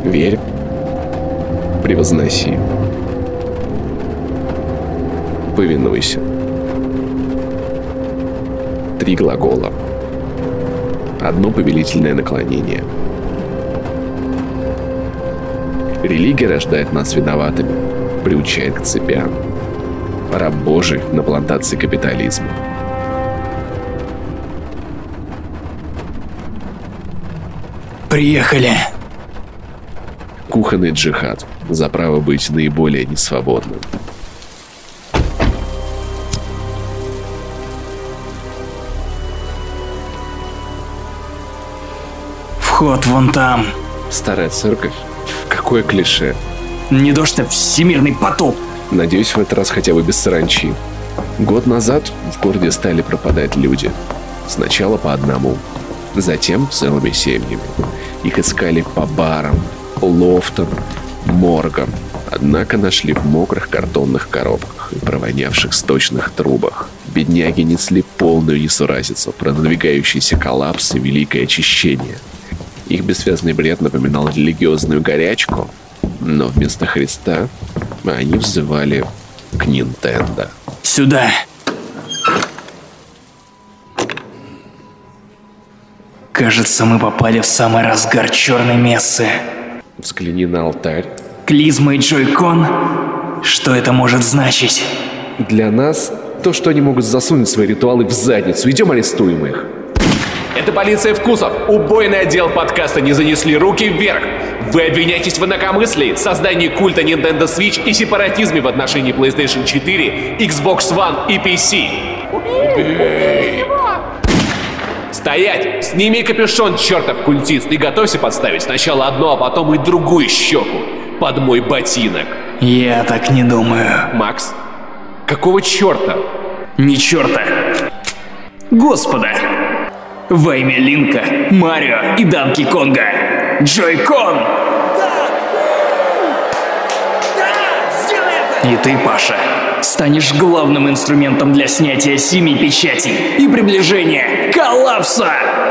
Верь, превозноси, повинуйся. 3 глагола. 1 повелительное наклонение. Религия рождает нас виноватыми, приучает к цепям. Раб Божий на плантации капитализма. Приехали. Кухонный джихад за право быть наиболее несвободным. Вход вон там. Старая церковь? Какое клише. Не дождь, а всемирный потоп. Надеюсь, в этот раз хотя бы без саранчи. Год назад в городе стали пропадать люди. Сначала по одному, затем целыми семьями. Их искали по барам, лофтам, моргам. Однако нашли в мокрых картонных коробках и провонявших сточных трубах. Бедняги несли полную несуразицу про надвигающийся коллапс и великое очищение. Их бессвязный бред напоминал религиозную горячку, но вместо Христа они взывали к Nintendo. Сюда. Кажется, мы попали в самый разгар черной мессы. Взгляни на алтарь. Клизма и Джой-Кон? Что это может значить? Для нас то, что они могут засунуть свои ритуалы в задницу. Идем арестуем их. Это полиция вкусов. Убойный отдел подкаста «Не занесли руки вверх». Вы обвиняетесь в инакомыслии, создании культа Nintendo Switch и сепаратизме в отношении PlayStation 4, Xbox One и PC. Убей! Стоять! Сними капюшон, чертов культист, и готовься подставить сначала одну, а потом и другую щеку под мой ботинок. Я так не думаю. Макс, какого черта? Ни черта. Господа! Во имя Линка, Марио и Данки Конга. Джой-Кон! И ты, Паша, станешь главным инструментом для снятия 7 печатей и приближения коллапса!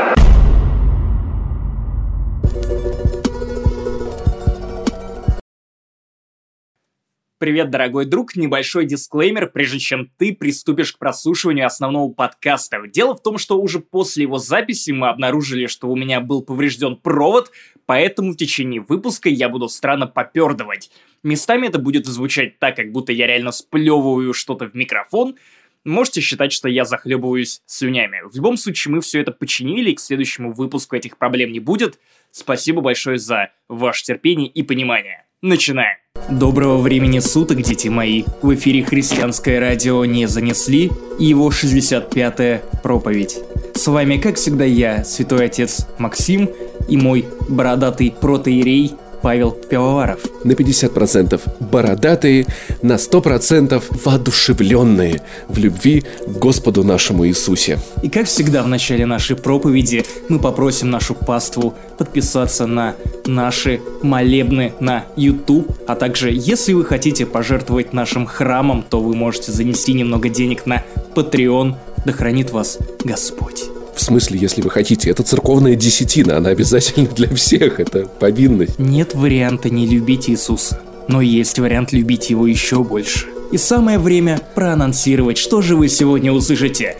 Привет, дорогой друг, небольшой дисклеймер, прежде чем ты приступишь к прослушиванию основного подкаста. Дело в том, что уже после его записи мы обнаружили, что у меня был поврежден провод, поэтому в течение выпуска я буду странно попёрдывать. Местами это будет звучать так, как будто я реально сплёвываю что-то в микрофон. Можете считать, что я захлебываюсь слюнями. В любом случае, мы все это починили, и к следующему выпуску этих проблем не будет. Спасибо большое за ваше терпение и понимание. Начинаем. Доброго времени суток, дети мои. В эфире христианское радио «Не занесли» и его 65-я проповедь. С вами, как всегда, я, святой отец Максим, и мой бородатый протоиерей Павел Пивоваров. На 50% бородатые, на 100% воодушевленные в любви к Господу нашему Иисусе. И как всегда в начале нашей проповеди мы попросим нашу паству подписаться на наши молебны на YouTube, а также, если вы хотите пожертвовать нашим храмом, то вы можете занести немного денег на Patreon. Да хранит вас Господь. В смысле, если вы хотите, это церковная десятина, она обязательно для всех, это повинность. Нет варианта не любить Иисуса, но есть вариант любить его еще больше. И самое время проанонсировать, что же вы сегодня услышите.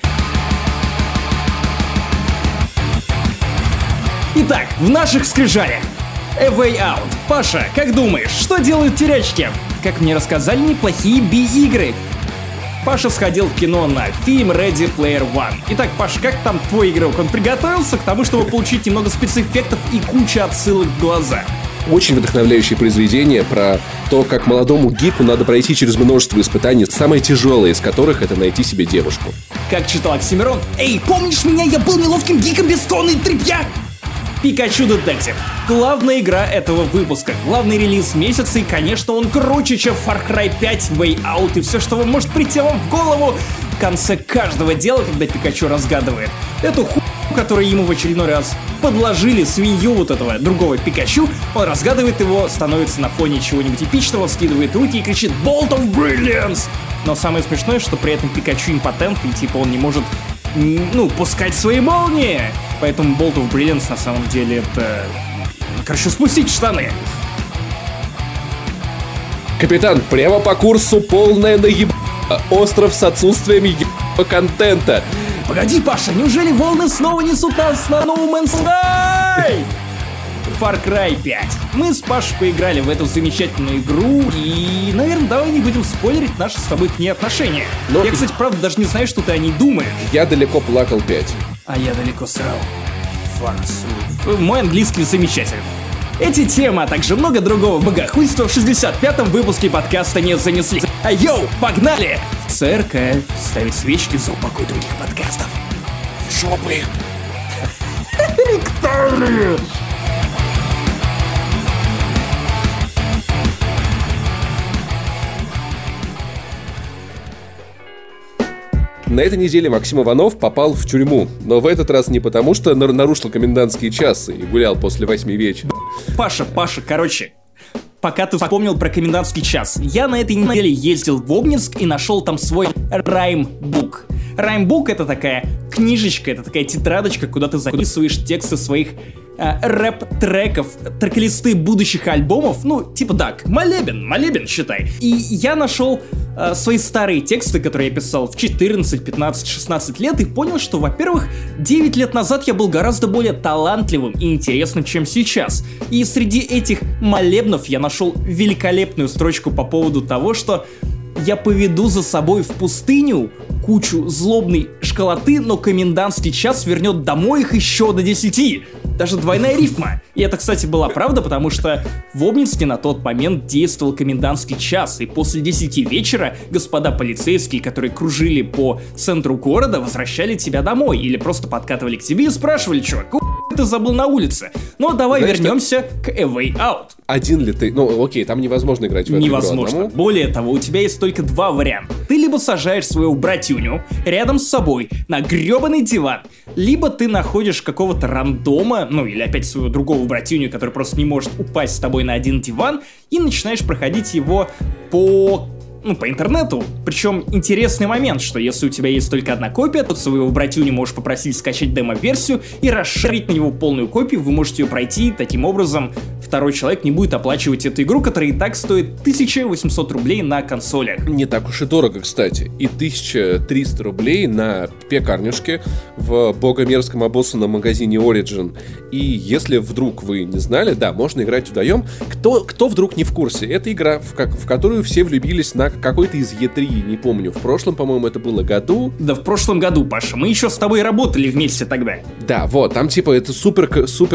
Итак, в наших скрижалях A Way Out. Паша, как думаешь, что делают терячки? Как мне рассказали, неплохие би-игры. Паша сходил в кино на фильм Ready Player One. Итак, Паша, как там твой игрок? Он приготовился к тому, чтобы получить немного спецэффектов и кучу отсылок в глаза? Очень вдохновляющее произведение про то, как молодому гику надо пройти через множество испытаний, самое тяжелое из которых — это найти себе девушку. Как читал Оксимирон: «Эй, помнишь меня? Я был неловким гиком без тонны и тряпья!» Пикачу Детектив. Главная игра этого выпуска. Главный релиз месяца, и, конечно, он круче, чем Far Cry 5, Way Out и все, что вам может прийти вам в голову в конце каждого дела, когда Пикачу разгадывает эту которую ему в очередной раз подложили, свинью вот этого другого Пикачу. Он разгадывает его, становится на фоне чего-нибудь эпичного, вскидывает руки и кричит «Bolt of Brilliance!». Но самое смешное, что при этом Пикачу импотент, и типа он не может, пускать свои молнии. Поэтому Bolt of Brilliance на самом деле это... спустить штаны. Капитан, прямо по курсу полная наеб... Остров с отсутствием ебаного контента. Погоди, Паша, неужели волны снова несут нас на No Man's Sky? Far Cry 5. Мы с Пашей поиграли в эту замечательную игру, и, наверное, давай не будем спойлерить наши с тобой к ней отношения. Но... Я, кстати, правда даже не знаю, что ты о ней думаешь. Я далеко плакал 5. А я далеко срал. Мой английский замечательный. Эти темы, а также много другого богохульства в 65-м выпуске подкаста не занесли. А йоу, погнали! Церковь ставит свечки за упокой других подкастов. В жопы! Ректальные! На этой неделе Максим Иванов попал в тюрьму, но в этот раз не потому, что нарушил комендантские часы и гулял после 8 вечера. Паша, короче, пока ты вспомнил про комендантский час, я на этой неделе ездил в Обнинск и нашел там свой раймбук. Раймбук — это такая книжечка, это такая тетрадочка, куда ты записываешь тексты своих рэп-треков, трек-листы будущих альбомов, ну, типа так, молебен, считай. И я нашел свои старые тексты, которые я писал в 14, 15, 16 лет, и понял, что, во-первых, 9 лет назад я был гораздо более талантливым и интересным, чем сейчас. И среди этих молебнов я нашел великолепную строчку по поводу того, что я поведу за собой в пустыню кучу злобной школоты, но комендантский час вернет домой их еще до 10. Даже двойная рифма. И это, кстати, была правда, потому что в Обнинске на тот момент действовал комендантский час, и после 10 вечера господа полицейские, которые кружили по центру города, возвращали тебя домой, или просто подкатывали к тебе и спрашивали: чувак, ты забыл на улице? Ну, давай вернемся к A Way Out. Один ли ты? Ну, окей, там невозможно играть в эту игру одному. Более того, у тебя есть только два варианта. Ты либо сажаешь своего братюню рядом с собой на гребаный диван, либо ты находишь какого-то рандома, ну или опять своего другого братюню, который просто не может упасть с тобой на один диван, и начинаешь проходить его по интернету. Причем интересный момент, что если у тебя есть только одна копия, то своего братюни можешь попросить скачать демо-версию и расширить на него полную копию, вы можете ее пройти, таким образом второй человек не будет оплачивать эту игру, которая и так стоит 1800 рублей на консолях. Не так уж и дорого, кстати. И 1300 рублей на пекарнюшке в богомерзком обоссанном магазине Origin. И если вдруг вы не знали, да, можно играть вдвоем. Кто вдруг не в курсе? Это игра, в которую все влюбились на какой-то из E3, не помню. В прошлом, по-моему, это было году. Да, в прошлом году, Паша. Мы еще с тобой работали вместе тогда. Да, вот. Там типа это супер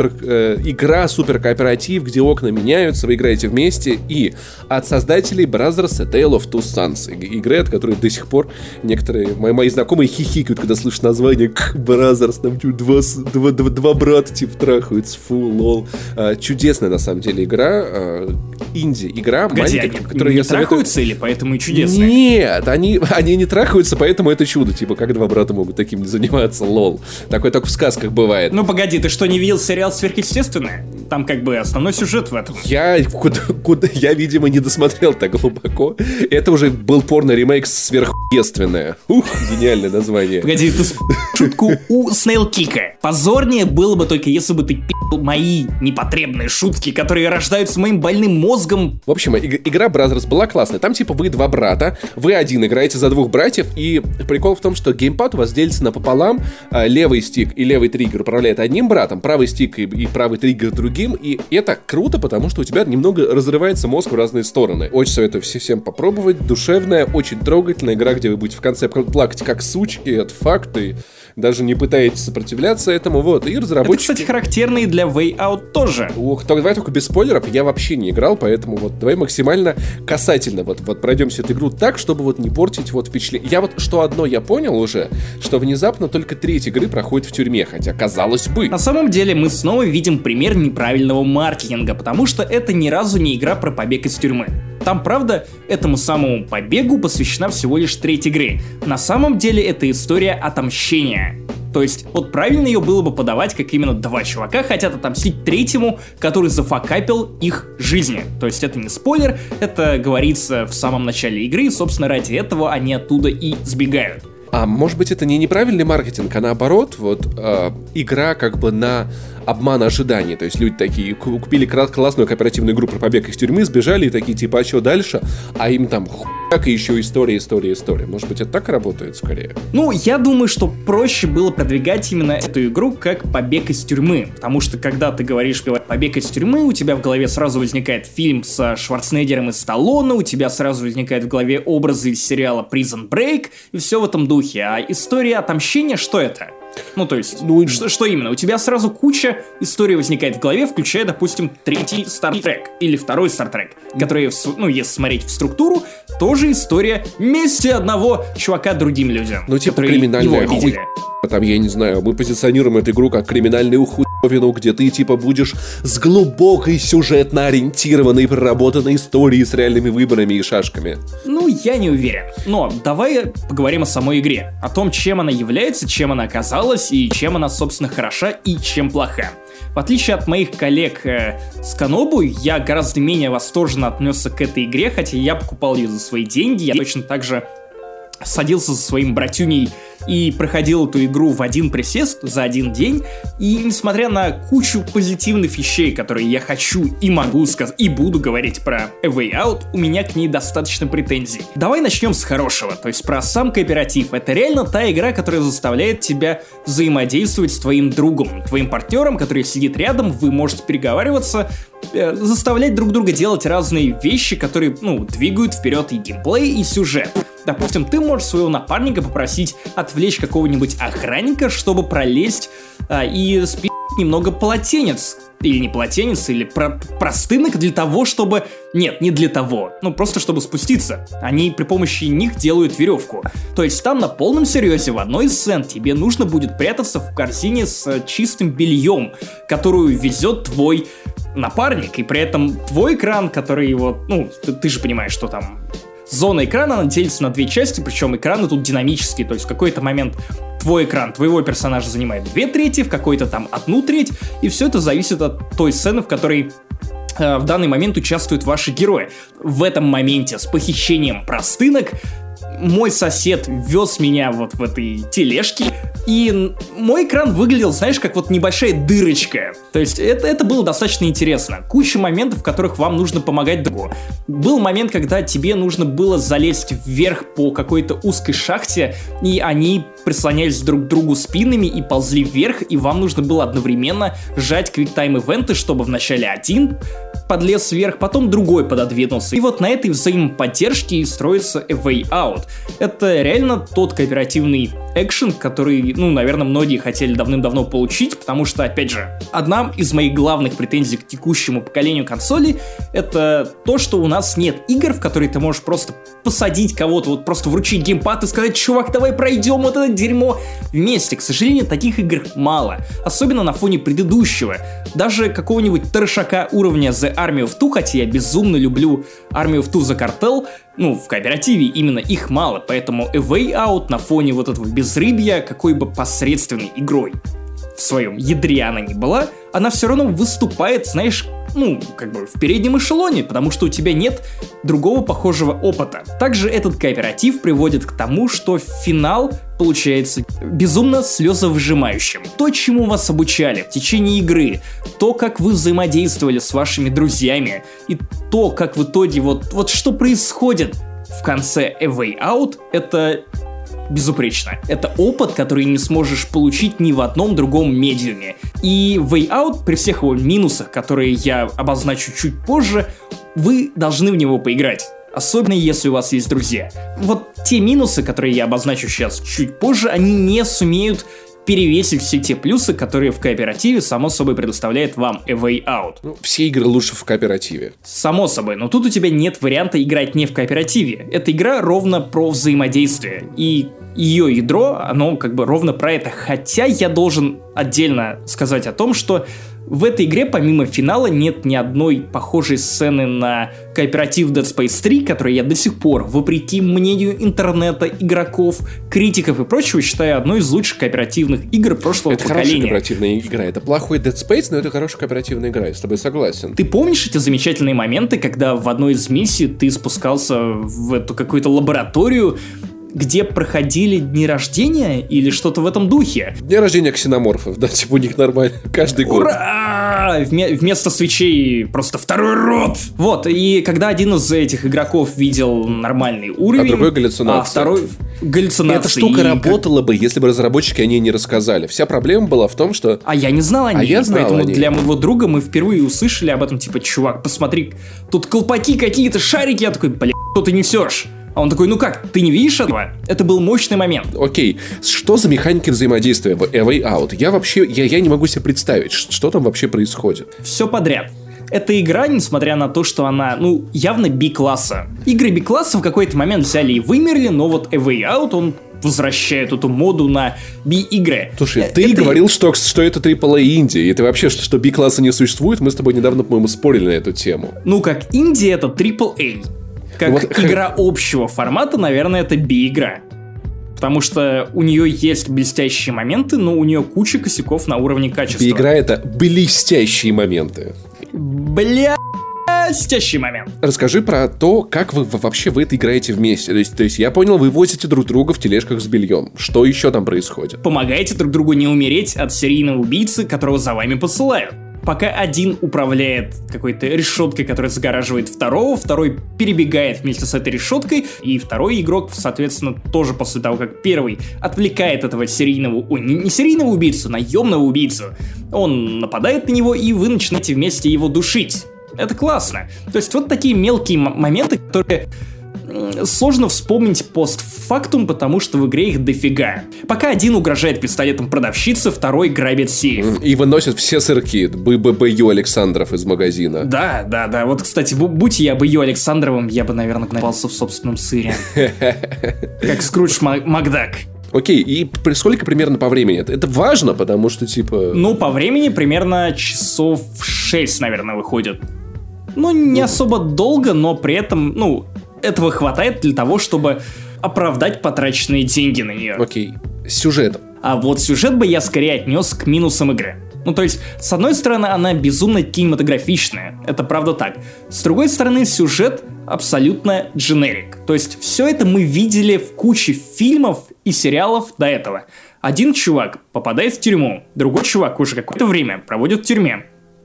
игра, супер кооператив, где окна меняются, вы играете вместе. И от создателей Brothers: A Tale of Two Sons. Игры, от которой до сих пор некоторые мои знакомые хихикают, когда слышат название Brothers. Там два брата типа трахаются. Фу, лол. Чудесная на самом деле игра. Инди-игра. Погоди, маленькая, которую я советую. Трахаются или поэтому и чудесные? Нет, они не трахаются, поэтому это чудо. Типа, как два брата могут таким не заниматься, лол. Такое только в сказках бывает. Ну погоди, ты что, не видел сериал «Сверхъестественное»? Там как бы основной сюжет в этом. Я, видимо, не досмотрел так глубоко. Это уже был порно-ремейк «Сверхъестественное». Гениальное название. Погоди, ты шутку у Снейлкика. Позорнее было бы только если бы ты пи***л мои непотребные шутки, которые рождаются моим больным мозгом. В общем, игра Brothers была классная. Там типа вы два брата, вы один играете за двух братьев, и прикол в том, что геймпад у вас делится напополам. Левый стик и левый триггер управляет одним братом, правый стик и правый триггер другим, и это круто, потому что у тебя немного разрывается мозг в разные стороны. Очень советую всем попробовать. Душевная, очень трогательная игра, где вы будете в конце плакать как сучки, это факт, и даже не пытаетесь сопротивляться этому, вот, и разработчики... Это, кстати, характерно и для Way Out тоже. Давай только без спойлеров, я вообще не играл, поэтому вот давай максимально касательно вот пройдемся эту игру так, чтобы вот не портить вот впечатление. Я вот что одно я понял уже, что внезапно только треть игры проходит в тюрьме, хотя казалось бы. На самом деле мы снова видим пример неправильного маркетинга, потому что это ни разу не игра про побег из тюрьмы. Там, правда, этому самому побегу посвящена всего лишь треть игры. На самом деле это история отомщения. То есть, вот правильно ее было бы подавать, как именно два чувака хотят отомстить третьему, который зафакапил их жизни. То есть, это не спойлер, это говорится в самом начале игры, и, собственно, ради этого они оттуда и сбегают. А может быть, это не неправильный маркетинг, а наоборот, вот игра как бы на обман ожиданий. То есть люди такие купили классную кооперативную игру про побег из тюрьмы, сбежали и такие типа, а что дальше? А им там хуяк и еще история. Может быть, это так работает скорее? Ну, я думаю, что проще было продвигать именно эту игру как побег из тюрьмы. Потому что когда ты говоришь побег из тюрьмы, у тебя в голове сразу возникает фильм с Шварценеггером и Сталлоне, у тебя сразу возникает в голове образы из сериала Prison Break и все в этом духе. А история отомщения, что это? Ну, то есть, что именно? У тебя сразу куча историй возникает в голове, включая, допустим, третий Star Trek или второй Star Trek, который, ну, если смотреть в структуру, тоже история мести одного чувака другим людям. Ну, типа криминальная хуй. Там, я не знаю, мы позиционируем эту игру как криминальную хуйовину, где ты, типа, будешь с глубокой сюжетно ориентированной, проработанной историей с реальными выборами и шашками. Ну, я не уверен. Но давай поговорим о самой игре. О том, чем она является, чем она оказалась, и чем она, собственно, хороша и чем плоха. В отличие от моих коллег с Канобу, я гораздо менее восторженно отнесся к этой игре, хотя я покупал ее за свои деньги. Я точно так же садился со своим братюней и проходил эту игру в один присест за один день, и несмотря на кучу позитивных вещей, которые я хочу и могу сказать, и буду говорить про A Way Out, у меня к ней достаточно претензий. Давай начнем с хорошего, то есть про сам кооператив. Это реально та игра, которая заставляет тебя взаимодействовать с твоим другом, твоим партнером, который сидит рядом, вы можете переговариваться, заставлять друг друга делать разные вещи, которые, ну, двигают вперед и геймплей, и сюжет. Допустим, ты можешь своего напарника попросить отвлечь какого-нибудь охранника, чтобы пролезть и спить немного полотенец. Или не полотенец, или простынок для того, чтобы... Нет, не для того. Ну, просто чтобы спуститься. Они при помощи них делают веревку. То есть там на полном серьезе в одной из сцен тебе нужно будет прятаться в корзине с чистым бельем, которую везет твой напарник. И при этом твой экран, который его... Ну, ты же понимаешь, что там... Зона экрана, она делится на две части, причем экраны тут динамические, то есть в какой-то момент твой экран, твоего персонажа занимает 2/3, в какой-то там 1/3, и все это зависит от той сцены, в которой в данный момент участвуют ваши герои. В этом моменте с похищением простынок мой сосед вез меня вот в этой тележке, и мой экран выглядел, знаешь, как вот небольшая дырочка. То есть это было достаточно интересно. Куча моментов, в которых вам нужно помогать другу. Был момент, когда тебе нужно было залезть вверх по какой-то узкой шахте, и они прислонялись друг к другу спинами и ползли вверх, и вам нужно было одновременно сжать квиктайм-ивенты, чтобы вначале один подлез вверх, потом другой пододвинулся. И вот на этой взаимоподдержке и строится A Way Out. Это реально тот кооперативный экшен, который, ну, наверное, многие хотели давным-давно получить, потому что, опять же, одна из моих главных претензий к текущему поколению консолей — это то, что у нас нет игр, в которые ты можешь просто посадить кого-то, вот просто вручить геймпад и сказать: чувак, давай пройдем вот это дерьмо вместе. К сожалению, таких игр мало, особенно на фоне предыдущего. Даже какого-нибудь трешака уровня The Army of Two, хотя я безумно люблю Army of Two The Cartel, ну, в кооперативе именно их мало, поэтому A Way Out на фоне вот этого безрыбья, какой бы посредственной игрой в своем ядре она ни была, она все равно выступает, знаешь, ну, как бы в переднем эшелоне, потому что у тебя нет другого похожего опыта. Также этот кооператив приводит к тому, что финал получается безумно слезовыжимающим. То, чему вас обучали в течение игры, то, как вы взаимодействовали с вашими друзьями, и то, как в итоге вот что происходит в конце A Way Out, это безупречно. Это опыт, который не сможешь получить ни в одном другом медиуме. И Way Out, при всех его минусах, которые я обозначу чуть позже, вы должны в него поиграть. Особенно если у вас есть друзья. Вот те минусы, которые я обозначу сейчас чуть позже, они не сумеют перевесить все те плюсы, которые в кооперативе, само собой, предоставляет вам A Way Out. Ну, все игры лучше в кооперативе. Само собой, но тут у тебя нет варианта играть не в кооперативе. Эта игра ровно про взаимодействие. И ее ядро, оно как бы ровно про это. Хотя я должен отдельно сказать о том, что в этой игре помимо финала нет ни одной похожей сцены на кооператив Dead Space 3, который я до сих пор, вопреки мнению интернета, игроков, критиков и прочего, считаю одной из лучших кооперативных игр прошлого поколения. Это хорошая кооперативная игра. Это плохой Dead Space, но это хорошая кооперативная игра, я с тобой согласен. Ты помнишь эти замечательные моменты, когда в одной из миссий ты спускался в эту какую-то лабораторию, где проходили дни рождения или что-то в этом духе. День рождения ксеноморфов, да, типа у них нормально, каждый год. Ура! Вместо свечей просто второй рот! Вот, и когда один из этих игроков видел нормальный уровень... А другой галлюцинация. А второй галлюцинация. Эта штука работала бы, если бы разработчики о ней не рассказали. Вся проблема была в том, что... А я не знал о ней, я знал поэтому о ней. для моего друга мы впервые услышали об этом, типа, чувак, посмотри, тут колпаки какие-то, шарики, я такой, бля, что ты несешь? А он такой, ну как, ты не видишь этого? Это был мощный момент. Окей, что за механики взаимодействия в A Way Out? Я не могу себе представить, что там вообще происходит. Все подряд. Эта игра, несмотря на то, что она, явно B-класса. Игры B-класса в какой-то момент взяли и вымерли, но вот A Way Out, он возвращает эту моду на B-игры. Слушай, ты говорил, что это AAA инди, и ты вообще, что B-класса не существует, мы с тобой недавно, по-моему, спорили на эту тему. Ну, как инди, это AAA. Как игра общего формата, наверное, это B-игра. Потому что у нее есть блестящие моменты, но у нее куча косяков на уровне качества. B-игра — это блестящие моменты. Блестящий момент. Расскажи про то, как вы вообще в это играете вместе. То есть я понял, вы возите друг друга в тележках с бельем. Что еще там происходит? Помогаете друг другу не умереть от серийного убийцы, которого за вами посылают. Пока один управляет какой-то решеткой, которая загораживает второго, второй перебегает вместе с этой решеткой, и второй игрок, соответственно, тоже после того, как первый отвлекает этого серийного... не серийного убийцу, наемного убийцу. Он нападает на него, и вы начинаете вместе его душить. Это классно. То есть вот такие мелкие моменты, которые... сложно вспомнить постфактум, потому что в игре их дофига. Пока один угрожает пистолетом продавщице, второй грабит сейф. И выносит все сырки. Б.Ю. Александров из магазина. Да. Вот, кстати, будь я Б.Ю. Александровым, я бы, наверное, напался в собственном сыре. Как Скрудж Макдак. Окей, и сколько примерно по времени? Это важно, потому что, типа... По времени примерно часов 6, наверное, выходит. Не особо долго, но при этом, этого хватает для того, чтобы оправдать потраченные деньги на нее. Окей. Сюжет. А вот сюжет бы я скорее отнес к минусам игры. То есть, с одной стороны, она безумно кинематографичная. Это правда так. С другой стороны, сюжет абсолютно дженерик. То есть, все это мы видели в куче фильмов и сериалов до этого. Один чувак попадает в тюрьму, другой чувак уже какое-то время проводит в тюрьме.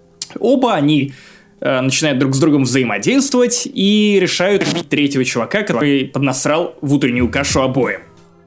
Оба они... начинают друг с другом взаимодействовать и решают убить третьего чувака, который поднасрал в утреннюю кашу обоим.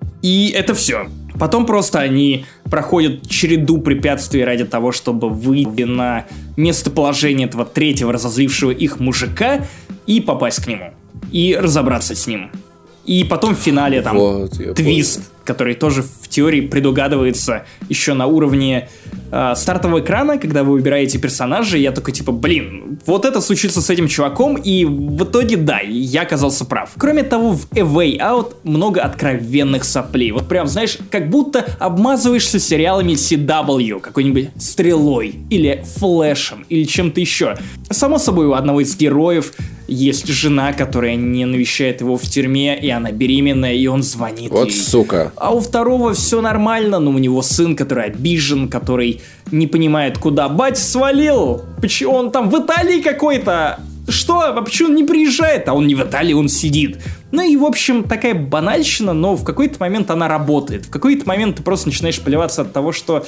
И это все. Потом просто они проходят череду препятствий ради того, чтобы выйти на местоположение этого третьего разозлившего их мужика и попасть к нему. И разобраться с ним. И потом в финале там твист, который тоже в теории предугадывается еще на уровне стартового экрана, когда вы выбираете персонажа, я такой типа, вот это случится с этим чуваком, и в итоге, да, я оказался прав. Кроме того, в A Way Out много откровенных соплей. Вот прям, знаешь, как будто обмазываешься сериалами CW, какой-нибудь Стрелой, или Флэшем, или чем-то еще. Само собой, у одного из героев есть жена, которая не навещает его в тюрьме, и она беременная, и он звонит вот ей. Сука. А у второго все нормально, но у него сын, который обижен, который не понимает, куда батя свалил. Почему он там в Италии какой-то? Что? А почему он не приезжает? А он не в Италии, он сидит. И, в общем, такая банальщина, но в какой-то момент она работает. В какой-то момент ты просто начинаешь плеваться от того, что...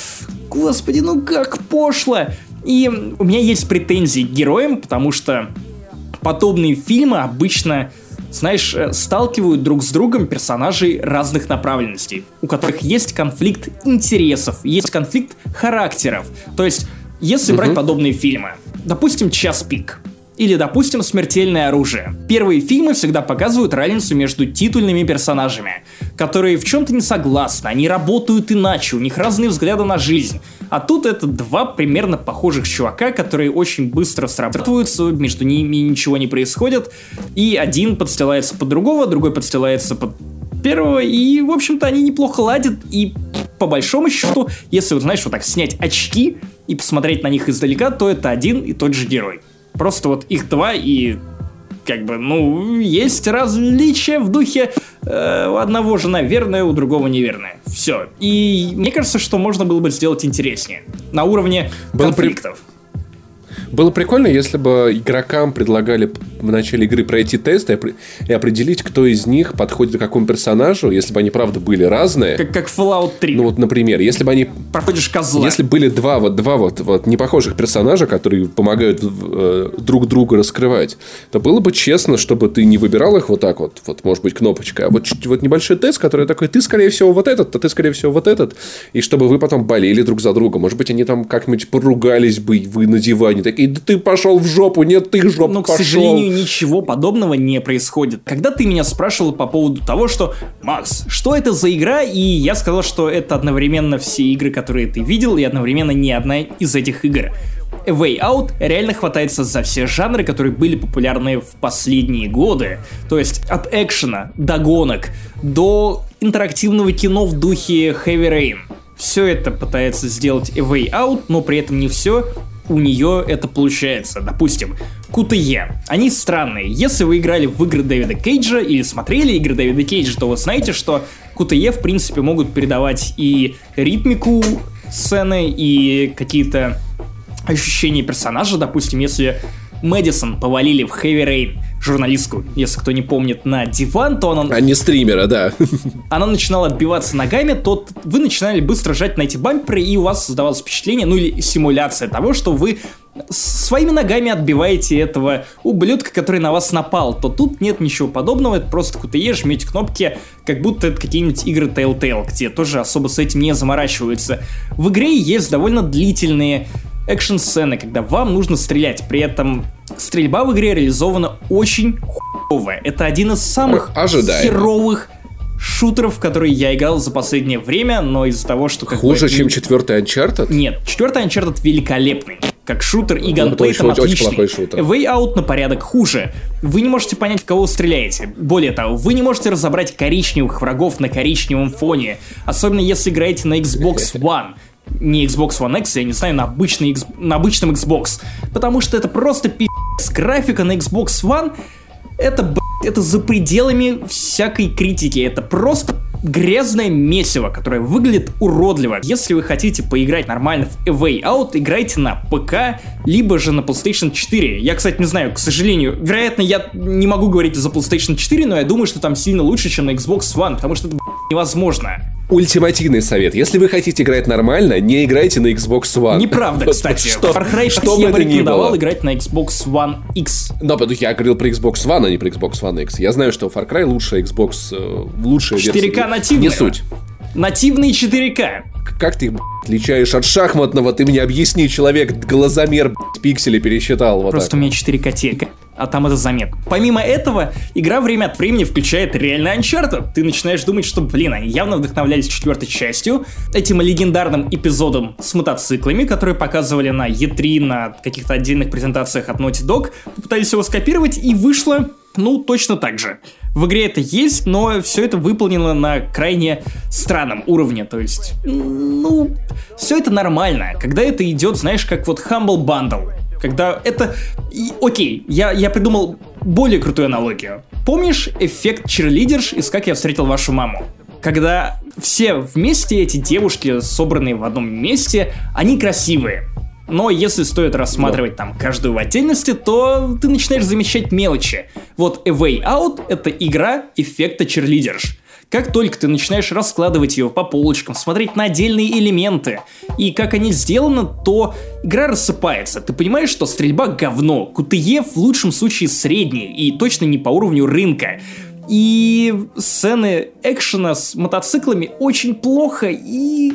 Господи, как пошло! И у меня есть претензии к героям, потому что подобные фильмы обычно, знаешь, сталкивают друг с другом персонажей разных направленностей, у которых есть конфликт интересов, есть конфликт характеров. То есть, если брать подобные фильмы, допустим, «Час пик», или, допустим, «Смертельное оружие». Первые фильмы всегда показывают разницу между титульными персонажами, которые в чем-то не согласны, они работают иначе, у них разные взгляды на жизнь. А тут это два примерно похожих чувака, которые очень быстро срабатываются, между ними ничего не происходит, и один подстилается под другого, другой подстилается под первого, и, в общем-то, они неплохо ладят, и по большому счету, если, знаешь, вот так снять очки и посмотреть на них издалека, то это один и тот же герой. Просто вот их два, и есть различия в духе у одного жена верная, у другого неверная. Все. И мне кажется, что можно было бы сделать интереснее. На уровне конфликтов. Было прикольно, если бы игрокам предлагали в начале игры пройти тест и определить, кто из них подходит к какому персонажу, если бы они, правда, были разные. Как Fallout 3. Ну вот, например, если бы они... Проходишь козла. Если были два непохожих персонажа, которые помогают друг друга раскрывать, то было бы честно, чтобы ты не выбирал их вот так вот может быть, кнопочкой, а вот небольшой тест, который такой, ты, скорее всего, вот этот, а ты, скорее всего, вот этот, и чтобы вы потом болели друг за друга. Может быть, они там как-нибудь поругались бы, вы на диване, такие, да ты пошел в жопу, нет, ты в жопу Но, пошел. к сожалению, ничего подобного не происходит. Когда ты меня спрашивал по поводу того, что, Макс, что это за игра, и я сказал, что это одновременно все игры, которые ты видел, и одновременно не одна из этих игр. A Way Out реально хватается за все жанры, которые были популярны в последние годы. То есть от экшена до гонок, до интерактивного кино в духе Heavy Rain. Все это пытается сделать A Way Out, но при этом не все у нее это получается. Допустим, QTE. Они странные. Если вы играли в игры Дэвида Кейджа или смотрели игры Дэвида Кейджа, то вы знаете, что QTE в принципе могут передавать и ритмику сцены, и какие-то ощущения персонажа. Допустим, если Мэдисон повалили в Heavy Rain, журналистку, если кто не помнит, на диван, то она... А не стримера, да. Она начинала отбиваться ногами, то вы начинали быстро жать на эти бамперы, и у вас создавалось впечатление, ну или симуляция того, что вы своими ногами отбиваете этого ублюдка, который на вас напал. То тут нет ничего подобного, это просто QTE, жмете кнопки, как будто это какие-нибудь игры Telltale, где тоже особо с этим не заморачиваются. В игре есть довольно длительные экшн-сцены, когда вам нужно стрелять. При этом стрельба в игре реализована очень хуёво. Это один из самых херовых шутеров, которые я играл за последнее время, но из-за того, что... Хуже, чем 4-й Uncharted? Нет, 4-й Uncharted великолепный. Как шутер и ганплей там отличный. Очень плохой шутер. Way Out на порядок хуже. Вы не можете понять, в кого вы стреляете. Более того, вы не можете разобрать коричневых врагов на коричневом фоне. Особенно если играете на Xbox One. Не Xbox One X, я не знаю, на обычном Xbox. Потому что это просто пи***ц. Графика на Xbox One это за пределами всякой критики. Это просто грязное месиво, которое выглядит уродливо. Если вы хотите поиграть нормально в A Way Out, играйте на ПК, либо же на PlayStation 4. Я, кстати, не знаю, к сожалению, вероятно, я не могу говорить за PlayStation 4, но я думаю, что там сильно лучше, чем на Xbox One, потому что это невозможно. Ультимативный совет. Если вы хотите играть нормально, не играйте на Xbox One. Неправда, кстати. Far Cry 6 я бы рекомендовал играть на Xbox One X. Но я говорил про Xbox One, а не про Xbox One X. Я знаю, что Far Cry лучшая Xbox, лучшая версия. 4К нативная. Не суть. Нативный 4К. Как ты их, отличаешь от шахматного? Ты мне объясни, человек глазомер, пиксели пересчитал. Вот просто так. У меня 4К телька, а там это заметно. Помимо этого, игра время от времени включает реально Uncharted. Ты начинаешь думать, что, они явно вдохновлялись 4-й частью, этим легендарным эпизодом с мотоциклами, которые показывали на E3, на каких-то отдельных презентациях от Naughty Dog, попытались его скопировать, и вышло, точно так же. В игре это есть, но все это выполнено на крайне странном уровне. То есть, все это нормально. Когда это идет, знаешь, как вот Humble Bundle. Когда это... Окей, я придумал более крутую аналогию. Помнишь эффект чирлидерш из «Как я встретил вашу маму»? Когда все вместе, эти девушки, собранные в одном месте, они красивые. Но если стоит рассматривать там каждую в отдельности, то ты начинаешь замечать мелочи. Вот A Way Out — это игра эффекта чирлидерш. Как только ты начинаешь раскладывать ее по полочкам, смотреть на отдельные элементы и как они сделаны, то игра рассыпается. Ты понимаешь, что стрельба говно, QTE в лучшем случае средний и точно не по уровню рынка. И сцены экшена с мотоциклами очень плохо, и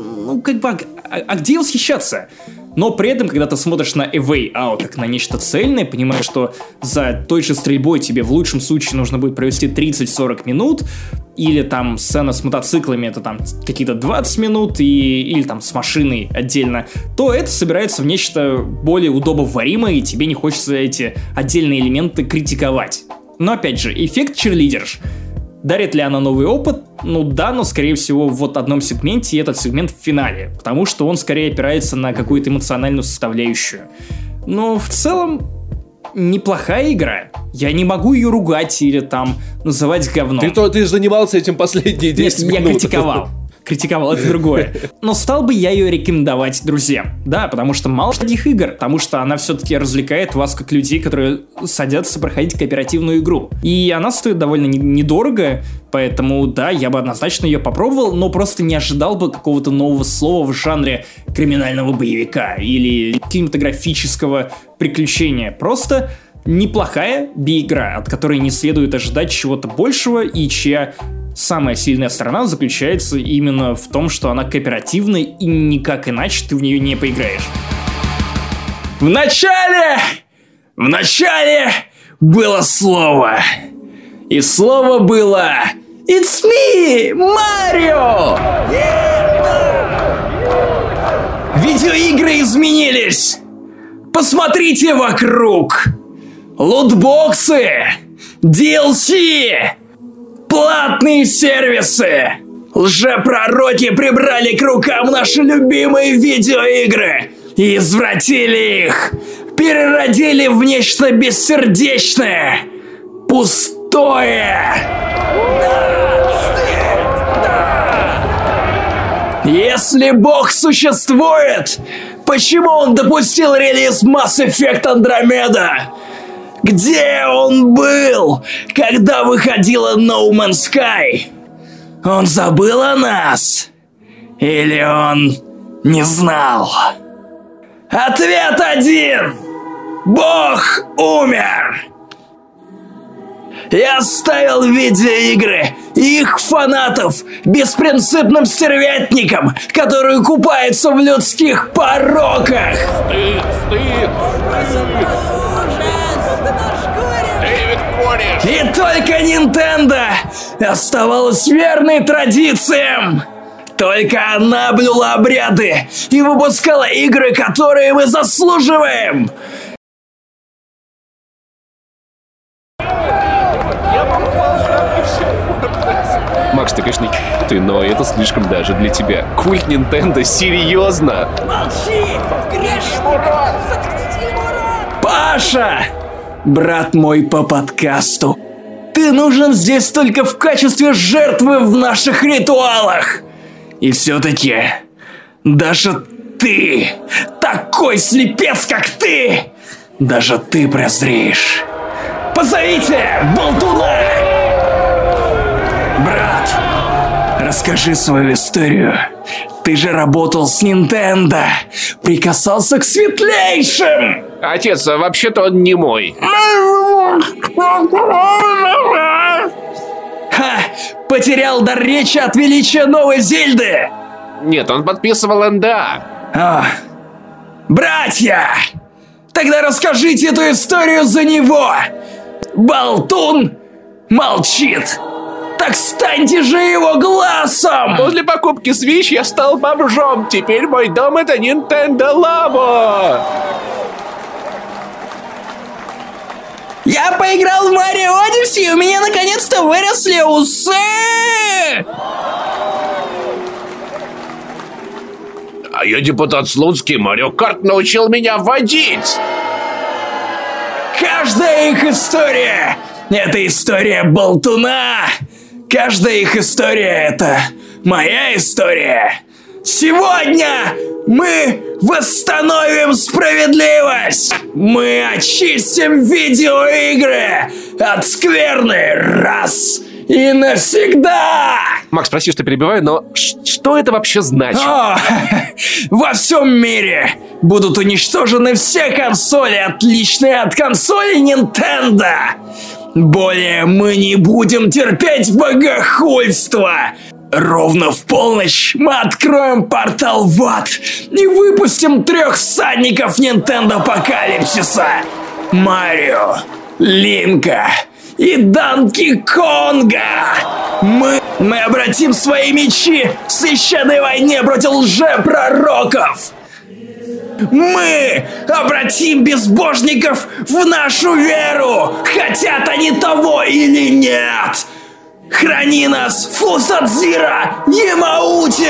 а где восхищаться? Но при этом, когда ты смотришь на A Way Out как на нечто цельное, понимаешь, что за той же стрельбой тебе в лучшем случае нужно будет провести 30-40 минут, или там сцена с мотоциклами это там какие-то 20 минут, или там с машиной отдельно, то это собирается в нечто более удобоваримое, и тебе не хочется эти отдельные элементы критиковать. Но опять же, эффект чирлидерш. Дарит ли она новый опыт? Да, но скорее всего в одном сегменте, и этот сегмент в финале, потому что он скорее опирается на какую-то эмоциональную составляющую. Но в целом неплохая игра. Я не могу ее ругать или там называть говном. Ты занимался этим последние 10 минут. Я критиковал. критиковал, это другое. Но стал бы я ее рекомендовать друзьям. Да, потому что мало таких игр, потому что она все-таки развлекает вас как людей, которые садятся проходить кооперативную игру. И она стоит довольно недорого, поэтому, да, я бы однозначно ее попробовал, но просто не ожидал бы какого-то нового слова в жанре криминального боевика или кинематографического приключения. Просто неплохая би-игра, от которой не следует ожидать чего-то большего и чья самая сильная сторона заключается именно в том, что она кооперативная и никак иначе ты в нее не поиграешь. В начале было слово. И слово было «It's me, Марио!» Видеоигры изменились. Посмотрите вокруг. Лутбоксы, DLC, платные сервисы. Лжепророки прибрали к рукам наши любимые видеоигры и извратили их, переродили в нечто бессердечное, пустое. Если Бог существует, почему он допустил релиз Mass Effect Andromeda? Где он был, когда выходила No Man's Sky? Он забыл о нас? Или он не знал? Ответ один! Бог умер! Я оставил видеоигры и их фанатов беспринципным стервятникам, которые купаются в людских пороках. Стыд! Дэвид Кореш! И только Nintendo оставалась верной традициям. Только она блюла обряды и выпускала игры, которые мы заслуживаем. Макс, ты, конечно, но это слишком даже для тебя. Культ Nintendo, серьезно? Молчи! Грешник! Заткните ему рот! Паша! Брат мой по подкасту. Ты нужен здесь только в качестве жертвы в наших ритуалах. И все-таки, даже ты, такой слепец, как ты, даже ты прозреешь. Позовите болтуна! Брат, расскажи свою историю. Ты же работал с Nintendo, прикасался к светлейшим. Отец, а вообще-то он не мой. Ха! Потерял дар речи от величия новой Зельды. Нет, он подписывал НДА. Братья! Тогда расскажите эту историю за него. Болтун молчит. Так станьте же его глазом! После покупки Switch я стал бомжом. Теперь мой дом — это Nintendo Labo. Я поиграл в Mario Odyssey, и у меня наконец-то выросли усы! А я депутат Слуцкий, Марио Карт научил меня водить. Каждая их история — это история болтуна. Каждая их история — это моя история. Сегодня мы восстановим справедливость. Мы очистим видеоигры от скверны раз и навсегда. Макс, прости, что перебиваю, но что это вообще значит? Во всем мире будут уничтожены все консоли, отличные от консолей Nintendo. Более мы не будем терпеть богохульство. Ровно в полночь мы откроем портал в ад и выпустим 3 всадников Nintendo Апокалипсиса. Марио, Линка и Данки Конга. Мы обратим свои мечи в священной войне против лжепророков. Мы обратим безбожников в нашу веру, хотят они того или нет. Храни нас, Фусадзира Ямаути!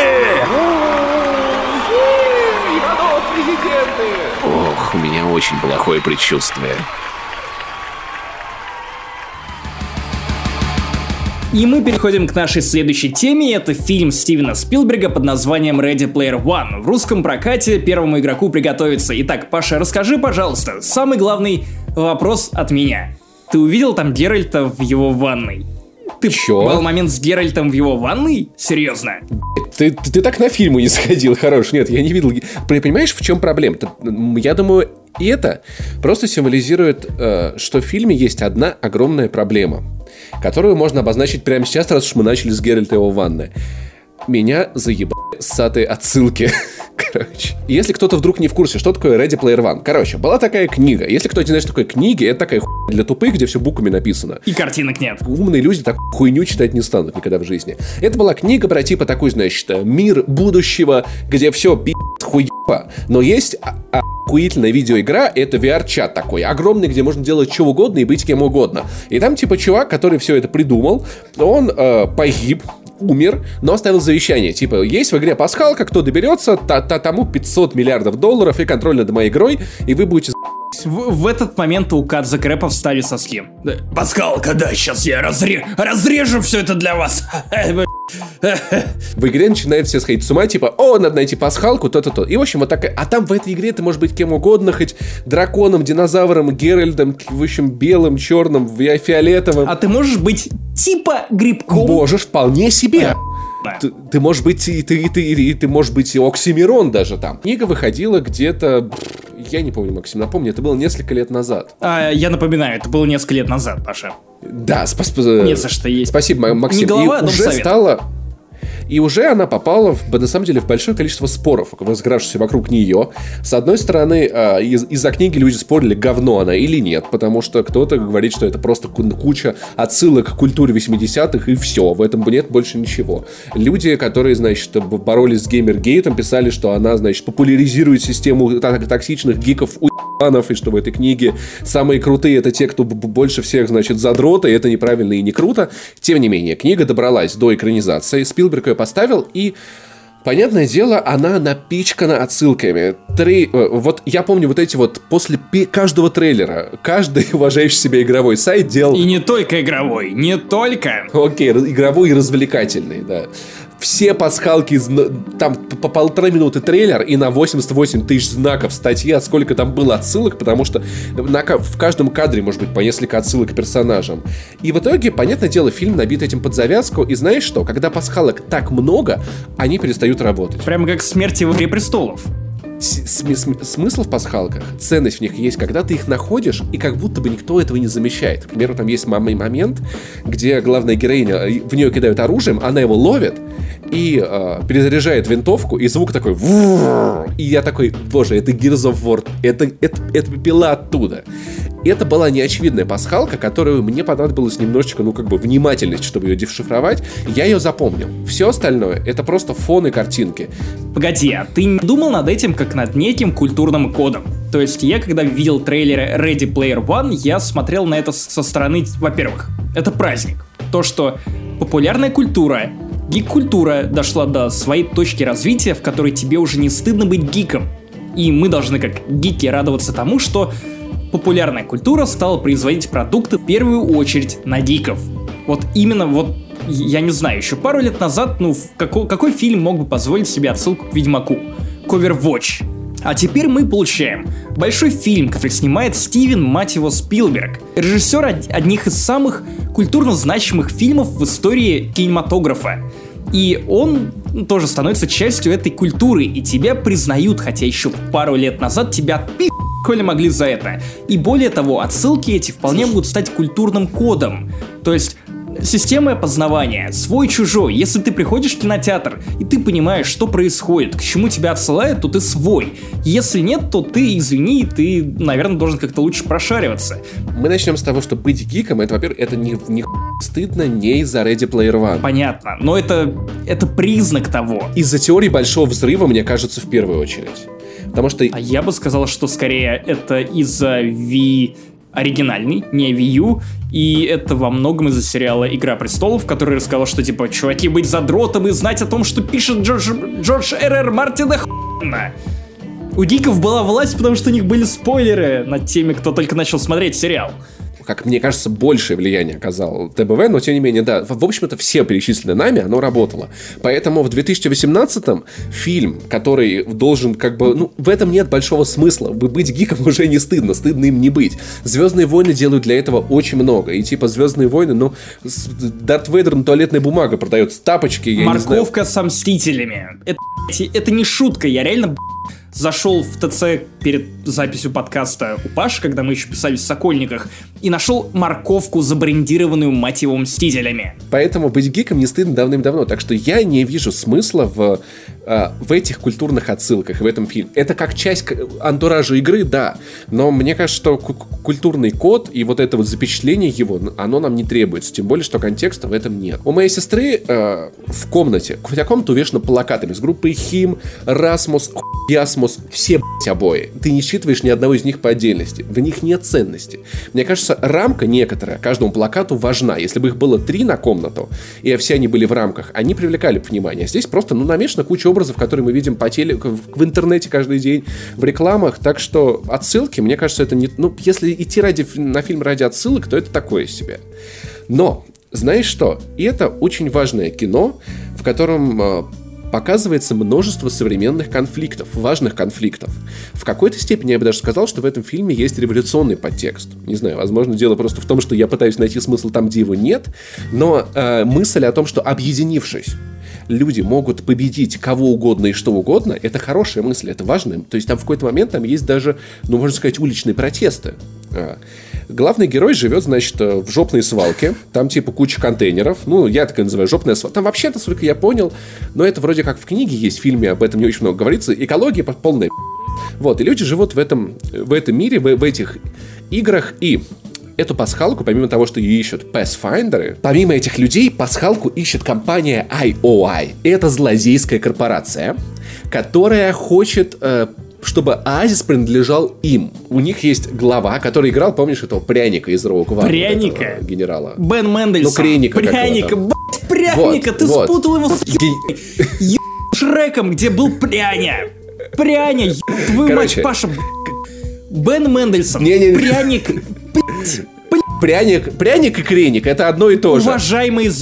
Ох, у меня очень плохое предчувствие. И мы переходим к нашей следующей теме. Это фильм Стивена Спилберга под названием Ready Player One. В русском прокате первому игроку приготовиться. Итак, Паша, расскажи, пожалуйста, самый главный вопрос от меня. Ты увидел там Геральта в его ванной? Ты был момент с Геральтом в его ванной? Серьезно? Ты так на фильмы не сходил, хорош. Нет, я не видел. Понимаешь, в чем проблема? Я думаю, это просто символизиет, что в фильме есть одна огромная проблема, которую можно обозначить прямо сейчас, раз уж мы начали с Геральта и его ванны. Меня заебали ссатые отсылки. Короче, если кто-то вдруг не в курсе, что такое Ready Player One. Короче, была такая книга. Если кто-то не знает, что такое книги, это такая хуйня для тупых, где все буквами написано. И картинок нет. Умные люди так хуйню читать не станут никогда в жизни. Это была книга про типа такой, значит, мир будущего, где все пи***т хуёво. Но есть охуительная видеоигра, это VR-чат такой, огромный, где можно делать что угодно и быть кем угодно. И там типа чувак, который все это придумал, он погиб, умер, но оставил завещание. Типа, есть в игре пасхалка, кто доберется, тому $500 миллиардов и контроль над моей игрой, и вы будете в этот момент у Кадза Крэпа встали соски. Пасхалка, да, сейчас я разрежу все это для вас. В игре начинают все сходить с ума, типа, надо найти пасхалку, то-то-то. И, в общем, вот такая. А там в этой игре ты можешь быть кем угодно, хоть драконом, динозавром, Геральдом, в общем, белым, черным, фиолетовым. А ты можешь быть типа грибком? Можешь, вполне себе. Ты можешь быть, ты можешь быть Оксимирон даже там. Книга выходила где-то, я не помню, Максим, напомни, это было несколько лет назад. Я напоминаю, это было несколько лет назад, Паша. Да, не за что есть. Спасибо, Максим. Не голова, и уже стало. И уже она попала, на самом деле, в большое количество споров, разыгравшихся вокруг нее. С одной стороны, из-за книги люди спорили, говно она или нет, потому что кто-то говорит, что это просто куча отсылок к культуре 80-х, и все, в этом нет больше ничего. Люди, которые, значит, боролись с Геймергейтом, писали, что она, значит, популяризирует систему токсичных гиков и что в этой книге самые крутые это те, кто больше всех, значит, задроты, и это неправильно и не круто. Тем не менее, книга добралась до экранизации, Спилберг ее поставил, и, понятное дело, она напичкана отсылками. Вот я помню вот эти вот, после каждого трейлера, каждый уважающий себя игровой сайт делал... И не только игровой, не только! Окей, игровой и развлекательный, да. Все пасхалки, там по 1,5 минуты трейлер и на 88 тысяч знаков статья, сколько там было отсылок, потому что в каждом кадре может быть по несколько отсылок к персонажам. И в итоге, понятное дело, фильм набит этим под завязку, и знаешь что? Когда пасхалок так много, они перестают работать. Прямо как смерти в «Игре престолов». Смысл в пасхалках, ценность в них есть, когда ты их находишь, и как будто бы никто этого не замечает. К примеру, там есть момент, где главная героиня, в нее кидают оружием, она его ловит и перезаряжает винтовку, и звук такой... И я такой, боже, это Gears of War, это пила оттуда. И это была неочевидная пасхалка, которую мне понадобилось немножечко, внимательность, чтобы ее дешифровать. Я ее запомнил. Все остальное — это просто фон и картинки. Погоди, а ты не думал над этим как над неким культурным кодом? То есть я, когда видел трейлеры Ready Player One, я смотрел на это со стороны, во-первых, это праздник. То, что популярная культура, гик-культура дошла до своей точки развития, в которой тебе уже не стыдно быть гиком. И мы должны, как гики, радоваться тому, что популярная культура стала производить продукты в первую очередь на гиков. Вот именно вот, я не знаю, еще пару лет назад, какой фильм мог бы позволить себе отсылку к Ведьмаку? К Overwatch. А теперь мы получаем большой фильм, который снимает Стивен, мать его, Спилберг. Режиссер одних из самых культурно значимых фильмов в истории кинематографа. И он тоже становится частью этой культуры, и тебя признают, хотя еще пару лет назад тебя коли могли за это. И более того, отсылки эти вполне могут стать культурным кодом. То есть система опознавания, свой-чужой. Если ты приходишь в кинотеатр, и ты понимаешь, что происходит, к чему тебя отсылают, то ты свой. Если нет, то ты, извини, ты, наверное, должен как-то лучше прошариваться. Мы начнем с того, что быть гиком, это, во-первых, это не стыдно не из-за Ready Player One. Понятно, но это признак того. Из-за теории Большого Взрыва, мне кажется, в первую очередь. Потому что... А я бы сказал, что скорее это из-за Wii оригинальный, не Wii U, и это во многом из-за сериала «Игра престолов», который рассказал, что, типа, чуваки, быть задротом и знать о том, что пишет Джордж Р.Р. Мартин, охуенно. У гиков была власть, потому что у них были спойлеры над теми, кто только начал смотреть сериал. как мне кажется, большее влияние оказал ТБВ, но тем не менее, да, в общем-то, все перечисленное нами, оно работало. Поэтому в 2018-м фильм, который должен как бы... Ну, в этом нет большого смысла. Быть гиком уже не стыдно, стыдно им не быть. «Звездные войны» делают для этого очень много. И типа «Звездные войны», ну, Дарт Вейдер на туалетной бумаге продается, тапочки, я не знаю. Морковка со Мстителями. Это не шутка, я реально зашел в ТЦ перед записью подкаста у Паши, когда мы еще писали в Сокольниках, и нашел морковку, забрендированную, мать его, Мстителями. Поэтому быть гиком не стыдно давным-давно. Так что я не вижу смысла в этих культурных отсылках, в этом фильме. Это как часть антуража игры, да. Но мне кажется, что культурный код и вот это вот запечатление его, оно нам не требуется. Тем более, что контекста в этом нет. У моей сестры в комнате увешано плакатами с группой Хим, Расмус, Ясмус, все, обои. Ты не считываешь ни одного из них по отдельности. В них нет ценности. Мне кажется, рамка некоторая каждому плакату важна. Если бы их было 3 на комнату, и все они были в рамках, они привлекали бы внимание. Здесь просто, намешана куча образов, которые мы видим по телеку, в интернете каждый день, в рекламах. Так что отсылки, мне кажется, это не... Ну, если идти на фильм ради отсылок, то это такое себе. Но, знаешь что? И это очень важное кино, в котором... показывается множество современных конфликтов, важных конфликтов. В какой-то степени я бы даже сказал, что в этом фильме есть революционный подтекст. Не знаю, возможно, дело просто в том, что я пытаюсь найти смысл там, где его нет, но мысль о том, что объединившись, люди могут победить кого угодно и что угодно, это хорошая мысль, это важно. То есть там в какой-то момент там есть даже, можно сказать, уличные протесты. Главный герой живет, значит, в жопной свалке. Там типа куча контейнеров. Ну, я так и называю, жопная свалка. Там вообще-то, сколько я понял, но это вроде как в книге есть, в фильме об этом не очень много говорится. Экология полная. Вот, и люди живут в этом мире, в этих играх. И эту пасхалку, помимо того, что ее ищут Pathfinder'ы, помимо этих людей, пасхалку ищет компания IOI. Это злодейская корпорация, которая хочет... чтобы оазис принадлежал им. У них есть глава, который играл, помнишь, этого пряника из Роуг Ван? Пряника? Генерала. Бен Мендельсон. Ну, Креника. Пряника, пряника, ты спутал его с Шреком, где был пряня. Пряня, твою мать, Паша. Бен Мендельсон. Пряник. Пряник и Креник, это одно и то же. Уважаемые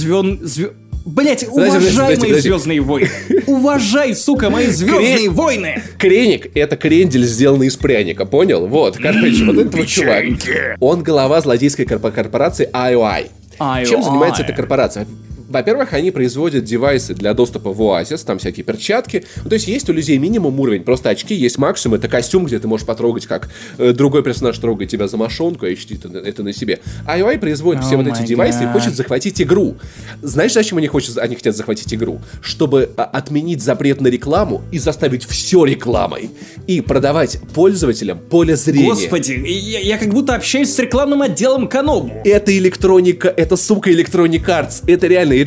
уважаемые «Звездные войны». Уважай, сука, мои «Звездные войны». Креник — это крендель, сделанный из пряника, понял? Вот, короче, вот этот вот чувак. Он глава злодейской корпорации IOI. Чем занимается эта корпорация? Во-первых, они производят девайсы для доступа в Оазис, там всякие перчатки. Ну, то есть есть у людей минимум уровень, просто очки, есть максимум, это костюм, где ты можешь потрогать, как другой персонаж трогает тебя за мошонку, а ищет это на себе. IOI производит все вот эти девайсы и хочет захватить игру. Знаешь, зачем они хотят захватить игру? Чтобы отменить запрет на рекламу и заставить все рекламой. И продавать пользователям поле зрения. Господи, я как будто общаюсь с рекламным отделом Канобу. Это электроника, это, сука, Electronic Arts. Это реально.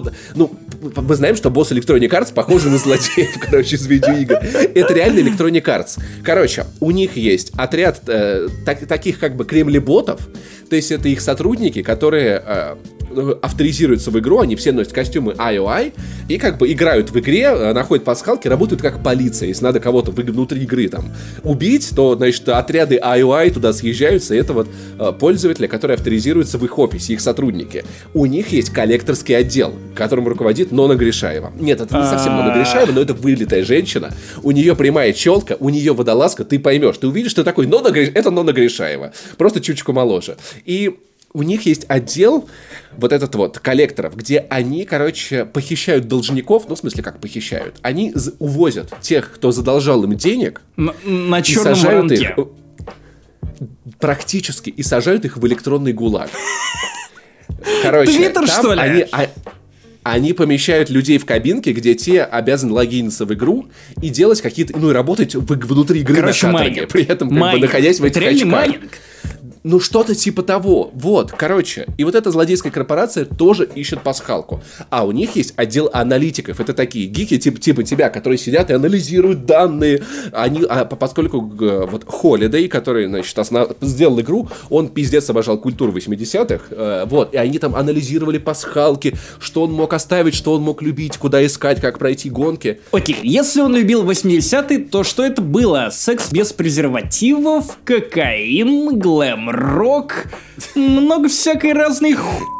Мы знаем, что босс Electronic Arts похожи на злодеев, короче, из видеоигр. Это реально Electronic Arts. Короче, у них есть отряд таких как бы кремлеботов, то есть это их сотрудники, которые авторизируются в игру, они все носят костюмы IOI и как бы играют в игре, находят пасхалки, работают как полиция. Если надо кого-то внутри игры там убить, то, значит, отряды IOI туда съезжаются, и это вот пользователи, которые авторизируются в их офисе, их сотрудники. У них есть коллекторский отдел, которым руководит Нона Гришаева. Нет, это не совсем Нона Гришаева, но это вылитая женщина. У нее прямая челка, у нее водолазка, ты поймешь, ты увидишь, что такой это Нона Гришаева, просто чуточку моложе. И у них есть отдел вот этот вот коллекторов, где они, короче, похищают должников, ну, в смысле, как похищают, они увозят тех, кто задолжал им денег, на черном рынке. Практически, и сажают их в электронный гулаг. Короче, Твиттер, что ли? Они помещают людей в кабинке, где те обязаны логиниться в игру и делать какие-то, и работать внутри игры, короче, на каторге, при этом как бы находясь в этих очках. Ну, что-то типа того. Вот, короче. И вот эта злодейская корпорация тоже ищет пасхалку. А у них есть отдел аналитиков. Это такие гики типа тебя, которые сидят и анализируют данные. Поскольку вот Холидей, который, значит, сделал игру, он пиздец обожал культуру 80-х. Вот, и они там анализировали пасхалки, что он мог оставить, что он мог любить, куда искать, как пройти гонки. Окей, если он любил 80-е, то что это было? Секс без презервативов, кокаин, глэм рок, много всякой разной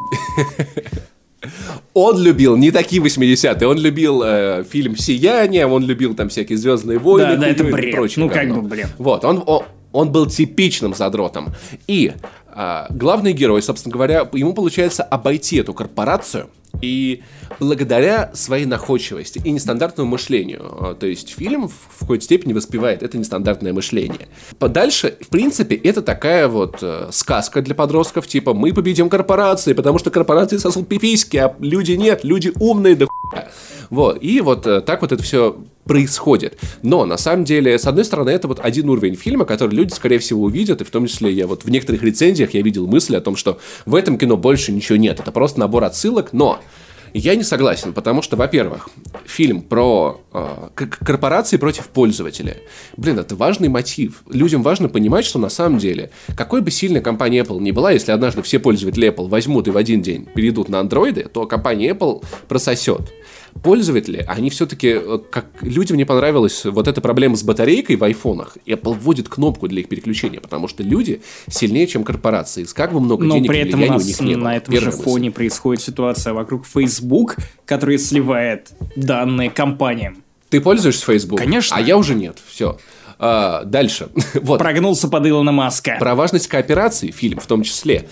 Он любил не такие 80-е, он любил фильм «Сияние», он любил там всякие «Звездные войны». Да, это бред, прочее, как бы бред. Вот, он был типичным задротом. И главный герой, собственно говоря, ему получается обойти эту корпорацию, и благодаря своей находчивости и нестандартному мышлению. То есть фильм в какой-то степени воспевает это нестандартное мышление. Дальше, в принципе, это такая вот сказка для подростков, типа мы победим корпорации, потому что корпорации сосут пиписьки, а люди нет, люди умные да хуя. Вот, и вот так вот это все происходит. Но, на самом деле, с одной стороны, это вот один уровень фильма, который люди, скорее всего, увидят, и в том числе я вот в некоторых рецензиях я видел мысли о том, что в этом кино больше ничего нет, это просто набор отсылок, но я не согласен, потому что, во-первых, фильм про корпорации против пользователя. Блин, это важный мотив. Людям важно понимать, что на самом деле, какой бы сильной компания Apple ни была, если однажды все пользователи Apple возьмут и в один день перейдут на андроиды, то компания Apple прососет. Пользователи, они все-таки, как людям не понравилась вот эта проблема с батарейкой в айфонах, Apple вводит кнопку для их переключения, потому что люди сильнее, чем корпорации. Как бы много денег и влияния у них нет. Но при этом у нас на этом же фоне происходит ситуация вокруг Facebook, который сливает данные компаниям. Ты пользуешься Facebook? Конечно. А я уже нет. Все. Дальше. Вот. Прогнулся под Илона Маска. Про важность кооперации фильм в том числе.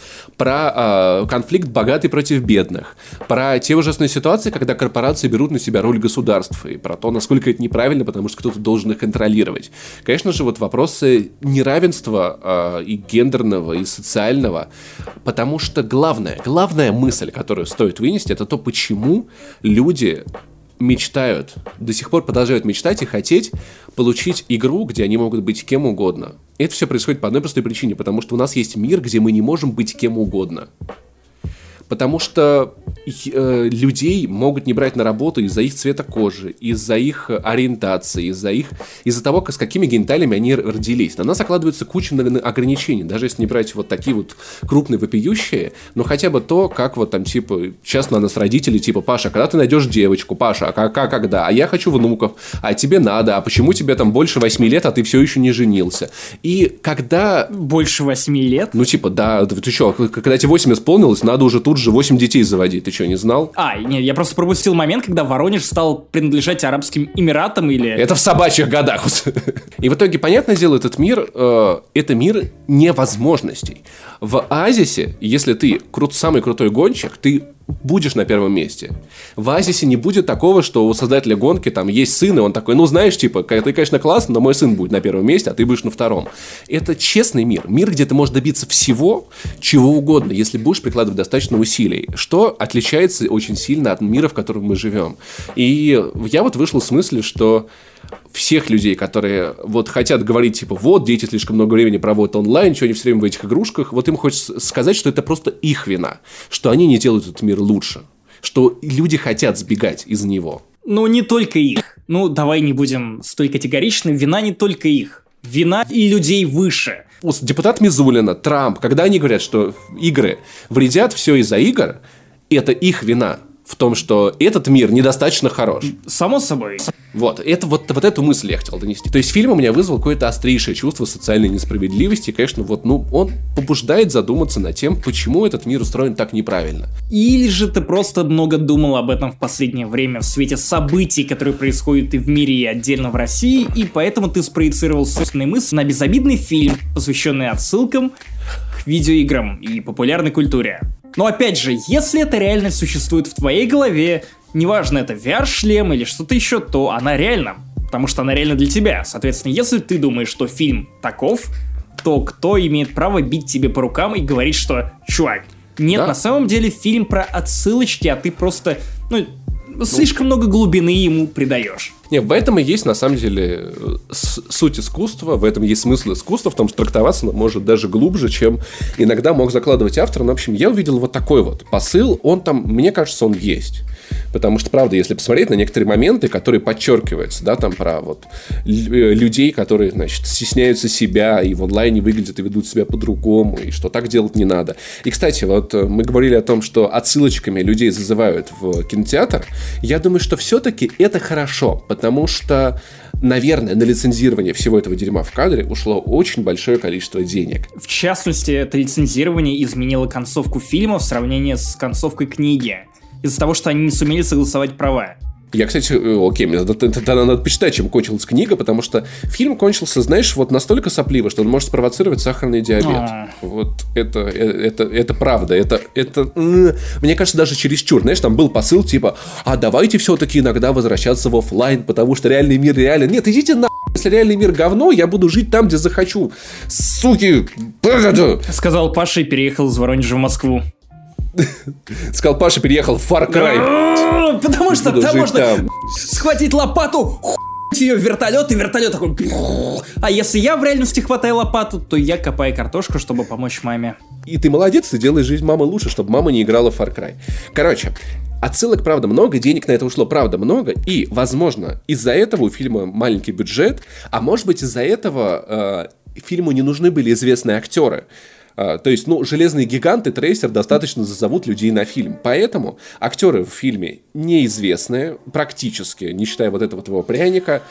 Про конфликт богатый против бедных. Про те ужасные ситуации, когда корпорации берут на себя роль государств. И про то, насколько это неправильно, потому что кто-то должен их контролировать. Конечно же, вот вопросы неравенства и гендерного, и социального. Потому что главная мысль, которую стоит вынести, это то, почему люди мечтают, до сих пор продолжают мечтать и хотеть получить игру, где они могут быть кем угодно. Это все происходит по одной простой причине, потому что у нас есть мир, где мы не можем быть кем угодно. Потому что людей могут не брать на работу из-за их цвета кожи, из-за их ориентации, из-за того, с какими гениталиями они родились. На нас окладывается куча ограничений, даже если не брать вот такие вот крупные вопиющие, но хотя бы то, как вот там типа сейчас на нас родители, типа Паша, когда ты найдешь девочку, Паша, а когда? А я хочу внуков, а тебе надо, а почему тебе там больше 8 лет, а ты все еще не женился? И когда... Больше 8 лет? Ну типа, да, ты что, когда тебе 8 исполнилось, надо уже тут же 8 детей заводить, ты что, не знал? Нет, я просто пропустил момент, когда Воронеж стал принадлежать Арабским Эмиратам или... Это в собачьих годах. И в итоге, понятное дело, этот мир, это мир невозможностей. В Оазисе, если ты самый крутой гонщик, ты будешь на первом месте. В Оазисе не будет такого, что у создателя гонки там есть сын, и он такой, ну знаешь, типа, ты, конечно, классно, но мой сын будет на первом месте, а ты будешь на втором. Это честный мир. Мир, где ты можешь добиться всего, чего угодно, если будешь прикладывать достаточно усилий. Что отличается очень сильно от мира, в котором мы живем. И я вот вышел с мысли, что всех людей, которые вот хотят говорить, типа, вот, дети слишком много времени проводят онлайн, что они все время в этих игрушках, вот им хочется сказать, что это просто их вина, что они не делают этот мир лучше, что люди хотят сбегать из него. Ну, не только их. Ну, давай не будем столь категоричны, вина не только их. Вина и людей выше. Депутат Мизулина, Трамп, когда они говорят, что игры вредят, все из-за игр, это их вина в том, что этот мир недостаточно хорош. Само собой. Вот эту мысль я хотел донести. То есть фильм у меня вызвал какое-то острейшее чувство социальной несправедливости. И, конечно, он побуждает задуматься над тем, почему этот мир устроен так неправильно. Или же ты просто много думал об этом в последнее время в свете событий, которые происходят и в мире, и отдельно в России, и поэтому ты спроецировал собственные мысли на безобидный фильм, посвященный отсылкам к видеоиграм и популярной культуре. Но опять же, если эта реальность существует в твоей голове, неважно, это VR-шлем или что-то еще, то она реальна, потому что она реальна для тебя. Соответственно, если ты думаешь, что фильм таков, то кто имеет право бить тебе по рукам и говорить, что «Чувак, нет, да? На самом деле фильм про отсылочки, а ты просто, слишком много глубины ему придаешь». Нет, в этом и есть, на самом деле, суть искусства, в этом есть смысл искусства, в том, что трактоваться может даже глубже, чем иногда мог закладывать автор. Но, в общем, я увидел вот такой вот посыл, он там, мне кажется, он есть. Потому что, правда, если посмотреть на некоторые моменты, которые подчеркиваются, да, там про вот людей, которые, значит, стесняются себя и в онлайне выглядят и ведут себя по-другому, и что так делать не надо. И, кстати, вот мы говорили о том, что отсылочками людей зазывают в кинотеатр. Я думаю, что все-таки это хорошо, потому что наверное, на лицензирование всего этого дерьма в кадре ушло очень большое количество денег. В частности, это лицензирование изменило концовку фильма в сравнении с концовкой книги. Из-за того, что они не сумели согласовать права. Я, кстати, окей, мне тогда надо почитать, чем кончилась книга, потому что фильм кончился, знаешь, вот настолько сопливо, что он может спровоцировать сахарный диабет. Вот это правда. Это мне кажется, даже чересчур. Знаешь, там был посыл типа, а давайте все-таки иногда возвращаться в офлайн, потому что реальный мир реален. Нет, идите на. Если реальный мир говно, я буду жить там, где захочу. Суки! Сказал Паша и переехал из Воронежа в Москву. Сказал Паша, переехал в Far Cry. Потому что там можно схватить лопату, ее в вертолет, и вертолет такой... А если я в реальности хватаю лопату, то я копаю картошку, чтобы помочь маме. И ты молодец, ты делаешь жизнь мамы лучше, чтобы мама не играла в Far Cry. Короче, отсылок, правда, много, денег на это ушло, правда, много, и, возможно, из-за этого у фильма маленький бюджет, а может быть, из-за этого фильму не нужны были известные актеры. То есть, железные гиганты, трейсер достаточно зазовут людей на фильм. Поэтому актеры в фильме неизвестные, практически, не считая вот этого твоего пряника.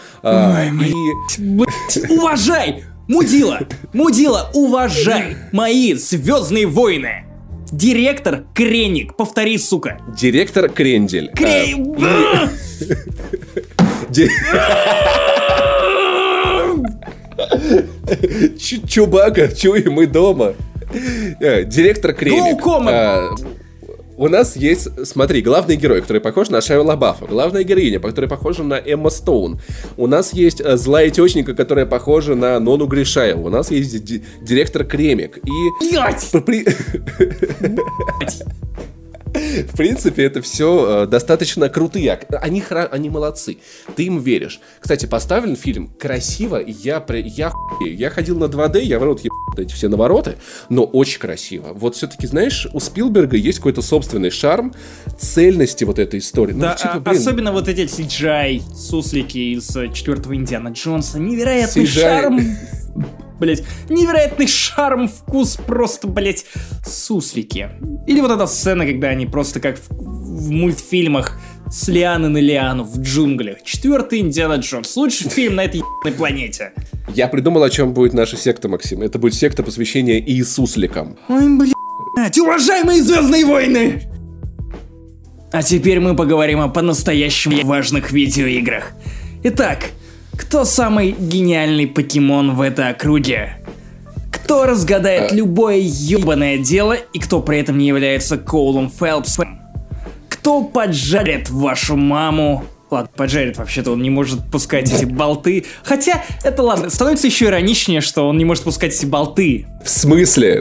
Уважай! Мудила, уважай! Мои звездные войны! Директор Креник, повтори, сука. Директор Крендель. Чубака, чуй, мы дома. Директор Кремик. У нас есть, смотри, главный герой, который похож на Шайю Лабафа. Главная героиня, которая похожа на Эмма Стоун. У нас есть злая тёчника, которая похожа на Нону Гришаеву. У нас есть директор Кремик. В принципе, это все достаточно крутые. Они молодцы. Ты им веришь. Кстати, поставлен фильм красиво. Я ходил на 2D, я в рот ебал эти все навороты, но очень красиво. Вот все-таки, знаешь, у Спилберга есть какой-то собственный шарм цельности вот этой истории. Да, особенно вот эти CGI суслики из 4-го Индиана Джонса. Невероятный шарм. Блять, невероятный шарм, вкус, просто, блять, суслики. Или вот эта сцена, когда они просто как в мультфильмах с лианы на лиану в джунглях. 4-й Индиана Джонс. Лучший фильм на этой ебаной планете. Я придумал, о чем будет наша секта, Максим. Это будет секта посвящения Иисусликам. Ой, блять, уважаемые Звездные войны! А теперь мы поговорим о по-настоящему важных видеоиграх. Итак, кто самый гениальный покемон в этой округе? Кто разгадает любое ебаное дело и кто при этом не является Коулом Фелпсом? Кто поджарит вашу маму? Ладно, поджарит, вообще-то он не может пускать эти болты. Хотя, это ладно, становится еще ироничнее, что он не может пускать эти болты. В смысле?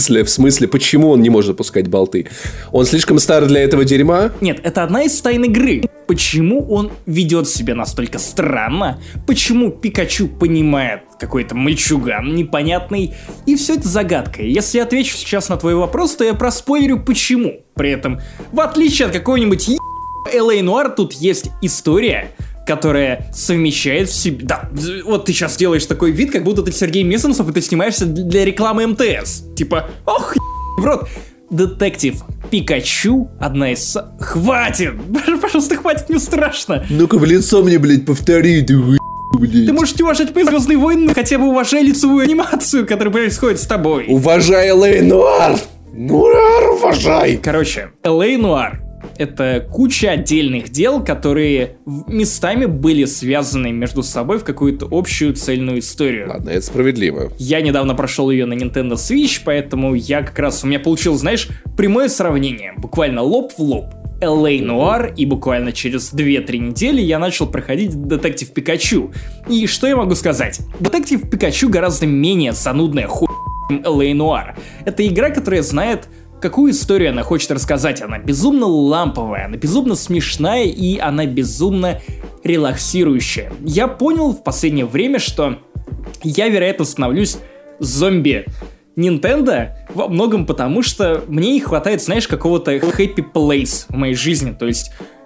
Почему он не может пускать болты? Он слишком стар для этого дерьма? Нет, это одна из тайн игры. Почему он ведет себя настолько странно? Почему Пикачу понимает какой-то мальчуган непонятный? И все это загадка. Если я отвечу сейчас на твой вопрос, то я проспойлерю почему. При этом, в отличие от какого-нибудь L.A. Noire, тут есть история, которая совмещает в себе... Да, вот ты сейчас делаешь такой вид, как будто ты Сергей Месенцев, и ты снимаешься для рекламы МТС. Типа, ох, в рот. Детектив Пикачу одна из... Хватит! Пожалуйста, хватит, мне страшно. Ну-ка в лицо мне, блядь, повтори, ты блядь. Ты можешь уважать Звездные войны, хотя бы уважай лицевую анимацию, которая происходит с тобой. Уважай L.A. Noire! Нуар, уважай! Короче, L.A. Noire — это куча отдельных дел, которые местами были связаны между собой в какую-то общую цельную историю. Ладно, это справедливо. Я недавно прошел ее на Nintendo Switch, поэтому я как раз... У меня получилось, знаешь, прямое сравнение. Буквально лоб в лоб. L.A. Noire, и буквально через 2-3 недели я начал проходить Детектив Пикачу. И что я могу сказать? Детектив Пикачу гораздо менее занудная хуйня, чем L.A. Noire. Это игра, которая знает, какую историю она хочет рассказать. Она безумно ламповая, она безумно смешная и она безумно релаксирующая. Я понял в последнее время, что я, вероятно, становлюсь зомби Nintendo во многом потому, что мне не хватает, знаешь, какого-то happy place в моей жизни. То есть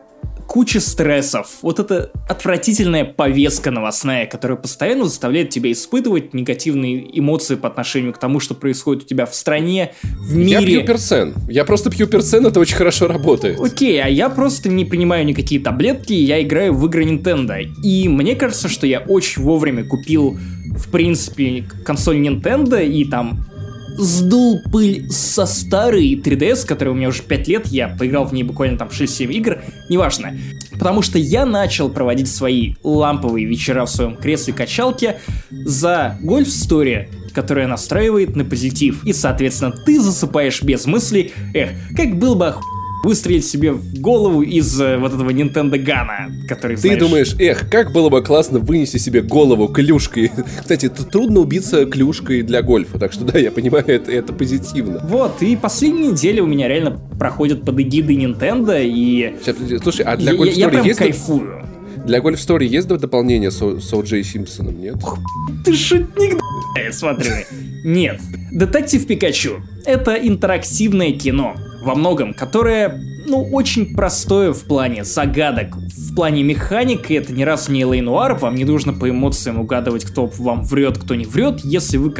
куча стрессов, вот эта отвратительная повестка новостная, которая постоянно заставляет тебя испытывать негативные эмоции по отношению к тому, что происходит у тебя в стране, в мире. Я пью персен. Я просто пью персен, это очень хорошо работает. Окей, а я просто не принимаю никакие таблетки, я играю в игры Nintendo. И мне кажется, что я очень вовремя купил, в принципе, консоль Nintendo и там сдул пыль со старой 3DS, которая у меня уже 5 лет, я поиграл в ней буквально там 6-7 игр, неважно. Потому что я начал проводить свои ламповые вечера в своем кресле-качалке за Golf Story, которая настраивает на позитив. И, соответственно, ты засыпаешь без мыслей, как был бы выстрелить себе в голову из вот этого Nintendo Гана, который, Ты знаешь... думаешь, как было бы классно вынести себе голову клюшкой. Кстати, трудно убиться клюшкой для гольфа, так что да, я понимаю, это позитивно. Вот, и последние недели у меня реально проходят под эгидой Nintendo, и... Слушай, а для Golf Story я прям есть... кайфую. Для Golf Story есть дополнение с О.Джей Симпсоном, нет? Ты шутник, смотри. Нет. Детектив Пикачу — это интерактивное кино, во многом, которое, очень простое в плане загадок, в плане механики. Это ни разу не Л.А. Нуар, вам не нужно по эмоциям угадывать, кто вам врет, кто не врет. Если вы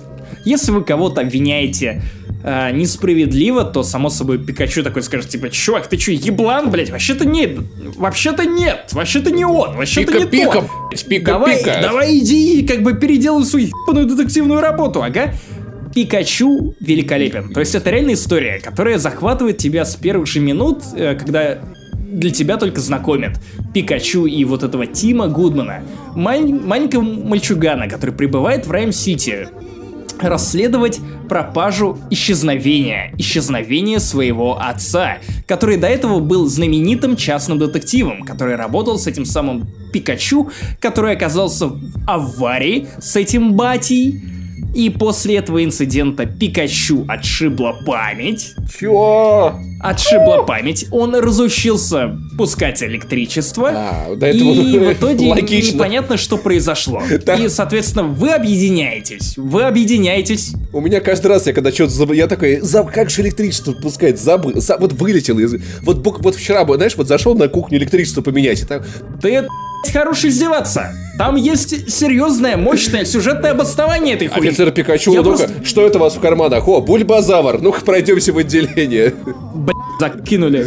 кого-то обвиняете несправедливо, то, само собой, Пикачу такой скажет, типа, чувак, ты чё, еблан, блядь? Вообще-то нет, вообще-то не он, вообще-то не Пика, то. Давай иди, переделай свою ебаную детективную работу, ага. Пикачу великолепен. То есть это реальная история, которая захватывает тебя с первых же минут, когда для тебя только знакомят Пикачу и вот этого Тима Гудмана, маленького мальчугана, который прибывает в Райм-Сити расследовать пропажу исчезновения своего отца, который до этого был знаменитым частным детективом, который работал с этим самым Пикачу, который оказался в аварии с этим батей. И после этого инцидента Пикачу отшибла память. Чё? Отшибла память. Он разучился пускать электричество. До этого и в итоге логично. Непонятно, что произошло. Да. И, соответственно, вы объединяетесь. У меня каждый раз, я когда что-то забыл, я такой, как же электричество пускать? Забыл. Вот вылетел из... Вот вчера, знаешь, зашел на кухню электричество поменять. И так... Ты хорош издеваться. Там есть серьезное, мощное сюжетное обоснование этой хуйни. Офицер Пикачу, что это у вас в карманах? О, бульбазавр, ну-ка пройдемся в отделение. Закинули.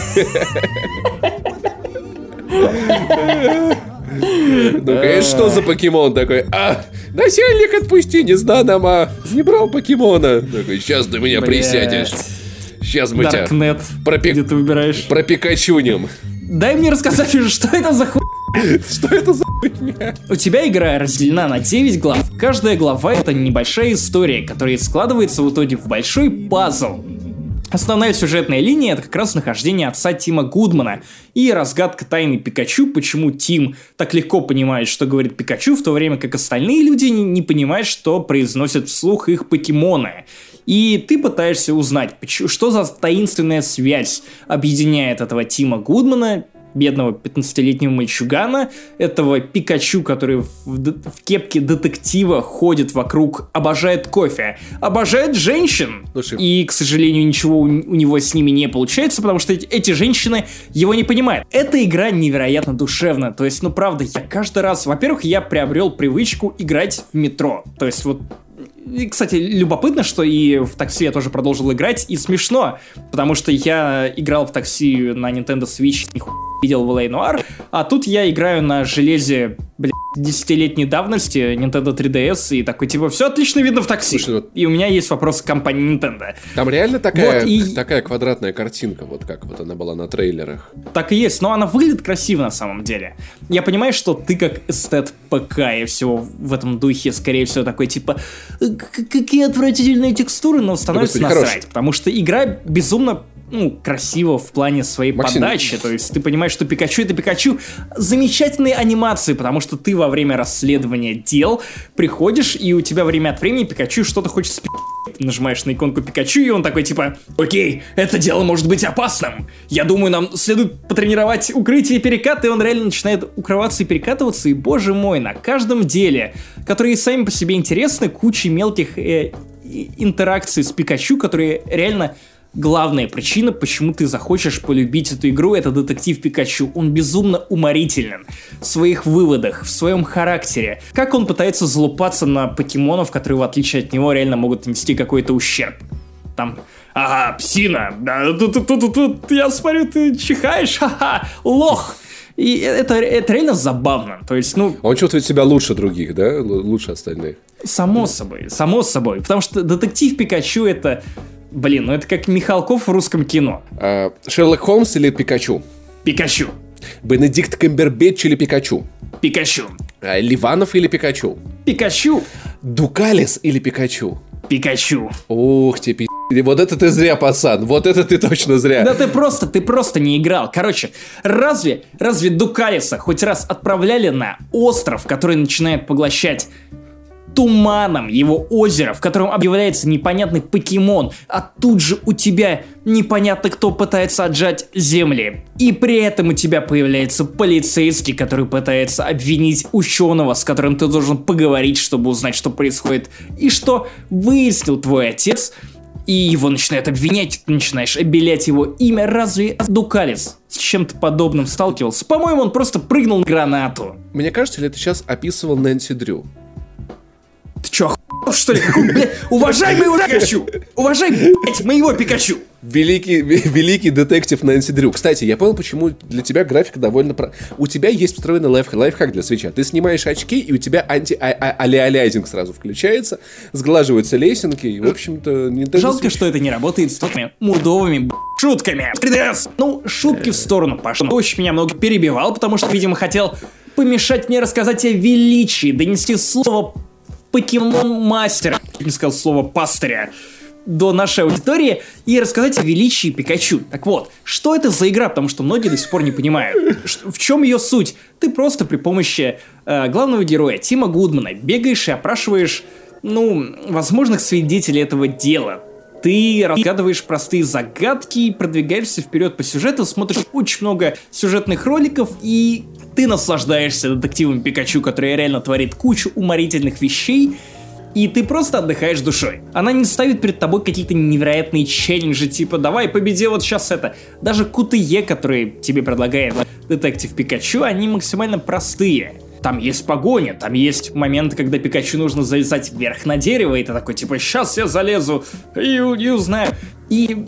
Ну-ка, что за покемон такой? Насильник отпусти, не сдам, не брал покемона. Такой, сейчас ты меня присядешь. Сейчас мы тебя... Даркнет, где ты выбираешь. Про Пикачунем. Дай мне рассказать, что это за хуйня. Что это за хуйня? У тебя игра разделена на 9 глав. Каждая глава — это небольшая история, которая складывается в итоге в большой пазл. Основная сюжетная линия — это как раз нахождение отца Тима Гудмана и разгадка тайны Пикачу, почему Тим так легко понимает, что говорит Пикачу, в то время как остальные люди не понимают, что произносят вслух их покемоны. И ты пытаешься узнать, что за таинственная связь объединяет этого Тима Гудмана, бедного 15-летнего мальчугана, этого Пикачу, который в кепке детектива ходит вокруг, обожает кофе, обожает женщин. Слушай. И, к сожалению, ничего у него с ними не получается, потому что эти женщины его не понимают. Эта игра невероятно душевная. То есть, правда, я каждый раз... Во-первых, я приобрел привычку играть в метро. То есть, И, кстати, любопытно, что и в такси я тоже продолжил играть, и смешно, потому что я играл в такси на Nintendo Switch, нихуя видел в Л.А. Нуар, а тут я играю на железе, 10-летней давности Nintendo 3DS, и такой, все отлично видно в такси. Слушай, и у меня есть вопрос к компании Nintendo. Там реально такая квадратная картинка, как она была на трейлерах? Так и есть, но она выглядит красиво на самом деле. Я понимаю, что ты как эстет ПК и всего в этом духе, скорее всего, такой, какие отвратительные текстуры, но становится насрать, потому что игра безумно красиво в плане своей подачи. То есть ты понимаешь, что Пикачу — это Пикачу. Замечательные анимации, потому что ты во время расследования дел приходишь, и у тебя время от времени Пикачу что-то хочет спи***ть. Ты нажимаешь на иконку Пикачу, и он такой, окей, это дело может быть опасным. Я думаю, нам следует потренировать укрытие и перекат, и он реально начинает укрываться и перекатываться, и, боже мой, на каждом деле, которые сами по себе интересны, куча мелких интеракций с Пикачу, которые реально главная причина, почему ты захочешь полюбить эту игру, это детектив Пикачу. Он безумно уморителен в своих выводах, в своем характере. Как он пытается залупаться на покемонов, которые, в отличие от него, реально могут нанести какой-то ущерб. Там, ага, псина, тут, я смотрю, ты чихаешь, ха-ха, лох. И это реально забавно. То есть, Он чувствует себя лучше других, да? Лучше остальных. Само собой. Потому что детектив Пикачу это... это как Михалков в русском кино. Шерлок Холмс или Пикачу? Пикачу. Бенедикт Камбербэтч или Пикачу? Пикачу. Ливанов или Пикачу? Пикачу. Дукалис или Пикачу? Пикачу. Ух ты, вот это ты зря, пацан. Вот это ты точно зря. Да ты просто не играл. Короче, разве Дукалиса хоть раз отправляли на остров, который начинает поглощать туманом его озеро, в котором объявляется непонятный покемон, а тут же у тебя непонятно кто пытается отжать земли. И при этом у тебя появляется полицейский, который пытается обвинить ученого, с которым ты должен поговорить, чтобы узнать, что происходит. И что выяснил твой отец, и его начинают обвинять, ты начинаешь обелять его имя. Разве Дукалис с чем-то подобным сталкивался? По-моему, он просто прыгнул на гранату. Мне кажется, ли ты сейчас описывал Нэнси Дрю? Ты чё, что ли? Уважай моего Пикачу! Уважай, блядь, моего Пикачу! Великий детектив Нэнси Дрю. Кстати, я понял, почему для тебя графика довольно... У тебя есть встроенный лайфхак для свеча. Ты снимаешь очки, и у тебя анти-алиазинг сразу включается, сглаживаются лесенки, и, в общем-то... Жалко, что это не работает с такими мудовыми шутками. 3DS! Шутки в сторону, Паша. Очень меня много перебивал, потому что, видимо, хотел помешать мне рассказать о величии, донести слово покемон-мастера, не сказал слово пастыря, до нашей аудитории и рассказать о величии Пикачу. Так вот, что это за игра? Потому что многие до сих пор не понимают. В чем ее суть? Ты просто при помощи главного героя Тима Гудмана бегаешь и опрашиваешь, возможных свидетелей этого дела. Ты разгадываешь простые загадки, продвигаешься вперед по сюжету, смотришь очень много сюжетных роликов, и ты наслаждаешься детективом Пикачу, который реально творит кучу уморительных вещей, и ты просто отдыхаешь душой. Она не ставит перед тобой какие-то невероятные челленджи, типа давай победи вот сейчас это. Даже QTE, которые тебе предлагает детектив Пикачу, они максимально простые. Там есть погоня, там есть моменты, когда Пикачу нужно залезать вверх на дерево, и ты такой, типа, сейчас я залезу и узнаю. И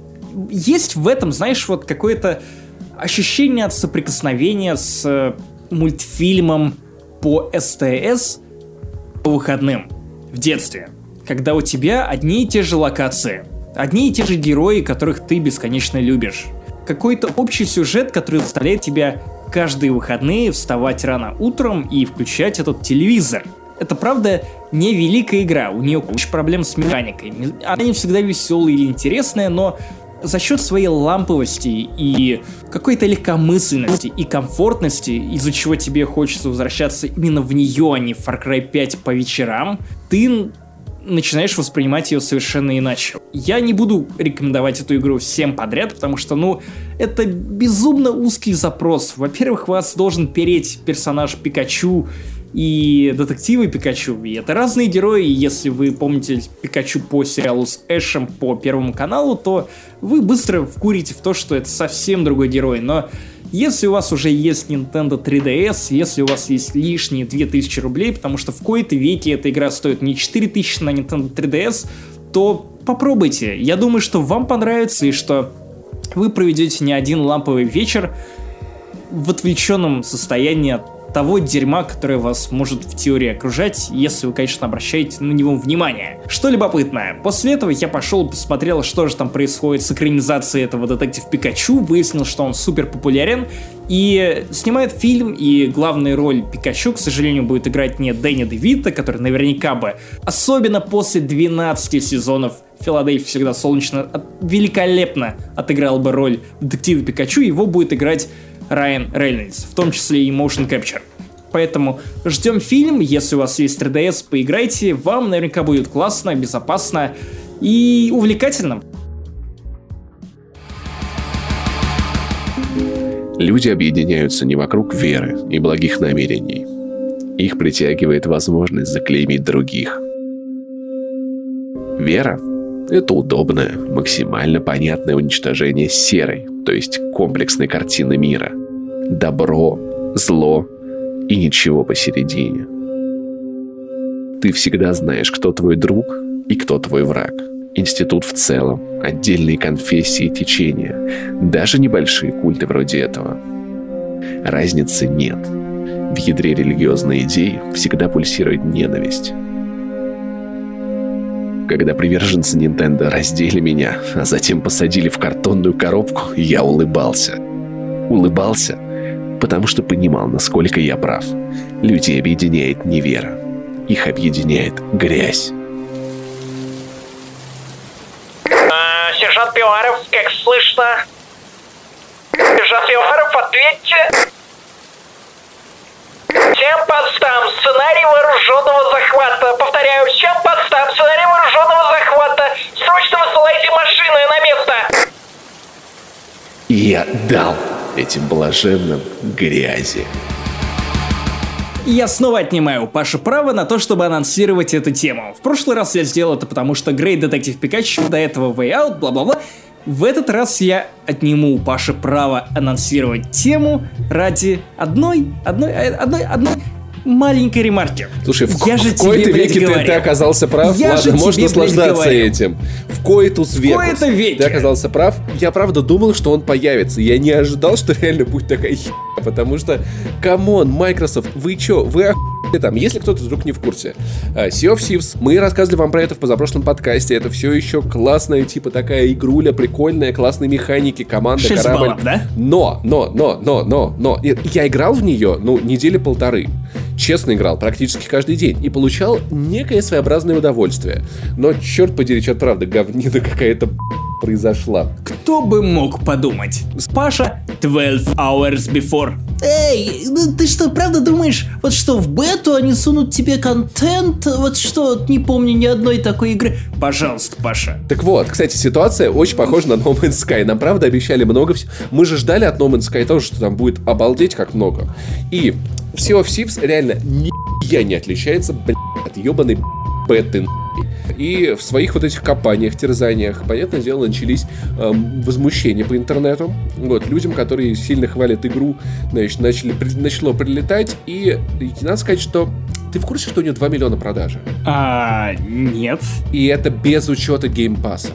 есть в этом, знаешь, вот какое-то ощущение от соприкосновения с мультфильмом по СТС по выходным в детстве, когда у тебя одни и те же локации, одни и те же герои, которых ты бесконечно любишь. Какой-то общий сюжет, который заставляет тебя каждые выходные вставать рано утром и включать этот телевизор. Это, правда, не великая игра, у нее куча проблем с механикой. Она не всегда веселая или интересная, но за счет своей ламповости и какой-то легкомысленности и комфортности, из-за чего тебе хочется возвращаться именно в нее, а не в Far Cry 5 по вечерам, ты начинаешь воспринимать ее совершенно иначе. Я не буду рекомендовать эту игру всем подряд, потому что, это безумно узкий запрос. Во-первых, вас должен переть персонаж Пикачу и детективы Пикачу. И это разные герои, и если вы помните Пикачу по сериалу с Эшем по Первому каналу, то вы быстро вкурите в то, что это совсем другой герой. Но если у вас уже есть Nintendo 3DS, если у вас есть лишние 2000 рублей, потому что в кои-то веке эта игра стоит не 4000 на Nintendo 3DS, то попробуйте. Я думаю, что вам понравится и что вы проведете не один ламповый вечер в отвлеченном состоянии от того дерьма, которое вас может в теории окружать, если вы, конечно, обращаете на него внимание. Что любопытное, после этого я пошел и посмотрел, что же там происходит с экранизацией этого детектив Пикачу, выяснил, что он супер популярен, и снимает фильм, и главную роль Пикачу, к сожалению, будет играть не Дэнни Девито, который наверняка бы, особенно после 12 сезонов «Филадельфия всегда солнечно», великолепно отыграл бы роль детектива Пикачу, его будет играть Райан Рейнольдс, в том числе и motion capture. Поэтому ждем фильм, если у вас есть 3DS, поиграйте, вам наверняка будет классно, безопасно и увлекательно. Люди объединяются не вокруг веры и благих намерений. Их притягивает возможность заклеймить других. Вера Это удобное, максимально понятное уничтожение серой, то есть комплексной картины мира. Добро, зло и ничего посередине. Ты всегда знаешь, кто твой друг и кто твой враг. Институт в целом, отдельные конфессии и течения, даже небольшие культы вроде этого. Разницы нет. В ядре религиозной идеи всегда пульсирует ненависть. Когда приверженцы Nintendo раздели меня, а затем посадили в картонную коробку, я улыбался. Улыбался, потому что понимал, насколько я прав. Людей объединяет не вера. Их объединяет грязь. Сержант Пиваров, как слышно? Сержант Пиваров, ответьте! Всем постам, сценарий вооруженного захвата. Повторяю, всем постам, сценарий вооруженного захвата. Срочно высылайте машины на место. И я дал этим блаженным грязи. Я снова отнимаю у Паши право на то, чтобы анонсировать эту тему. В прошлый раз я сделал это, потому что Great Detective Pikachu, до этого Way Out, бла-бла-бла. В этот раз я отниму у Паши право анонсировать тему ради одной маленькой ремарки. Слушай, в Я же кои-то тебе, блядь, веке ты говорил. оказался прав. Я же Ладно, можешь тебе, блядь, наслаждаться говорил. этим. В кои-тус векус. кои-то веке. Ты оказался прав. Я правда думал, что он появится. Я не ожидал, что реально будет такая херня. Потому что, камон, Microsoft, вы чё? Вы охуели там? Если кто-то вдруг не в курсе. Sea of Thieves, мы рассказывали вам про это в позапрошлом подкасте. Это все еще классная, типа такая игруля, прикольная, классные механики, команда, 6 корабль. баллов, да? Но. Я играл в нее, недели полторы. Честно играл практически каждый день и получал некое своеобразное удовольствие. Но, черт подери, черт правда, говнина какая-то произошла. Кто бы мог подумать? Паша, 12 hours before. Эй, ну ты что, правда думаешь, вот что в бету они сунут тебе контент? Вот что, не помню ни одной такой игры. Пожалуйста, Паша. Так вот, кстати, ситуация очень похожа на No Man's Sky. Нам, правда, обещали много всего. Мы же ждали от No Man's Sky тоже, что там будет обалдеть как много. И Sea of Thieves реально нихуя не отличается, от ебаной беты. И в своих вот этих компаниях, терзаниях, понятное дело, начались возмущения по интернету. Вот, людям, которые сильно хвалят игру, значит, начало прилетать. И надо сказать, что ты в курсе, что у нее 2 миллиона продажи? Нет. И это без учета геймпасса.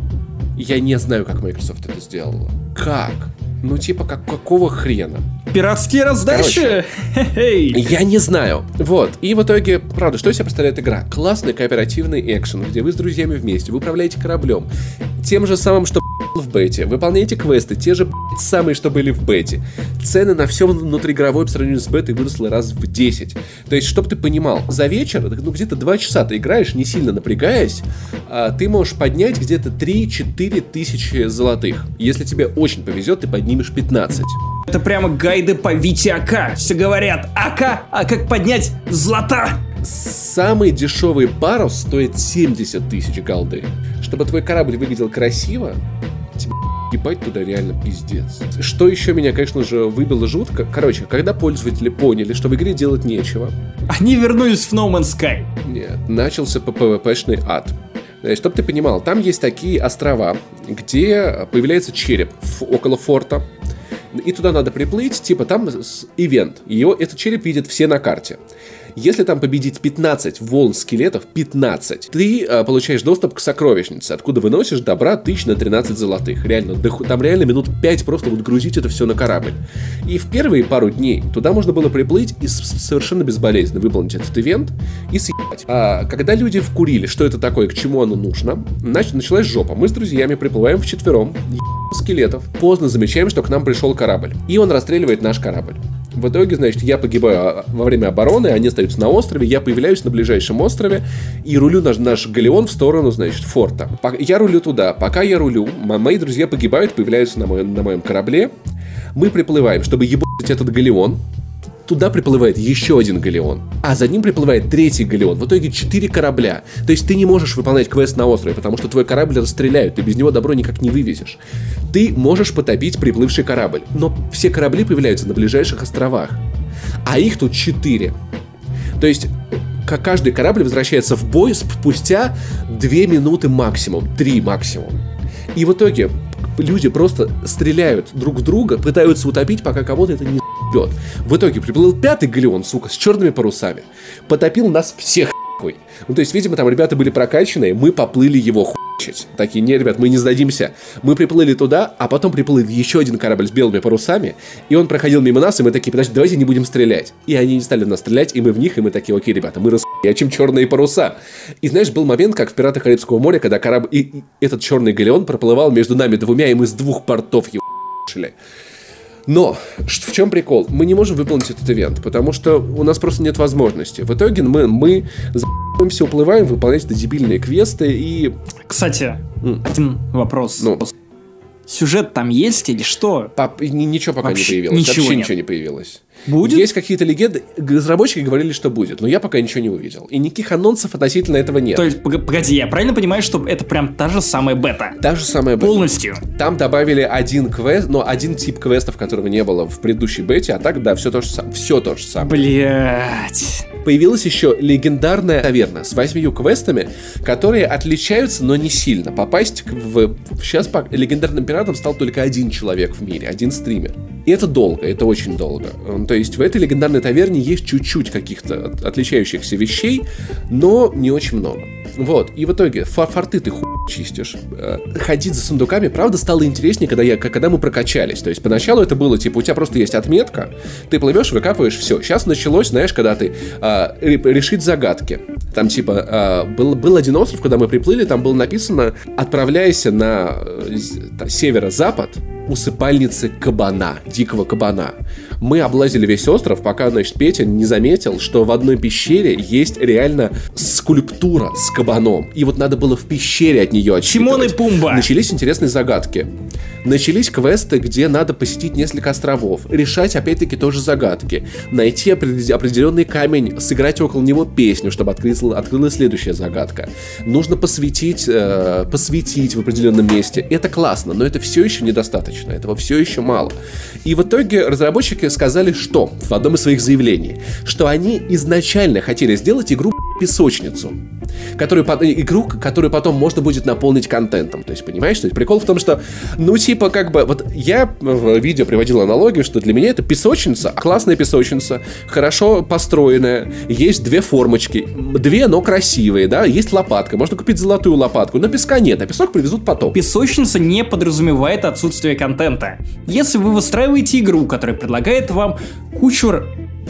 Я не знаю, как Microsoft это сделала. Как? Ну, типа, какого хрена? Пиратские раздачи? Хе-хей. Я не знаю. Вот. И в итоге, правда, что из себя представляет игра? Классный кооперативный экшен, где вы с друзьями вместе, вы управляете кораблем. Тем же самым, что в бете. Выполняете квесты, те же самые, что были в бете. Цены на все внутриигровое по сравнению с бетой выросли раз в 10. То есть, чтобы ты понимал, за вечер, ну, где-то 2 часа ты играешь, не сильно напрягаясь, ты можешь поднять где-то 3-4 тысячи золотых. Если тебе очень повезет, ты поднимешь 15. Это прямо гайды по Вите АК. Все говорят, АК, а как поднять злота? Самый дешевый парус стоит 70 тысяч голды. Чтобы твой корабль выглядел красиво, тебе ебать туда реально пиздец. Что еще меня, конечно же, выбило жутко. Короче, когда пользователи поняли, что в игре делать нечего, Они вернулись в No Man's Sky. нет, начался PvP-шный ад. Чтобы ты понимал, там есть такие острова, где появляется череп около форта. И туда надо приплыть, типа там ивент. Этот череп видят все на карте. Если там победить 15 волн скелетов, 15, ты получаешь доступ к сокровищнице, откуда выносишь добра 13 золотых. Реально, там реально минут 5 просто вот грузить это все на корабль. И в первые пару дней туда можно было приплыть и совершенно безболезненно выполнить этот ивент и съебать. А когда люди вкурили, что это такое, к чему оно нужно, началась жопа. Мы с друзьями приплываем вчетвером, скелетов, поздно замечаем, что к нам пришел корабль. И он расстреливает наш корабль. В итоге, значит, я погибаю во время обороны, они остаются на острове, я появляюсь на ближайшем острове и рулю наш галеон в сторону, значит, форта. Я рулю туда. Пока я рулю, мои друзья погибают, появляются на моем корабле. Мы приплываем, чтобы ебать этот галеон. Туда приплывает еще один галеон, а за ним приплывает третий галеон. В итоге 4 корабля. То есть ты не можешь выполнять квест на острове, потому что твой корабль расстреляют, ты без него добро никак не вывезешь. Ты можешь потопить приплывший корабль, но все корабли появляются на ближайших островах, а их тут 4. То есть каждый корабль возвращается в бой спустя 2 минуты максимум, 3 максимум. И в итоге люди просто стреляют друг в друга, пытаются утопить, пока кого-то это не ебет. В итоге приплыл 5-й галеон, сука, с черными парусами. Потопил нас всех хуй. Ну, то есть, видимо, там ребята были прокачанные, мы поплыли его хуйчить. Такие, не, ребят, мы не сдадимся. Мы приплыли туда, а потом приплыл еще один корабль с белыми парусами, и он проходил мимо нас, и мы такие, подожди, давайте не будем стрелять. И они не стали в нас стрелять, и мы в них, и мы такие, окей, ребята, мы расхуячим черные паруса. И знаешь, был момент, как в «Пиратах Карибского моря», когда корабль, и этот черный галеон проплывал между нами двумя, и мы с 2 портов его хуячили. Но в чем прикол? Мы не можем выполнить этот ивент, потому что у нас просто нет возможности. В итоге мы за***емся, уплываем, выполнять эти дебильные квесты и... Кстати, один вопрос. Ну, сюжет там есть или что? Ничего пока Вообще не появилось. ничего Вообще нет. ничего не появилось. Будет? Есть какие-то легенды. Разработчики говорили, что будет, но я пока ничего не увидел. И никаких анонсов относительно этого нет. То есть, погоди, я правильно понимаю, что это прям та же самая бета? Та же самая бета. Полностью. Там добавили один квест, но один тип квестов, которого не было в предыдущей бете, а так, да, все то же самое. Все то же самое. Блять. Появилась еще легендарная таверна с 8 квестами, которые отличаются, но не сильно. Попасть Сейчас по легендарным пиратам стал только один человек в мире, один стример. И это долго, это очень долго. То есть в этой легендарной таверне есть чуть-чуть каких-то отличающихся вещей, но не очень много. Вот, и в итоге форты ты чистишь. Ходить за сундуками, правда, стало интереснее, когда мы прокачались. То есть поначалу это было, типа, у тебя просто есть отметка, ты плывешь, выкапываешь, все. Сейчас началось, знаешь, когда ты решить загадки. Там, типа, был один остров, куда мы приплыли, там было написано: отправляйся на северо-запад, усыпальницы кабана, дикого кабана. Мы облазили весь остров, пока, значит, Петя не заметил, что в одной пещере есть реально скульптура с кабаном. И вот надо было в пещере от нее отсчитывать. Тимон и Пумба. Начались интересные загадки. Начались квесты, где надо посетить несколько островов, решать, опять-таки, тоже загадки, найти определенный камень, сыграть около него песню, чтобы открылась следующая загадка. Нужно посвятить в определенном месте. Это классно, но это все еще недостаточно, этого все еще мало. И в итоге разработчики сказали, что в одном из своих заявлений, что они изначально хотели сделать игру-песочницу, игру, которую потом можно будет наполнить контентом. То есть, понимаешь, что прикол в том, что, ну, типа, как бы, вот я в видео приводил аналогию, что для меня это песочница, классная песочница, хорошо построенная, есть 2 формочки, 2, но красивые, да, есть лопатка, можно купить золотую лопатку, но песка нет, а песок привезут потом. Песочница не подразумевает отсутствие контента. Если вы выстраиваете игру, которая предлагает вам кучу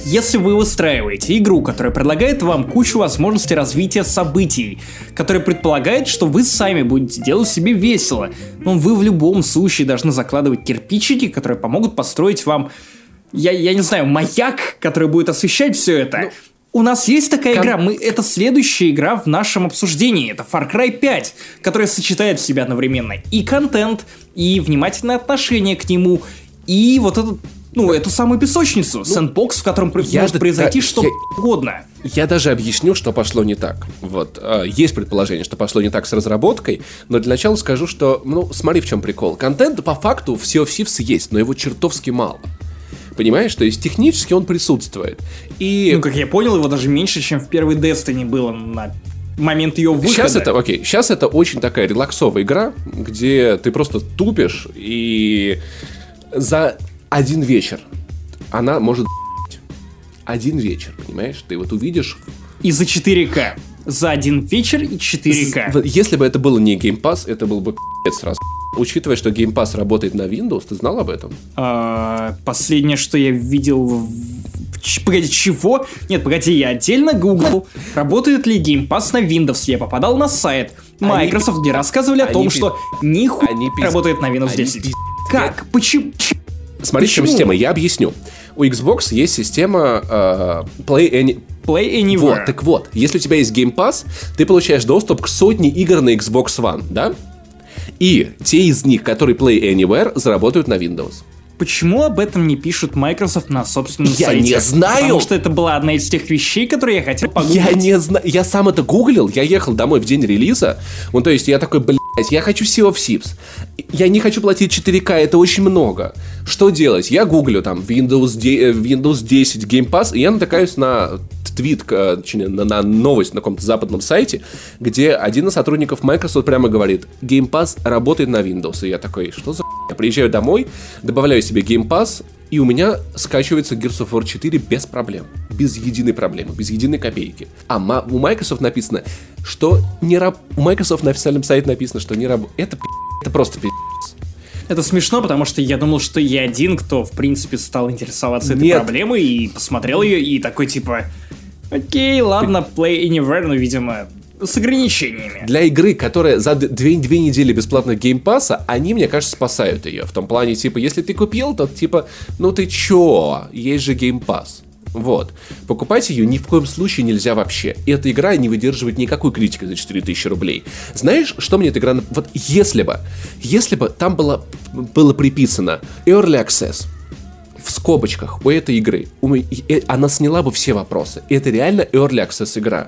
возможностей развития событий, которая предполагает, что вы сами будете делать себе весело, но вы в любом случае должны закладывать кирпичики, которые помогут построить вам, я не знаю, маяк, который будет освещать все это. У нас есть такая игра, это следующая игра в нашем обсуждении, это Far Cry 5, которая сочетает в себе одновременно и контент, и внимательное отношение к нему, и вот этот, эту самую песочницу, сэндбокс, в котором может произойти что угодно. Я даже объясню, что пошло не так. Вот, есть предположение, что пошло не так с разработкой, но для начала скажу, что, смотри, в чем прикол. Контент по факту в Sea of Thieves есть, но его чертовски мало. Понимаешь? То есть технически он присутствует. И... как я понял, его даже меньше, чем в первой Destiny было на момент ее выхода. Сейчас это очень такая релаксовая игра, где ты просто тупишь, и за один вечер она может один вечер, понимаешь? Ты вот увидишь... И за 4К. За один вечер и 4К. Если бы это было не Game Pass, это был бы сразу. Учитывая, что Game Pass работает на Windows, ты знал об этом? Последнее, что я видел... Погоди, чего? Нет, погоди, я отдельно гуглил, работает ли Game Pass на Windows. Я попадал на сайт Microsoft, где рассказывали о том, что нихуя работает на Windows 10. Как? Почему? Смотри, в чем система, я объясню. У Xbox есть система Play Anywhere. Вот, так вот, если у тебя есть Game Pass, ты получаешь доступ к сотне игр на Xbox One, да? И те из них, которые Play Anywhere, заработают на Windows. почему об этом не пишут Microsoft на собственном Я сайте? не знаю! Потому что это была одна из тех вещей, которые я хотел погуглить. Я не знаю. Я сам это гуглил. Я ехал домой в день релиза. Ну, то есть, я такой, я хочу Sea of Thieves. Я не хочу платить 4К, это очень много. Что делать? Я гуглю там Windows 10 Game Pass, и я натыкаюсь на твит, на новость на каком-то западном сайте, где один из сотрудников Microsoft прямо говорит: Game Pass работает на Windows. И я такой, что за хуйня? Приезжаю домой, добавляю себе Game Pass, и у меня скачивается Gears of War 4 без проблем. Без единой проблемы, без единой копейки. А у Microsoft написано, что не у Microsoft на официальном сайте написано, что не работает. Это просто пи***. Это смешно, потому что я думал, что я один, кто, в принципе, стал интересоваться этой проблемой и посмотрел ее, и такой, типа, окей, ладно, Play Anywhere, но, видимо, с ограничениями. Для игры, которая за 2 недели бесплатного геймпасса, они, мне кажется, спасают ее. В том плане, типа, если ты купил, то, типа, ну ты чё, есть же геймпасс. Вот. Покупать ее ни в коем случае нельзя вообще. И эта игра не выдерживает никакой критики за 4000 рублей. Знаешь, что мне эта игра... Вот если бы там было приписано Early Access в скобочках у этой игры, она сняла бы все вопросы. Это реально Early Access игра.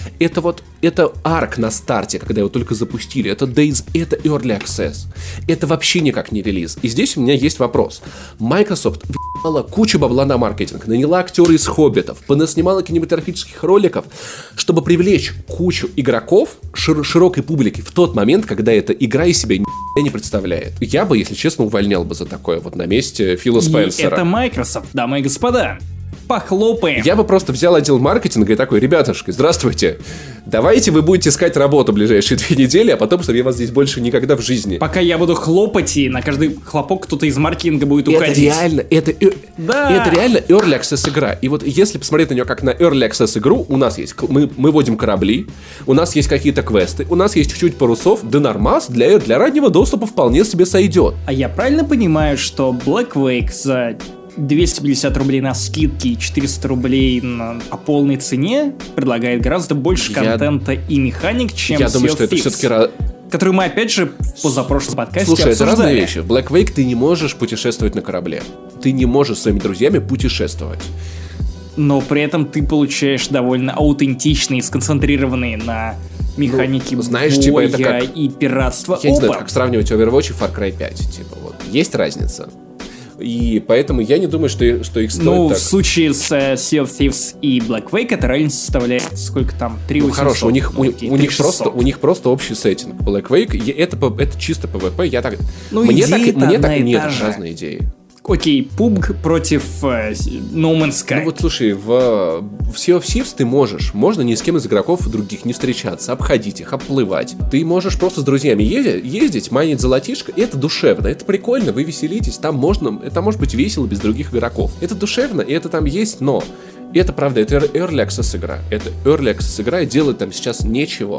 Это арк на старте, когда его только запустили. Это Days, это Early Access. Это вообще никак не релиз. И здесь у меня есть вопрос. Microsoft въебала кучу бабла на маркетинг, наняла актеры из Хоббитов, понаснимала кинематографических роликов, чтобы привлечь кучу игроков, широкой публики в тот момент, когда эта игра из себя не представляет. Я бы, если честно, увольнял бы за такое вот на месте Фила Спенсера. И это Microsoft, дамы и господа. Похлопаем. Я бы просто взял отдел маркетинга и такой: ребятушки, здравствуйте, давайте вы будете искать работу ближайшие 2 недели, а потом, чтобы я вас здесь больше никогда в жизни. Пока я буду хлопать, и на каждый хлопок кто-то из маркетинга будет уходить. Это реально Early Access игра. И вот если посмотреть на нее как на Early Access игру, у нас есть, мы водим корабли, у нас есть какие-то квесты, у нас есть чуть-чуть парусов, да нормас для раннего доступа вполне себе сойдет. А я правильно понимаю, что Black Wake за 250 рублей на скидке и 400 рублей по полной цене предлагает гораздо больше контента и механик, чем я думаю, что это все-таки... Который мы, опять же, в позапрошлом подкасте Слушай, обсуждали. это разные вещи. В Black Wake ты не можешь путешествовать на корабле. Ты не можешь с своими друзьями путешествовать. Но при этом ты получаешь довольно аутентичные, сконцентрированные на механике боя типа это как... и пиратства. Я не знаю, как сравнивать Overwatch и Far Cry 5. Типа, вот. Есть разница. И поэтому я не думаю, что их стоит так. Ну, в случае с Sea of Thieves и Black Wake эта разница составляет сколько там? 3800. Хорошо, у них просто общий сеттинг. Black Wake, это чисто PvP. Мне так и нет, разные идеи. Окей, PUBG против No Man's Sky. Ну вот слушай, в Sea of Thieves можно ни с кем из игроков других не встречаться, обходить их, обплывать. Ты можешь просто с друзьями ездить, майнить золотишко, и это душевно, это прикольно, вы веселитесь, это может быть весело без других игроков. Это душевно, и это там есть, но... И это правда, это Early Access игра. Это Early Access игра, и делать там сейчас нечего.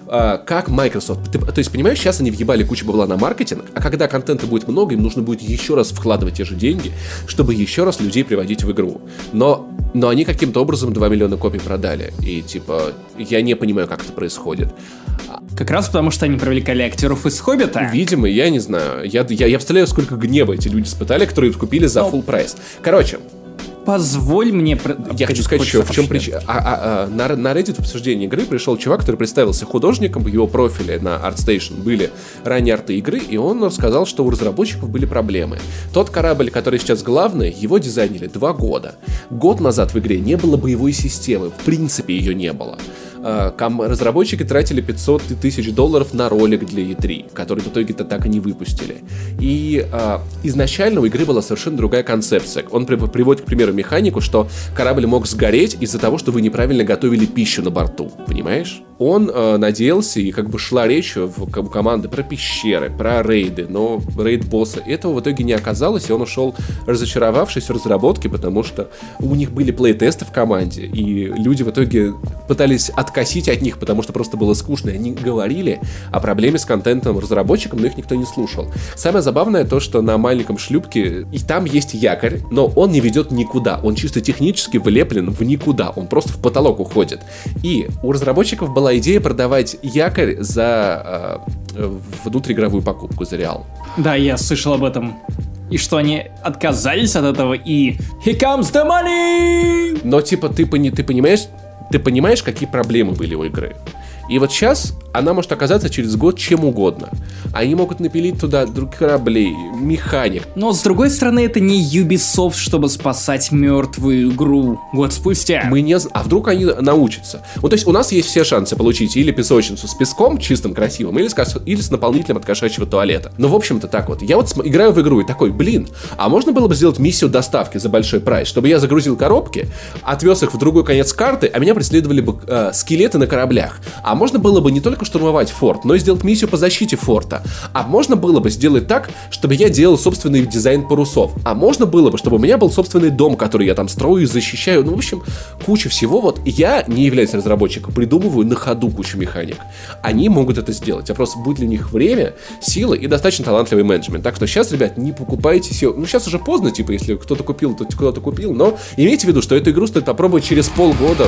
Как Microsoft. То есть, понимаешь, сейчас они въебали кучу бабла на маркетинг, а когда контента будет много, им нужно будет еще раз вкладывать те же деньги, чтобы еще раз людей приводить в игру. Но они каким-то образом 2 миллиона копий продали. И, типа, я не понимаю, как это происходит. Как раз потому, что они привлекали актеров из Хоббита. Видимо, я не знаю. Я представляю, сколько гнева эти люди испытали, которые купили за full прайс. Короче, позволь мне... Я хочу сказать еще, в чем причина. На Reddit в обсуждении игры пришел чувак, который представился художником, в его профиле на ArtStation были ранние арты игры, и он рассказал, что у разработчиков были проблемы. Тот корабль, который сейчас главный, его дизайнили 2 года. Год назад в игре не было боевой системы, в принципе ее не было. Разработчики тратили $500 тысяч на ролик для E3, который в итоге-то так и не выпустили. И изначально у игры была совершенно другая концепция. Он приводит, к примеру, механику, что корабль мог сгореть из-за того, что вы неправильно готовили пищу на борту. Понимаешь? Он надеялся, и как бы шла речь у команды про пещеры, про рейды, но рейд-босса этого в итоге не оказалось, и он ушел, разочаровавшись в разработке, потому что у них были плей-тесты в команде, и люди в итоге пытались откосить от них, потому что просто было скучно, и они говорили о проблеме с контентом разработчикам, но их никто не слушал. Самое забавное то, что на маленьком шлюпке и там есть якорь, но он не ведет никуда, он чисто технически влеплен в никуда, он просто в потолок уходит. И у разработчиков была идея продавать якорь за внутриигровую покупку, за реал. Да, я слышал об этом. И что они отказались от этого, и here comes the money! Но типа ты понимаешь, какие проблемы были у игры. И вот сейчас она может оказаться через год чем угодно. Они могут напилить туда других кораблей, механик. Но с другой стороны, это не Ubisoft, чтобы спасать мертвую игру год спустя. А вдруг они научатся? Вот, то есть у нас есть все шансы получить или песочницу с песком чистым, красивым, или с наполнителем от кошачьего туалета. Но в общем-то так вот. Я вот играю в игру и такой, а можно было бы сделать миссию доставки за большой прайс, чтобы я загрузил коробки, отвез их в другой конец карты, а меня преследовали бы скелеты на кораблях. А можно было бы не только штурмовать форт, но и сделать миссию по защите форта. А можно было бы сделать так, чтобы я делал собственный дизайн парусов. А можно было бы, чтобы у меня был собственный дом, который я там строю и защищаю. Ну, в общем, куча всего. Вот я, не являюсь разработчиком, придумываю на ходу кучу механик. Они могут это сделать. А просто будет ли у них время, силы и достаточно талантливый менеджмент. Так что сейчас, ребят, не покупайте SEO. Ну, сейчас уже поздно, типа, если кто-то купил, то кто-то купил. Но имейте в виду, что эту игру стоит попробовать через полгода.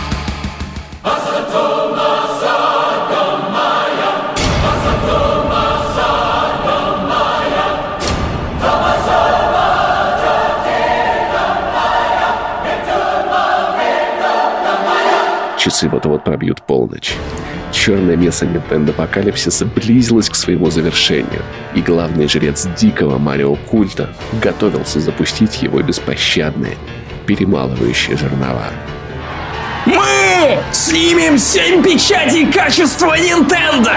Часы вот-вот пробьют полночь. Черное место Nintendo Апокалипсиса близилось к своему завершению, и главный жрец дикого Марио культа готовился запустить его беспощадные, перемалывающие жернова. Мы снимем 7 печатей качества Nintendo!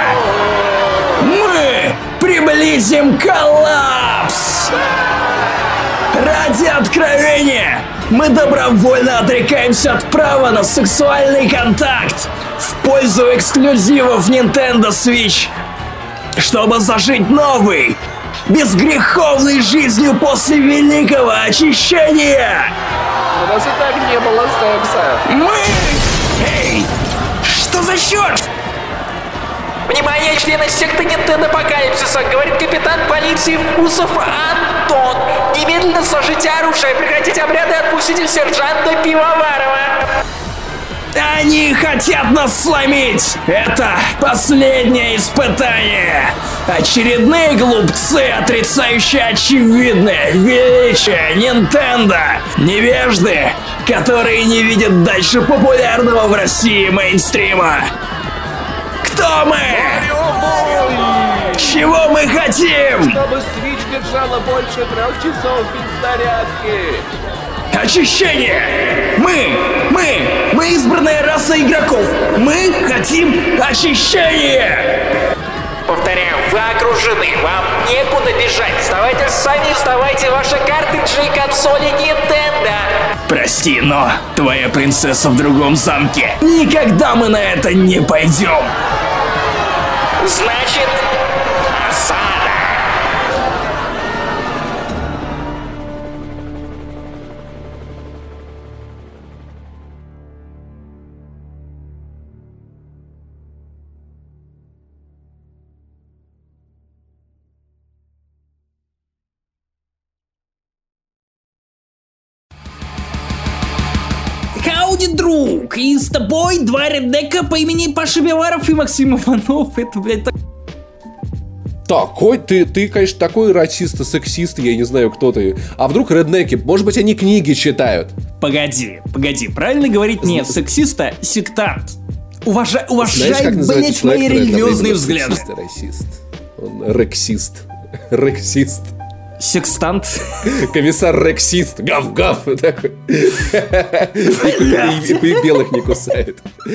Мы приблизим коллапс! Ради откровения! Мы добровольно отрекаемся от права на сексуальный контакт в пользу эксклюзивов Nintendo Switch, чтобы зажить новой, безгреховной жизнью после великого очищения. У нас и так не было секса. Эй, что за черт? Внимание, члены секты Nintendo Апокалипсиса, говорит капитан полиции Вкусов Антон. Немедленно сложите оружие, прекратите обряды и отпустите сержанта Пивоварова. Они хотят нас сломить! Это последнее испытание! Очередные глупцы, отрицающие очевидное величие Nintendo! Невежды, которые не видят дальше популярного в России мейнстрима! Кто мы? Чего мы хотим? Чтобы Switch держала больше 3 часов без зарядки. Очищение! Мы избранная раса игроков! Мы хотим очищение! Повторяю, вы окружены, вам некуда бежать. Вставайте сами, вставайте ваши картриджи и консоли Nintendo. Прости, но твоя принцесса в другом замке. Никогда мы на это не пойдем. Значит, осада. Хауди, друг! И с тобой 2 реднека по имени Паша Беларов и Максим Иванов. Это, блядь, так... Такой ты, конечно, такой расист и сексист, я не знаю, кто ты. А вдруг реднеки? Может быть, они книги читают? Погоди. Правильно говорить не сексиста, сектант. Уважай, Знаешь, блять, мои религиозные взгляды. Сексист и расист. Он рексист. Рексист. Секстант. Комиссар рексист. Гав-гав. Такой. И белых не кусает.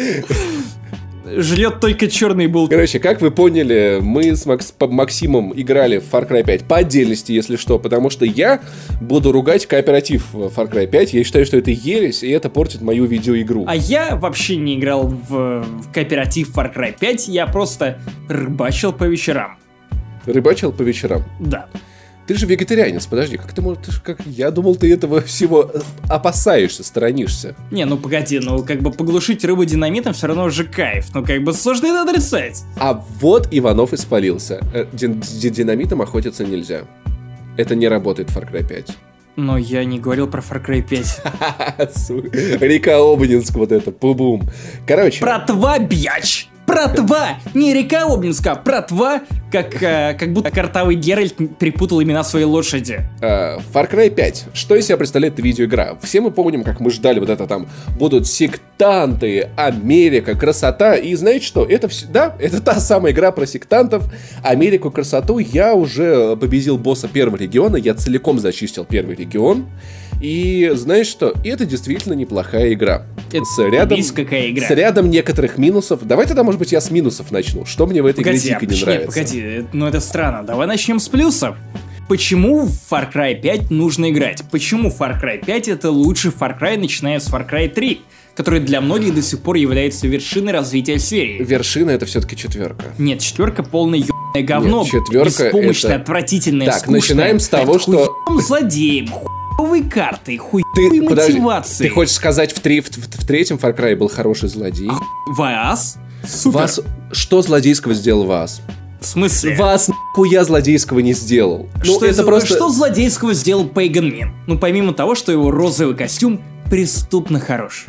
Жрет только черный булки. Короче, как вы поняли, мы с Максимом играли в Far Cry 5 по отдельности, если что, потому что я буду ругать кооператив в Far Cry 5. Я считаю, что это ересь, и это портит мою видеоигру. А я вообще не играл в кооператив Far Cry 5, я просто рыбачил по вечерам. Рыбачил по вечерам? Да. Ты же вегетарианец, подожди, как ты можешь, я думал, ты этого всего опасаешься, сторонишься. Не, ну погоди, ну как бы поглушить рыбу динамитом все равно уже кайф, ну как бы сложно это отрицать. А вот Иванов и спалился. Динамитом охотиться нельзя. Это не работает в Far Cry 5. Но я не говорил про Far Cry 5. Река Обнинск вот это, пу-бум. Короче. Братва, бьяч! Братва! Не река Обнинска, а братва, как будто картавый Геральт перепутал имена своей лошади. Far Cry 5. Что из себя представляет эта видеоигра? Все мы помним, как мы ждали вот это там, будут сектанты, Америка, красота. И знаете что? Это та самая игра про сектантов, Америку, красоту. Я уже победил босса первого региона, я целиком зачистил первый регион. И знаешь что? Это действительно неплохая игра. Какая игра? С рядом некоторых минусов. Давай тогда, может быть, я с минусов начну. Что мне в этой игре дико не нравится? Погоди, ну это странно. Давай начнем с плюсов. Почему в Far Cry 5 нужно играть? Почему Far Cry 5 это лучший Far Cry, начиная с Far Cry 3? Который для многих до сих пор является вершиной развития серии. Вершина — это все-таки 4. Нет, 4 полное ебаное говно. Нет, 4 беспомощное, это... отвратительное, так, скучное. начинаем с того, что... Злодеем, хуевой картой, хуевой мотивацией. Ты хочешь сказать, в третьем Far Cry был хороший злодей? Вас? Супер. Вас... Что злодейского сделал Вас? В смысле? Вас нахуя злодейского не сделал. Что злодейского сделал Пейган Мин? Ну, помимо того, что его розовый костюм преступно хорош.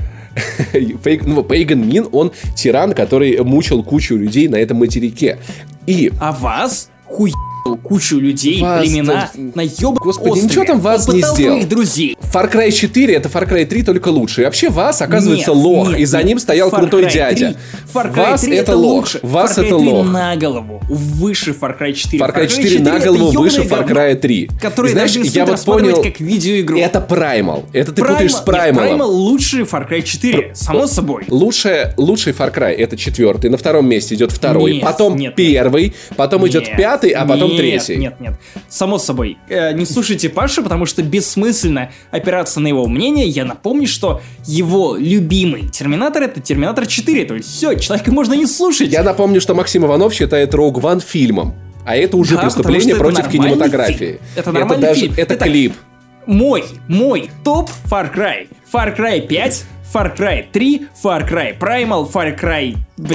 Пейган Мин, он тиран, который мучил кучу людей на этом материке. А Вас кучу людей, племена, наебан Господи, острове. ничего там Вас не сделал. Их друзей. Far Cry 4 это Far Cry 3 только лучше. И вообще Вас, оказывается, лох. И за ним стоял крутой дядя. Far Cry 3 это лучше. Вас это лох. Far Cry 3 лох. на голову выше Far Cry 4. Far Cry 4 на голову выше Far Cry 3. Который знаешь, я вот понял, как видеоигру. Это Primal. Это ты путаешь с Primal. Primal лучше Far Cry 4, само собой. Лучший Far Cry это 4. На втором месте идет 2, потом 1, потом идет 5, а потом 3. Нет. Само собой. Не слушайте Пашу, потому что бессмысленно опираться на его мнение. Я напомню, что его любимый Терминатор это Терминатор 4. То есть все, человека можно не слушать. Я напомню, что Максим Иванов считает Rogue One фильмом. А это уже преступление против кинематографии. Фильм. Это нормальный фильм. Это клип. Мой топ Far Cry. Far Cry 5, Far Cry 3, Far Cry Primal, Far Cry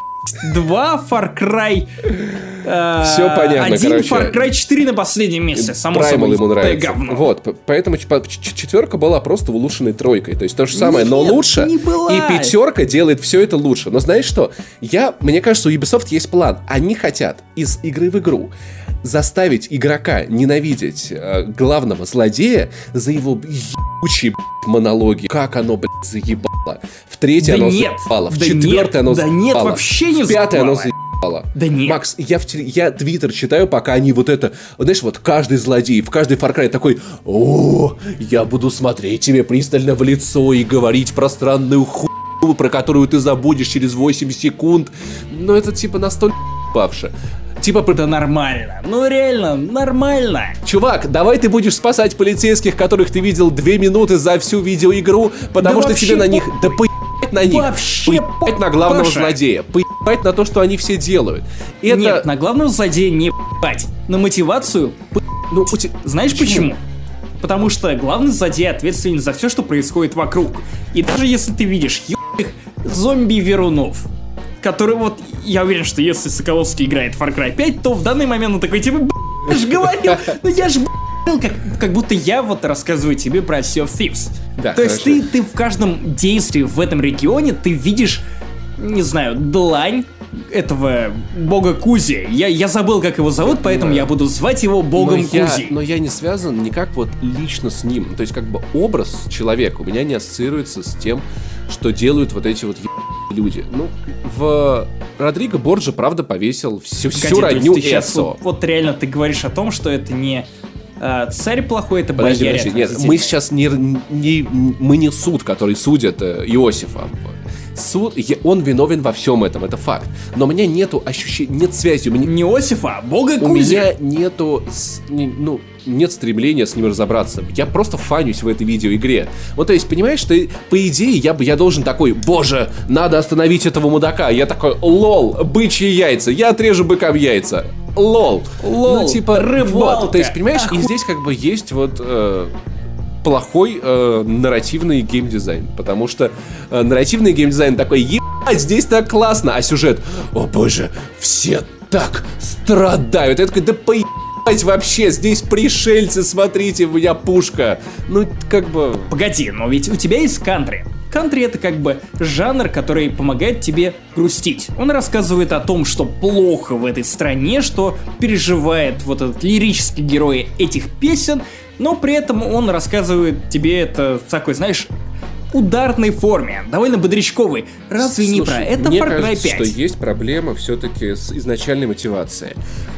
2, Far Cry... Все понятно, 1, короче. Far Cry 4 на последнем месте, само Primal собой. ему нравится. Говно. Вот, поэтому 4 была просто улучшенной 3. То есть то же самое, но лучше. Не была. И 5 делает все это лучше. Но знаешь что? Мне кажется, у Ubisoft есть план. Они хотят из игры в игру заставить игрока ненавидеть главного злодея за его ебучие монологи. Как оно, заебало. В 3 оно заебало. В 4 оно заебало. Да нет, вообще не в 5 оно заебало. Да нет. Макс, я твиттер читаю, пока они вот это... Знаешь, вот каждый злодей, в каждый Far Cry такой: о, я буду смотреть тебе пристально в лицо и говорить про странную хуйню, про которую ты забудешь через 8 секунд. Но это типа настолько павше. Типа... Да нормально. Ну реально, нормально. Чувак, давай ты будешь спасать полицейских, которых ты видел 2 минуты за всю видеоигру, потому что тебе на них... Да поебать на них. Вообще поебать на главного злодея. Поебать на то, что они все делают. Нет, на главного злодея не поебать. На мотивацию ну, знаешь почему? Потому что главный злодей ответственен за все, что происходит вокруг. И даже если ты видишь ебаных зомби-верунов, которые вот... Я уверен, что если Соколовский играет в Far Cry 5, то в данный момент он такой, типа, я ж говорил, ну я ж как будто я вот рассказываю тебе про Sea of Thieves. Да, то есть ты в каждом действии в этом регионе ты видишь, не знаю, длань этого бога Кузи. Я забыл, как его зовут, поэтому я буду звать его богом Кузи. Но я не связан никак вот лично с ним. То есть как бы образ человека у меня не ассоциируется с тем, что делают вот эти вот люди. Ну, в Родриго Борджа, правда, повесил всю родню Эссо. Вот реально ты говоришь о том, что это не царь плохой, это бояре. Нет, мы сейчас мы не суд, который судит Иосифа. Суд, он виновен во всем этом, это факт. Но у меня нету ощущения, нет связи. Не Иосифа, а бога Кузи. У меня нету, нет стремления с ним разобраться. Я просто фанюсь в этой видеоигре. Вот, то есть, понимаешь, что по идее я должен такой: боже, надо остановить этого мудака. Я такой: лол, бычьи яйца, я отрежу быкам яйца. Лол. Ну, типа, рыбалка. Вот, то есть, понимаешь, и здесь как бы есть вот... плохой нарративный геймдизайн. Потому что нарративный геймдизайн такой: ебать, здесь так классно. А сюжет: о боже, все так страдают. Я такой: да поебать вообще, здесь пришельцы, смотрите, у меня пушка. Ну, как бы... Погоди, но ведь у тебя есть кантри. Кантри — это как бы жанр, который помогает тебе грустить. Он рассказывает о том, что плохо в этой стране, что переживает вот этот лирический герой этих песен, но при этом он рассказывает тебе это в такой, знаешь, ударной форме, довольно бодрячковой. Разве не про это мне Far Cry 5? кажется, что есть проблема все-таки с изначальной мотивацией.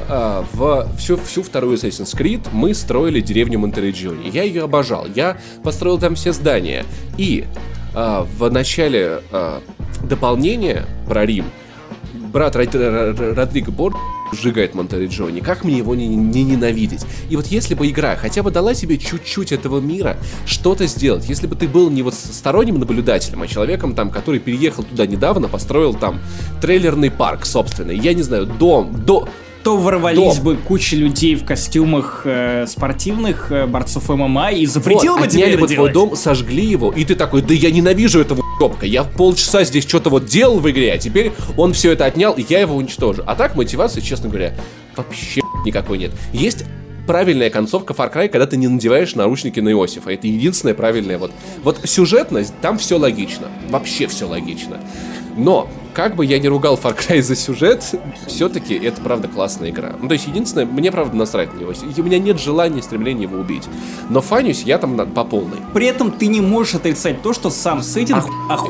Всю вторую Assassin's Creed мы строили деревню Монтериджоне. Я ее обожал. Я построил там все здания. И в начале дополнения про Рим брат Родриго Борджиа сжигает Монтериджоне. Как мне его не ненавидеть? И вот если бы игра хотя бы дала тебе чуть-чуть этого мира, что-то сделать, если бы ты был не вот сторонним наблюдателем, а человеком там, который переехал туда недавно, построил там трейлерный парк собственный, я не знаю, то ворвались бы куча людей в костюмах спортивных, борцов ММА, и запретил бы тебе это делать. Отняли бы твой дом, сожгли его, и ты такой: да я ненавижу этого ***ка, я полчаса здесь что-то вот делал в игре, а теперь он все это отнял, и я его уничтожу. А так мотивации, честно говоря, вообще никакой нет. Есть правильная концовка Far Cry, когда ты не надеваешь наручники на Иосифа. Это единственное правильное. Вот сюжетность, там все логично. Вообще все логично. Но, как бы я не ругал Far Cry за сюжет, все-таки это, правда, классная игра. Ну, то есть, единственное, мне, правда, насрать на него. У меня нет желания, стремления его убить. Но фанюсь я там по полной. При этом ты не можешь отрицать то, что сам сеттинг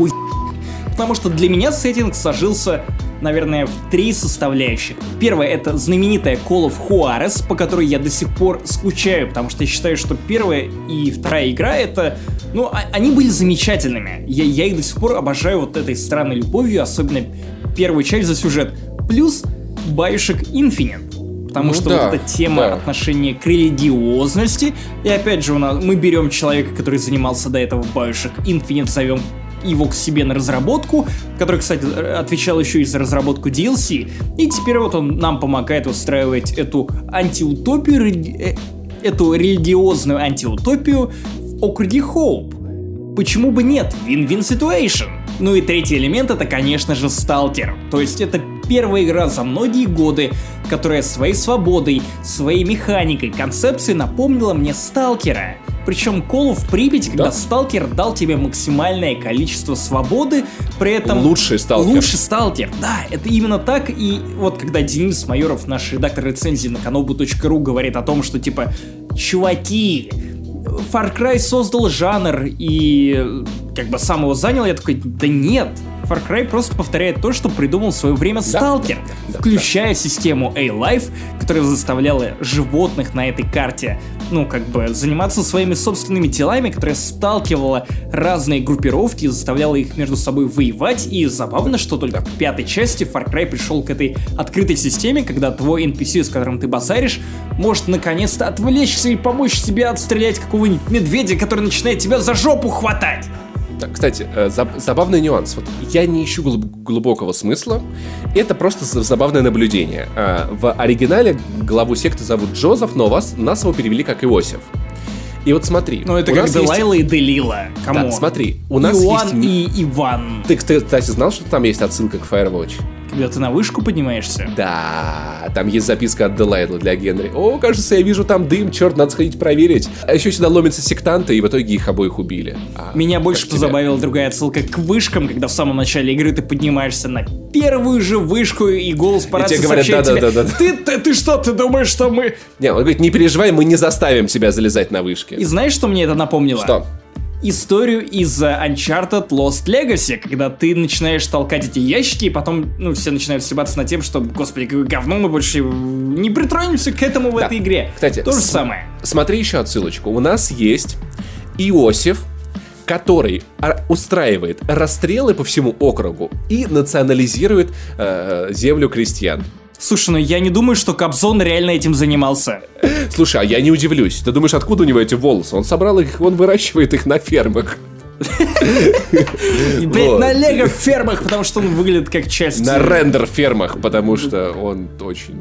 Потому что для меня сеттинг сложился, наверное, в 3 составляющих. Первое — это знаменитая Call of Juarez, по которой я до сих пор скучаю, потому что я считаю, что первая и вторая игра — это... Ну, они были замечательными. Я их до сих пор обожаю вот этой странной любовью, особенно первую часть за сюжет. Плюс Bioshock Infinite. Потому что вот эта тема отношения к религиозности. И опять же, мы берем человека, который занимался до этого в Bioshock Infinite, зовем его к себе на разработку, который, кстати, отвечал еще и за разработку DLC, и теперь вот он нам помогает устраивать эту антиутопию, эту религиозную антиутопию в округе Хоуп. Почему бы нет? Win-win situation. Ну и третий элемент — это, конечно же, Сталкер. То есть это первая игра за многие годы, которая своей свободой, своей механикой, концепцией напомнила мне Сталкера. Причем Call of Припять, когда Сталкер дал тебе максимальное количество свободы, при этом... Лучший Сталкер. Да, это именно так. И вот когда Денис Майоров, наш редактор рецензии на kanobu.ru, говорит о том, что типа, чуваки, Far Cry создал жанр и как бы сам его занял, я такой: да нет, Far Cry просто повторяет то, что придумал в свое время Сталкер, включая систему A-Life, которая заставляла животных на этой карте, ну, как бы, заниматься своими собственными телами, которая сталкивала разные группировки, заставляла их между собой воевать, и забавно, что только в 5-й части Far Cry пришел к этой открытой системе, когда твой NPC, с которым ты базаришь, может наконец-то отвлечься и помочь тебе отстрелять какого-нибудь медведя, который начинает тебя за жопу хватать. Да, кстати, забавный нюанс. Вот я не ищу глубокого смысла. Это просто забавное наблюдение. В оригинале главу секты зовут Джозеф, но нас его перевели как Иосиф. И вот смотри. Ну это как Делайла и Делила. Да, смотри. У нас Иоанн есть... и Иван. Ты, кстати, знал, что там есть отсылка к Firewatch? Когда ты на вышку поднимаешься? Да, там есть записка от Делайлы для Генри. О, кажется, я вижу там дым, черт, надо сходить проверить. А еще сюда ломятся сектанты, и в итоге их обоих убили. Меня больше позабавила другая отсылка к вышкам, когда в самом начале игры ты поднимаешься на первую же вышку, и голос по рации сообщает тебе: ты что, ты думаешь, что мы... Не, он говорит: не переживай, мы не заставим тебя залезать на вышки. И знаешь, что мне это напомнило? Что? Историю из Uncharted Lost Legacy, когда ты начинаешь толкать эти ящики, и потом, все начинают стебаться над тем, что, господи, какое говно, мы больше не притронемся к этому в этой игре. Кстати, то же самое. Смотри еще отсылочку. У нас есть Иосиф, который устраивает расстрелы по всему округу и национализирует землю крестьян. Слушай, я не думаю, что Кобзон реально этим занимался. Слушай, а я не удивлюсь. Ты думаешь, откуда у него эти волосы? Он собрал их, он выращивает их на фермах. На лего-фермах, потому что он выглядит как часть... На рендер-фермах, потому что он очень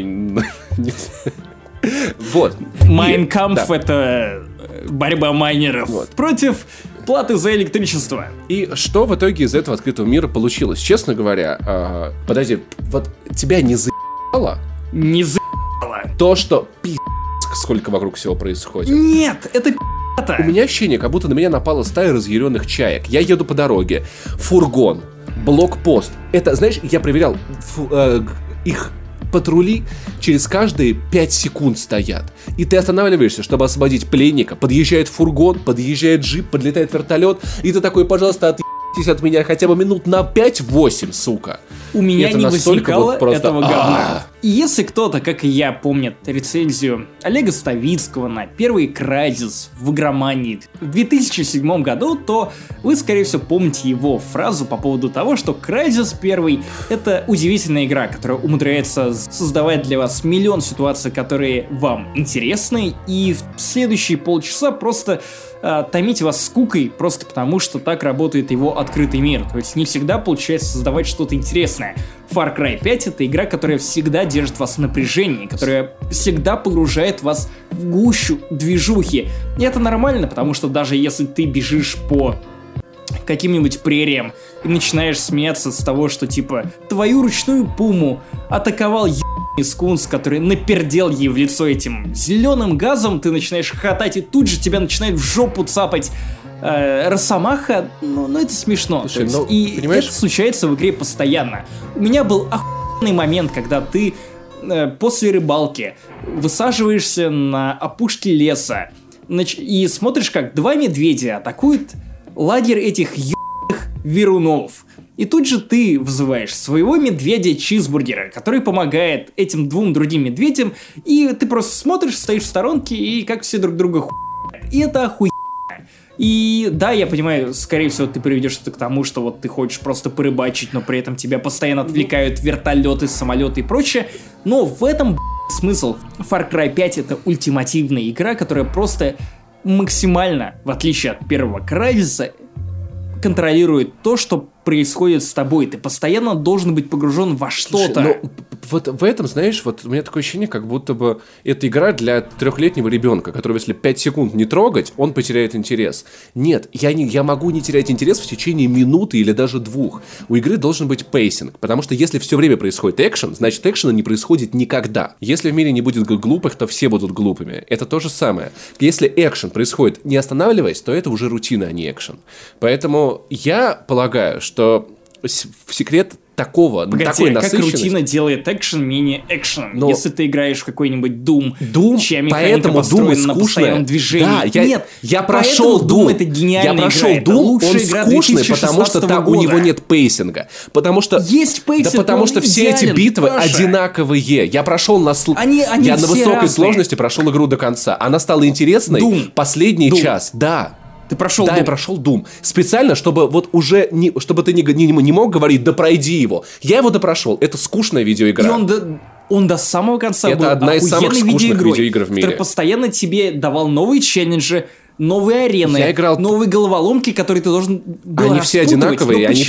Вот. Майнкампф — это борьба майнеров против платы за электричество. И что в итоге из этого открытого мира получилось? Честно говоря, подожди, вот тебя не заебало? Не заебало. То, что сколько вокруг всего происходит. Нет, это ребята! У меня ощущение, как будто на меня напала стая разъяренных чаек. Я еду по дороге, фургон, блокпост. Это, знаешь, я проверял, их патрули через каждые 5 секунд стоят. И ты останавливаешься, чтобы освободить пленника. Подъезжает фургон, подъезжает джип, подлетает вертолет. И ты такой, пожалуйста, отъебитесь от меня хотя бы минут на 5-8, сука. У меня это не настолько возникало вот просто... этого говна. И если кто-то, как и я, помнит рецензию Олега Ставицкого на первый Crysis в игромании в 2007 году, то вы, скорее всего, помните его фразу по поводу того, что Crysis 1 — это удивительная игра, которая умудряется создавать для вас миллион ситуаций, которые вам интересны, и в следующие полчаса просто томить вас скукой, просто потому что так работает его открытый мир. То есть не всегда получается создавать что-то интересное. Far Cry 5 — это игра, которая всегда держит вас в напряжении, которая всегда погружает вас в гущу движухи. И это нормально, потому что даже если ты бежишь по каким-нибудь прериям и начинаешь смеяться с того, что типа твою ручную пуму атаковал ебаный скунс, который напердел ей в лицо этим зеленым газом, ты начинаешь хохотать, и тут же тебя начинает в жопу цапать Росомаха. Ну это смешно. Слушай, есть, и понимаешь? это случается в игре постоянно. У меня был охуенный момент, когда ты после рыбалки высаживаешься на опушке леса и смотришь, как 2 медведя атакуют лагерь этих ебаных верунов. И тут же ты вызываешь своего медведя-чизбургера, который помогает этим 2 другим медведям, и ты просто смотришь, стоишь в сторонке, и как все друг друга хуят. И это охуенно. И да, я понимаю, скорее всего, ты приведешь это к тому, что вот ты хочешь просто порыбачить, но при этом тебя постоянно отвлекают вертолеты, самолеты и прочее. Но в этом смысл. Far Cry 5 — это ультимативная игра, которая просто максимально, в отличие от первого Crysis, контролирует то, что происходит с тобой. Ты постоянно должен быть погружен во что-то. Слушай, ну, вот в этом, знаешь, вот у меня такое ощущение, как будто бы это игра для 3-летнего ребенка, которого, если 5 секунд не трогать, он потеряет интерес. Нет, я могу не терять интерес в течение минуты или даже 2. У игры должен быть пейсинг, потому что если все время происходит экшен, значит экшена не происходит никогда. Если в мире не будет глупых, то все будут глупыми. Это то же самое. Если экшен происходит не останавливаясь, то это уже рутина, а не экшен. Поэтому я полагаю, что секрет такой насыщенности. Как рутина делает экшен менее экшеном? Но... Если ты играешь в какой-нибудь Doom, чья механика поэтому построена Doom на постоянном движении. Да, Нет, я прошел Doom. Это гениальная игра. Я прошел это Doom, он игра скучный, потому что там у него нет пейсинга. Потому что... Есть пейсинг, да потому что все эти битвы одинаковые. Я прошел на... Я на высокой сложности прошел игру до конца. Она стала интересной последний час. Да. Ты прошел Doom? Да, я прошел Doom. Специально, чтобы вот уже чтобы ты не мог говорить, да пройди его. Я его допрошел. Это скучная видеоигра. И он до самого конца был одна из самых скучных видеоигр в мире. Который постоянно тебе давал новые челленджи, новые арены, новые головоломки, которые ты должен был Они все одинаковые, они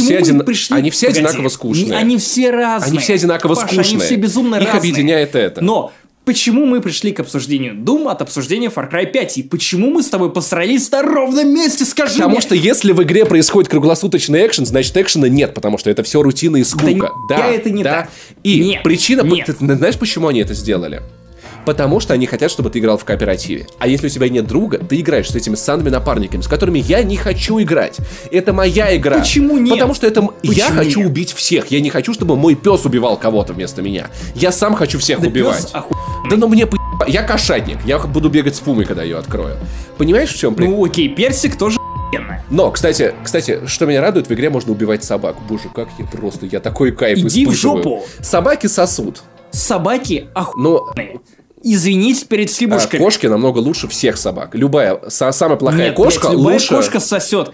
все одинаково скучные. Они все разные. Они все одинаково скучные. Они все безумно разные. Их объединяет это. Но почему мы пришли к обсуждению Doom от обсуждения Far Cry 5? И почему мы с тобой посрались на ровном месте, скажи мне? Потому что если в игре происходит круглосуточный экшен, значит экшена нет, потому что это все рутина и скука. Да, это не так. И причина... Ты знаешь, почему они это сделали? Потому что они хотят, чтобы ты играл в кооперативе. А если у тебя нет друга, ты играешь с этими ссаными напарниками, с которыми я не хочу играть. Это моя игра. Почему нет? Потому что я хочу убить всех. Я не хочу, чтобы мой пес убивал кого-то вместо меня. Я сам хочу всех убивать. Да ну мне я кошатник. Я буду бегать с пумой, когда ее открою. Понимаешь, в чем прикол? Ну окей, персик тоже. Но, кстати, что меня радует, в игре можно убивать собак. Боже, как я такой кайф испытываю. Иди в жопу. Собаки сосут. Собаки охуенные. Извините перед Сибушкой. Кошки намного лучше всех собак. Самая плохая кошка лучше... любая кошка сосет.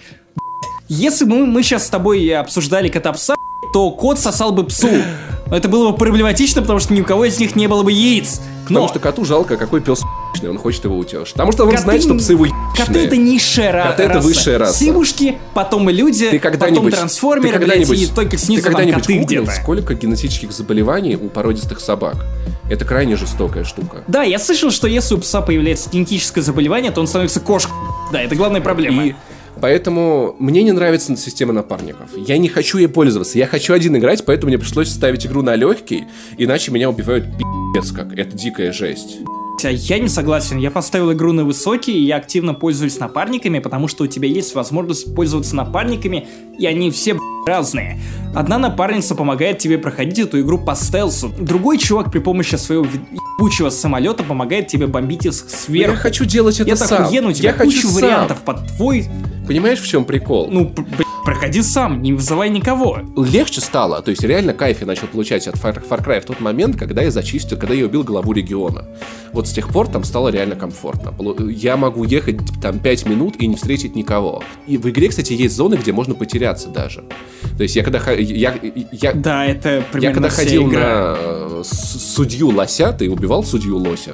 Если бы мы сейчас с тобой обсуждали кота-пса, то кот сосал бы псу. Это было бы проблематично, потому что ни у кого из них не было бы яиц. Потому что коту жалко, какой пес он хочет его утешь. Потому что он знает, что псы его коты это низшая раса. Коты это высшая раса. Сибушки, потом и люди, потом трансформеры, и только снизу там коты где-то. Сколько генетических заболеваний у породистых собак? Это крайне жестокая штука. Да, я слышал, что если у пса появляется генетическое заболевание, то он становится кошкой. Да, это главная проблема. И поэтому мне не нравится система напарников. Я не хочу ей пользоваться. Я хочу один играть, поэтому мне пришлось ставить игру на легкий, иначе меня убивают пи***ц как. Это дикая жесть. Я не согласен. Я поставил игру на высокий, и я активно пользуюсь напарниками, потому что у тебя есть возможность пользоваться напарниками, и они все разные. Одна напарница помогает тебе проходить эту игру по стелсу. Другой чувак при помощи своего ебучего самолета помогает тебе бомбить их сверху. Я хочу делать это сам. Охуенно, у тебя куча вариантов под твой... Понимаешь, в чем прикол? Ну, проходи сам, не вызывай никого. Легче стало, то есть реально кайф я начал получать от Far Cry в тот момент, когда я зачистил, когда я убил главу региона. Вот с тех пор там стало реально комфортно. Я могу ехать там 5 минут и не встретить никого. И в игре, кстати, есть зоны, где можно потеряться даже. То есть я когда... Да, это примерно я когда вся ходил игра. на судью лося, ты убивал судью лося?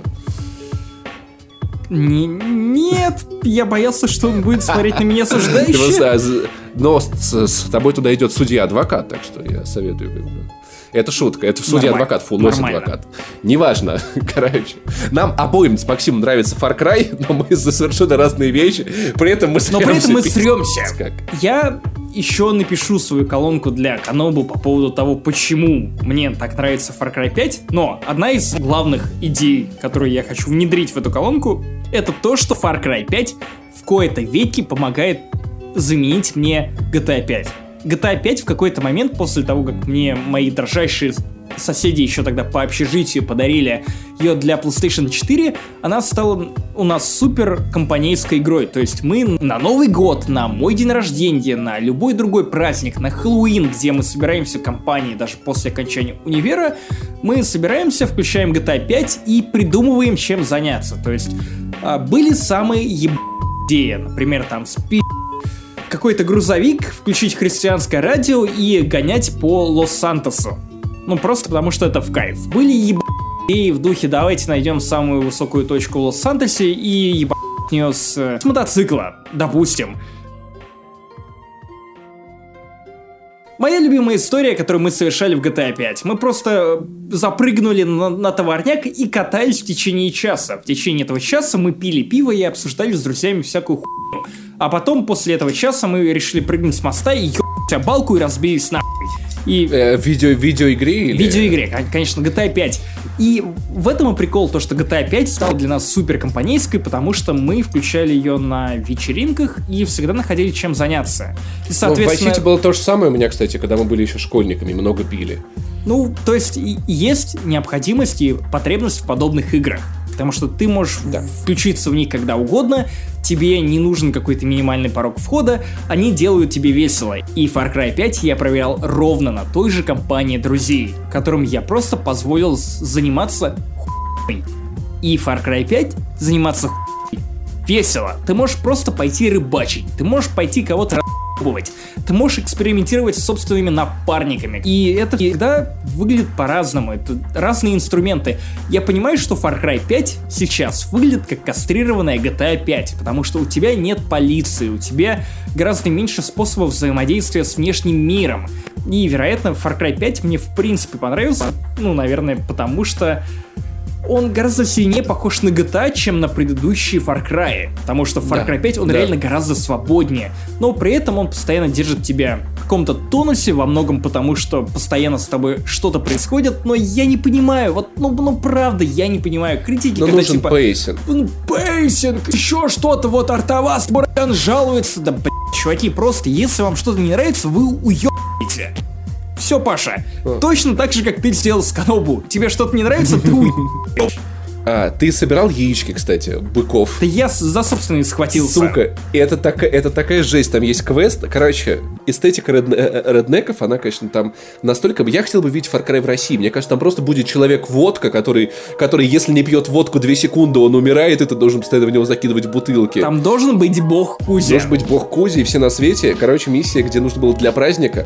Нет, я боялся, что он будет смотреть на меня осуждающе. Но с тобой туда идет судья-адвокат, так что я советую. Это шутка, это судья-адвокат, фулл-лось-адвокат. Неважно, короче. Нам обоим с Максимом нравится Far Cry, но мы за совершенно разные вещи. При этом мы сремся. Я еще напишу свою колонку для Канобу по поводу того, почему мне так нравится Far Cry 5, но одна из главных идей, которую я хочу внедрить в эту колонку, это то, что Far Cry 5 в кои-то веки помогает заменить мне GTA 5. GTA 5 в какой-то момент, после того, как мне мои дрожайшие соседи еще тогда по общежитию подарили ее для PlayStation 4, она стала у нас супер компанейской игрой. То есть мы на Новый год, на мой день рождения, на любой другой праздник, на Хэллоуин, где мы собираемся компанией даже после окончания универа, мы собираемся, включаем GTA 5 и придумываем, чем заняться. То есть были самые идеи, например, там какой-то грузовик, включить христианское радио и гонять по Лос-Сантосу. Ну, просто потому что это в кайф. Были идеи в духе, давайте найдем самую высокую точку в Лос-Сантосе и ебать нее с мотоцикла, допустим. Моя любимая история, которую мы совершали в GTA 5. Мы просто запрыгнули на товарняк и катались в течение часа. В течение этого часа мы пили пиво и обсуждали с друзьями всякую хуйню. А потом, после этого часа, мы решили прыгнуть с моста и ебать об балку и разбились нахуй. И... В видеоигре? В видеоигре, конечно, GTA 5. И в этом и прикол, то, что GTA 5 стала для нас супер компанейской, потому что мы включали ее на вечеринках и всегда находили чем заняться. И, соответственно... В Vice City было то же самое у меня, кстати, когда мы были еще школьниками, много пили. Ну, то есть есть необходимость и потребность в подобных играх. Потому что ты можешь включиться в них когда угодно, тебе не нужен какой-то минимальный порог входа, они делают тебе весело. И Far Cry 5 я проверял ровно на той же компании друзей, которым я просто позволил заниматься хуйней. И Far Cry 5 заниматься хуйней весело. Ты можешь просто пойти рыбачить, ты можешь пойти кого-то разъебывать, ты можешь экспериментировать с собственными напарниками. И это всегда выглядит по-разному. Это разные инструменты. Я понимаю, что Far Cry 5 сейчас выглядит как кастрированная GTA 5, потому что у тебя нет полиции, у тебя гораздо меньше способов взаимодействия с внешним миром. И, вероятно, Far Cry 5 мне в принципе понравился. Ну, наверное, потому что он гораздо сильнее похож на GTA, чем на предыдущие Far Cry. Потому что в Far Cry 5 он реально гораздо свободнее. Но при этом он постоянно держит тебя в каком-то тонусе, во многом потому, что постоянно с тобой что-то происходит. Но я не понимаю, вот, ну правда, я не понимаю критики, но когда нужен типа... пейсинг. Пейсинг, еще что-то, вот Артавас, Бурян жалуется. Да, чуваки, просто, если вам что-то не нравится, вы уебаете. Все, Паша, точно так же, как ты сделал с Канобу. Тебе что-то не нравится, ты уебаешь. Ты собирал яички, кстати, быков? Да я за собственные схватился. Сука, это такая жесть, там есть квест. Короче, эстетика реднеков, она, конечно, там настолько... Я хотел бы видеть Far Cry в России. Мне кажется, там просто будет человек-водка, который, если не пьет водку 2 секунды, он умирает, и ты должен постоянно в него закидывать бутылки. Там должен быть бог Кузя. Должен быть бог Кузя, и все на свете. Короче, миссия, где нужно было для праздника...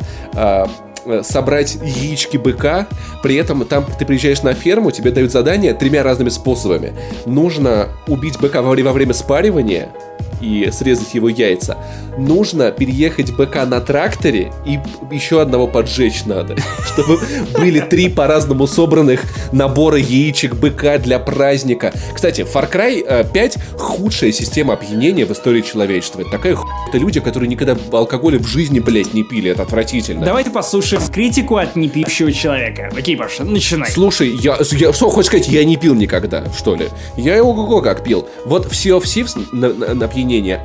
собрать яички быка, при этом там ты приезжаешь на ферму, тебе дают задание 3 разными способами. Нужно убить быка во время спаривания, и срезать его яйца, нужно переехать БК на тракторе и еще одного поджечь надо, чтобы были 3 по-разному собранных набора яичек быка для праздника. Кстати, Far Cry 5 худшая система опьянения в истории человечества. Это такая это люди, которые никогда алкоголя в жизни, блять, не пили. Это отвратительно. Давайте послушаем критику от непьющего человека. Окей, Паша, начинай. Слушай, я что хочешь сказать, я не пил никогда, что ли? Я его как пил. Вот в Sea of Thieves на опьянение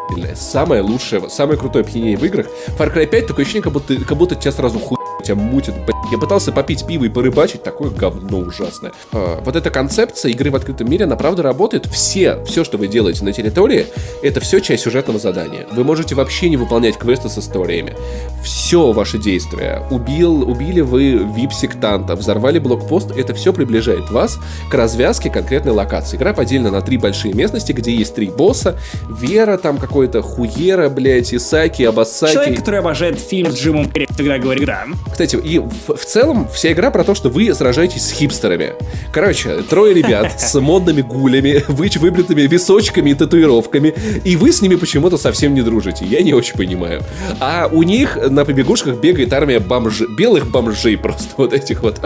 самое лучшее, самое крутое опьянение в играх. Far Cry 5 такое ощущение, как будто тебя сразу тебя мутит. Я пытался попить пиво и порыбачить, такое говно ужасное. Вот эта концепция игры в открытом мире, она правда работает. Все, что вы делаете на территории, это все часть сюжетного задания. Вы можете вообще не выполнять квесты с историями. Все ваши действия. Убили вы вип-сектанта, взорвали блокпост, это все приближает вас к развязке конкретной локации. Игра поделена на 3 большие местности, где есть 3 босса. Вера там какой-то, Хуера, блять, Исаки, Абасаки. Человек, который обожает фильм с Джимом Керри, всегда говорит «да». Кстати, и в целом вся игра про то, что вы сражаетесь с хипстерами. Короче, 3 ребят с модными гулями, выбритыми височками и татуировками, и вы с ними почему-то совсем не дружите. Я не очень понимаю. А у них на побегушках бегает армия белых бомжей, просто вот этих вот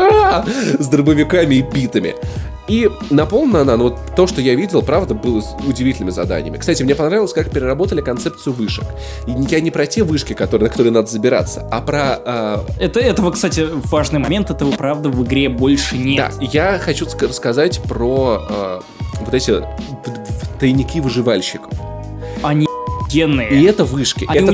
с дробовиками и битами. И наполнена она, вот то, что я видел, правда, было с удивительными заданиями. Кстати, мне понравилось, как переработали концепцию вышек. И я не про те вышки, на которые надо забираться, а про... Этого, кстати, важный момент, этого, правда, в игре больше нет. Да, я хочу рассказать про вот эти тайники выживальщиков. Они офигенные. И это вышки. Они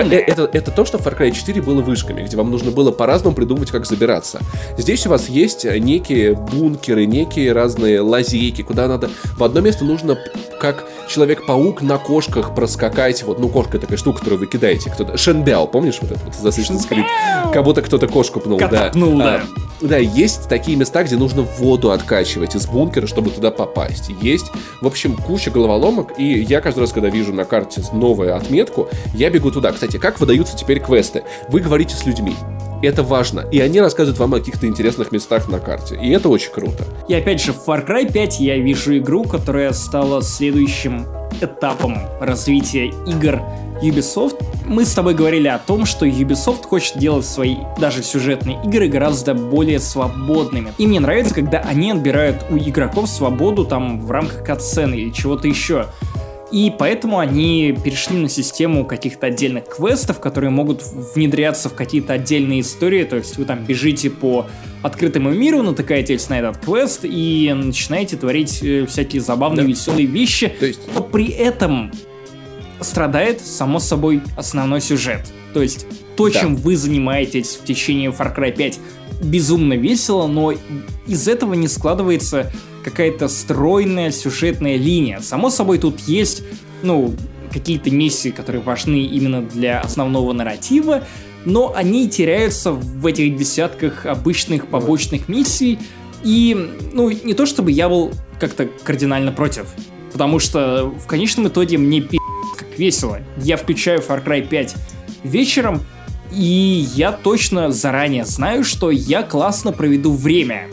Это то, что в Far Cry 4 было вышками, где вам нужно было по-разному придумывать, как забираться. Здесь у вас есть некие бункеры, некие разные лазейки, куда надо... В одно место нужно, как Человек-паук, на кошках проскакать. Вот, кошка такая штука, которую вы кидаете. Кто-то... Шенбяо, помнишь вот этот вот Assassin's Creed? Как будто кто-то кошку пнул, да. Да, есть такие места, где нужно воду откачивать из бункера, чтобы туда попасть. Есть, в общем, куча головоломок, и я каждый раз, когда вижу на карте новую отметку, я бегу туда. Кстати, как выдаются теперь квесты? Вы говорите с людьми. Это важно. И они рассказывают вам о каких-то интересных местах на карте. И это очень круто. И опять же, в Far Cry 5 я вижу игру, которая стала следующим этапом развития игр Ubisoft. Мы с тобой говорили о том, что Ubisoft хочет делать свои даже сюжетные игры гораздо более свободными. И мне нравится, когда они отбирают у игроков свободу там в рамках катсцены или чего-то еще. И поэтому они перешли на систему каких-то отдельных квестов, которые могут внедряться в какие-то отдельные истории. То есть вы там бежите по открытому миру, натыкаетесь на этот квест и начинаете творить всякие забавные, веселые вещи. Но при этом страдает, само собой, основной сюжет. То есть то, чем вы занимаетесь в течение Far Cry 5, безумно весело, но из этого не складывается какая-то стройная сюжетная линия. Само собой, тут есть, какие-то миссии, которые важны именно для основного нарратива, но они теряются в этих десятках обычных побочных миссий. И, не то чтобы я был как-то кардинально против, потому что в конечном итоге мне как весело. Я включаю Far Cry 5 вечером, и я точно заранее знаю, что я классно проведу время.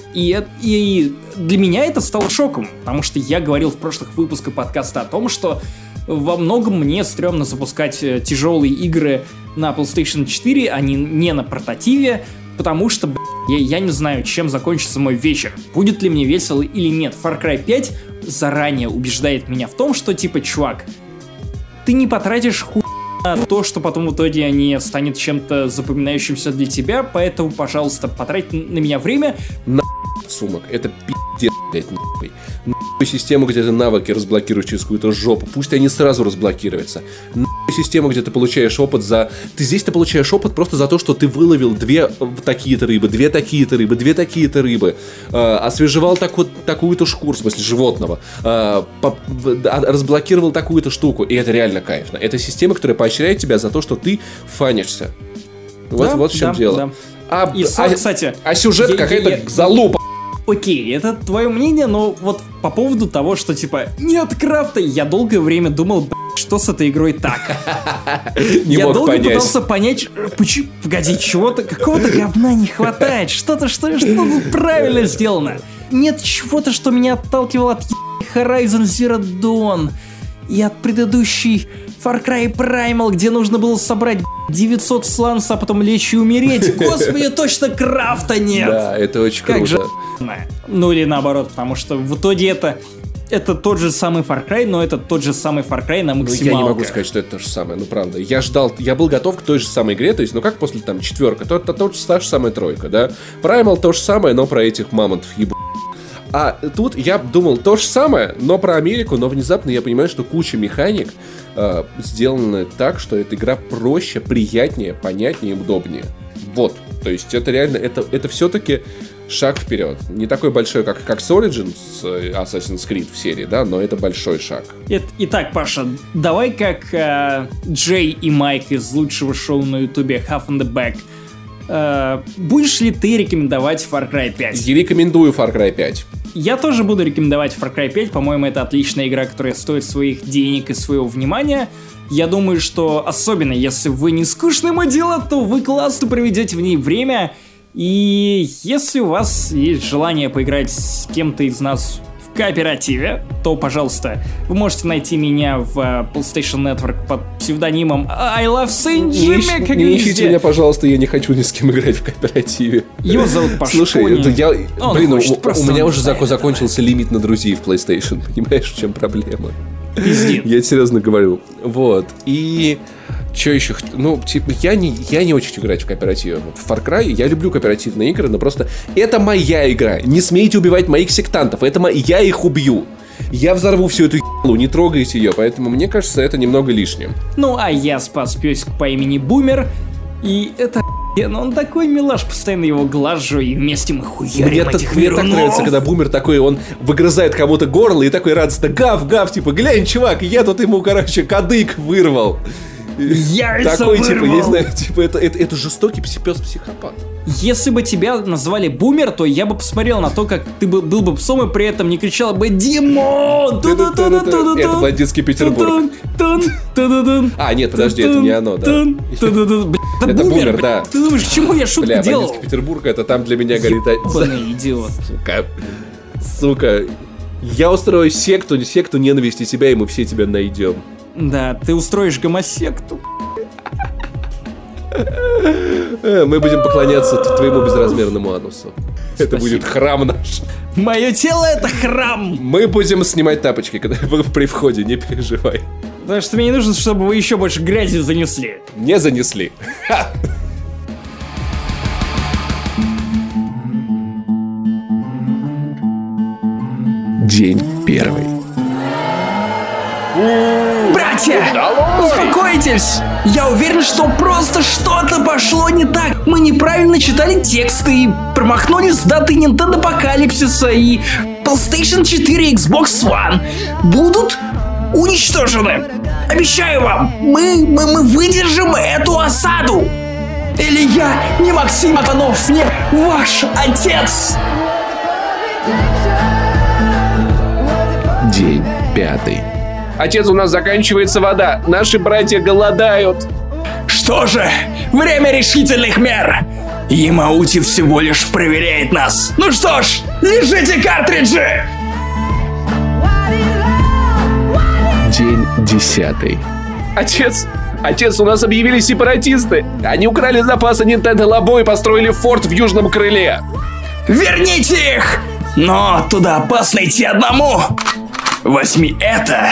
И для меня это стало шоком, потому что я говорил в прошлых выпусках подкаста о том, что во многом мне стрёмно запускать тяжелые игры на PlayStation 4, а не на портативе, потому что, я не знаю, чем закончится мой вечер. Будет ли мне весело или нет. Far Cry 5 заранее убеждает меня в том, что, чувак, ты не потратишь на то, что потом в итоге не станет чем-то запоминающимся для тебя, поэтому, пожалуйста, потрать на меня время. Сумок, это пиздец, блядь, нахуй. Нахуй систему, где ты навыки разблокируешь через какую-то жопу, пусть они сразу разблокируются. Нахуй систему, где ты получаешь опыт ты получаешь опыт просто за то, что ты выловил 2 такие-то рыбы, 2 такие-то рыбы, 2 такие-то рыбы, освежевал такую-то шкуру, в смысле животного, разблокировал такую-то штуку, и это реально кайфно. Это система, которая поощряет тебя за то, что ты фанишься. Вот в чем дело. Кстати, сюжет какая-то залупа. Окей, это твое мнение, но вот по поводу того, что нет крафта, я долгое время думал, что с этой игрой так. Я долго пытался понять, погоди, какого-то говна не хватает, что-то правильно сделано. Нет чего-то, что меня отталкивало от Horizon Zero Dawn. и от предыдущей Far Cry Primal, где нужно было собрать 900 сланцев, а потом лечь и умереть. Господи, точно крафта нет. Да, это очень круто. Как же. Ну или наоборот, потому что в итоге это тот же самый Far Cry, но это тот же самый Far Cry на максималках. Я не могу сказать, что это то же самое, ну правда. Я был готов к той же самой игре, то есть, ну как после там 4, то та же самая 3, да. Primal то же самое, но про этих мамонтов ебу. А тут я думал то же самое, но про Америку, но внезапно я понимаю, что куча механик сделаны так, что эта игра проще, приятнее, понятнее, удобнее. Вот, то есть это реально, это все-таки шаг вперед. Не такой большой, как с Origins, Assassin's Creed в серии, да, но это большой шаг. Итак, Паша, давай как Джей и Майк из лучшего шоу на ютубе Half in the Back. Будешь ли ты рекомендовать Far Cry 5? Я рекомендую Far Cry 5. Я тоже буду рекомендовать Far Cry 5. По-моему, это отличная игра, которая стоит своих денег и своего внимания. Я думаю, что особенно если вы не скучный мудила, то вы классно проведете в ней время. И если у вас есть желание поиграть с кем-то из нас в кооперативе, то, пожалуйста, вы можете найти меня в PlayStation Network под псевдонимом I Love Saint Jimmy. Не ищите меня, пожалуйста, я не хочу ни с кем играть в кооперативе. Его зовут Пашкони. Слушай, у меня уже закончился лимит на друзей в PlayStation. Понимаешь, в чем проблема? Пиздец. Я серьезно говорю. Вот. И... Что еще? Ну, типа, я не очень хочу играть в кооперативе. Вот в Far Cry я люблю кооперативные игры, но просто это моя игра. Не смейте убивать моих сектантов. Я их убью. Я взорву всю эту ебалу, не трогайте ее. Поэтому мне кажется, это немного лишним. Ну, а я спас песик по имени Бумер. И это он такой милаш, постоянно его глажу, и вместе мы хуярим этих верунов. Мне так нравится, когда Бумер такой, он выгрызает кому-то горло и такой радостно гав, типа, глянь, чувак, я тут ему, короче, кадык вырвал. Яйца такой, вырвал. типа, я не знаю, типа, это жестокий пес-психопат. Если бы тебя назвали Бумер, то я бы посмотрел на то, как ты был бы псом и при этом не кричал бы «Димон!» Это бандитский Петербург. А, нет, подожди, это не оно, да. Это Бумер, да. Ты думаешь, к чему я шутку делал? Бандитский Петербург, это там для меня горит... Ебаный идиот. Сука. Я устрою секту ненависти тебя, и мы все тебя найдем. Да, ты устроишь гомосекту. Мы будем поклоняться твоему безразмерному анусу. Это будет храм наш. Мое тело — это храм. Мы будем снимать тапочки, когда при входе, не переживай. Потому что мне не нужно, чтобы вы еще больше грязи занесли. Не занесли. День первый. Братья, успокойтесь! Я уверен, что просто что-то пошло не так. Мы неправильно читали тексты и промахнулись с датой Nintendo Апокалипсиса, и PlayStation 4 и Xbox One будут уничтожены. Обещаю вам, мы выдержим эту осаду. Или я не Максим Иванов, не ваш отец. День пятый. Отец, у нас заканчивается вода. Наши братья голодают. Что же, время решительных мер. Ямаути всего лишь проверяет нас. Ну что ж, лежите картриджи. День 10. Отец, у нас объявились сепаратисты. Они украли запасы Nintendo Labo и построили форт в южном крыле. Верните их! Но туда опасно идти одному. Возьми это.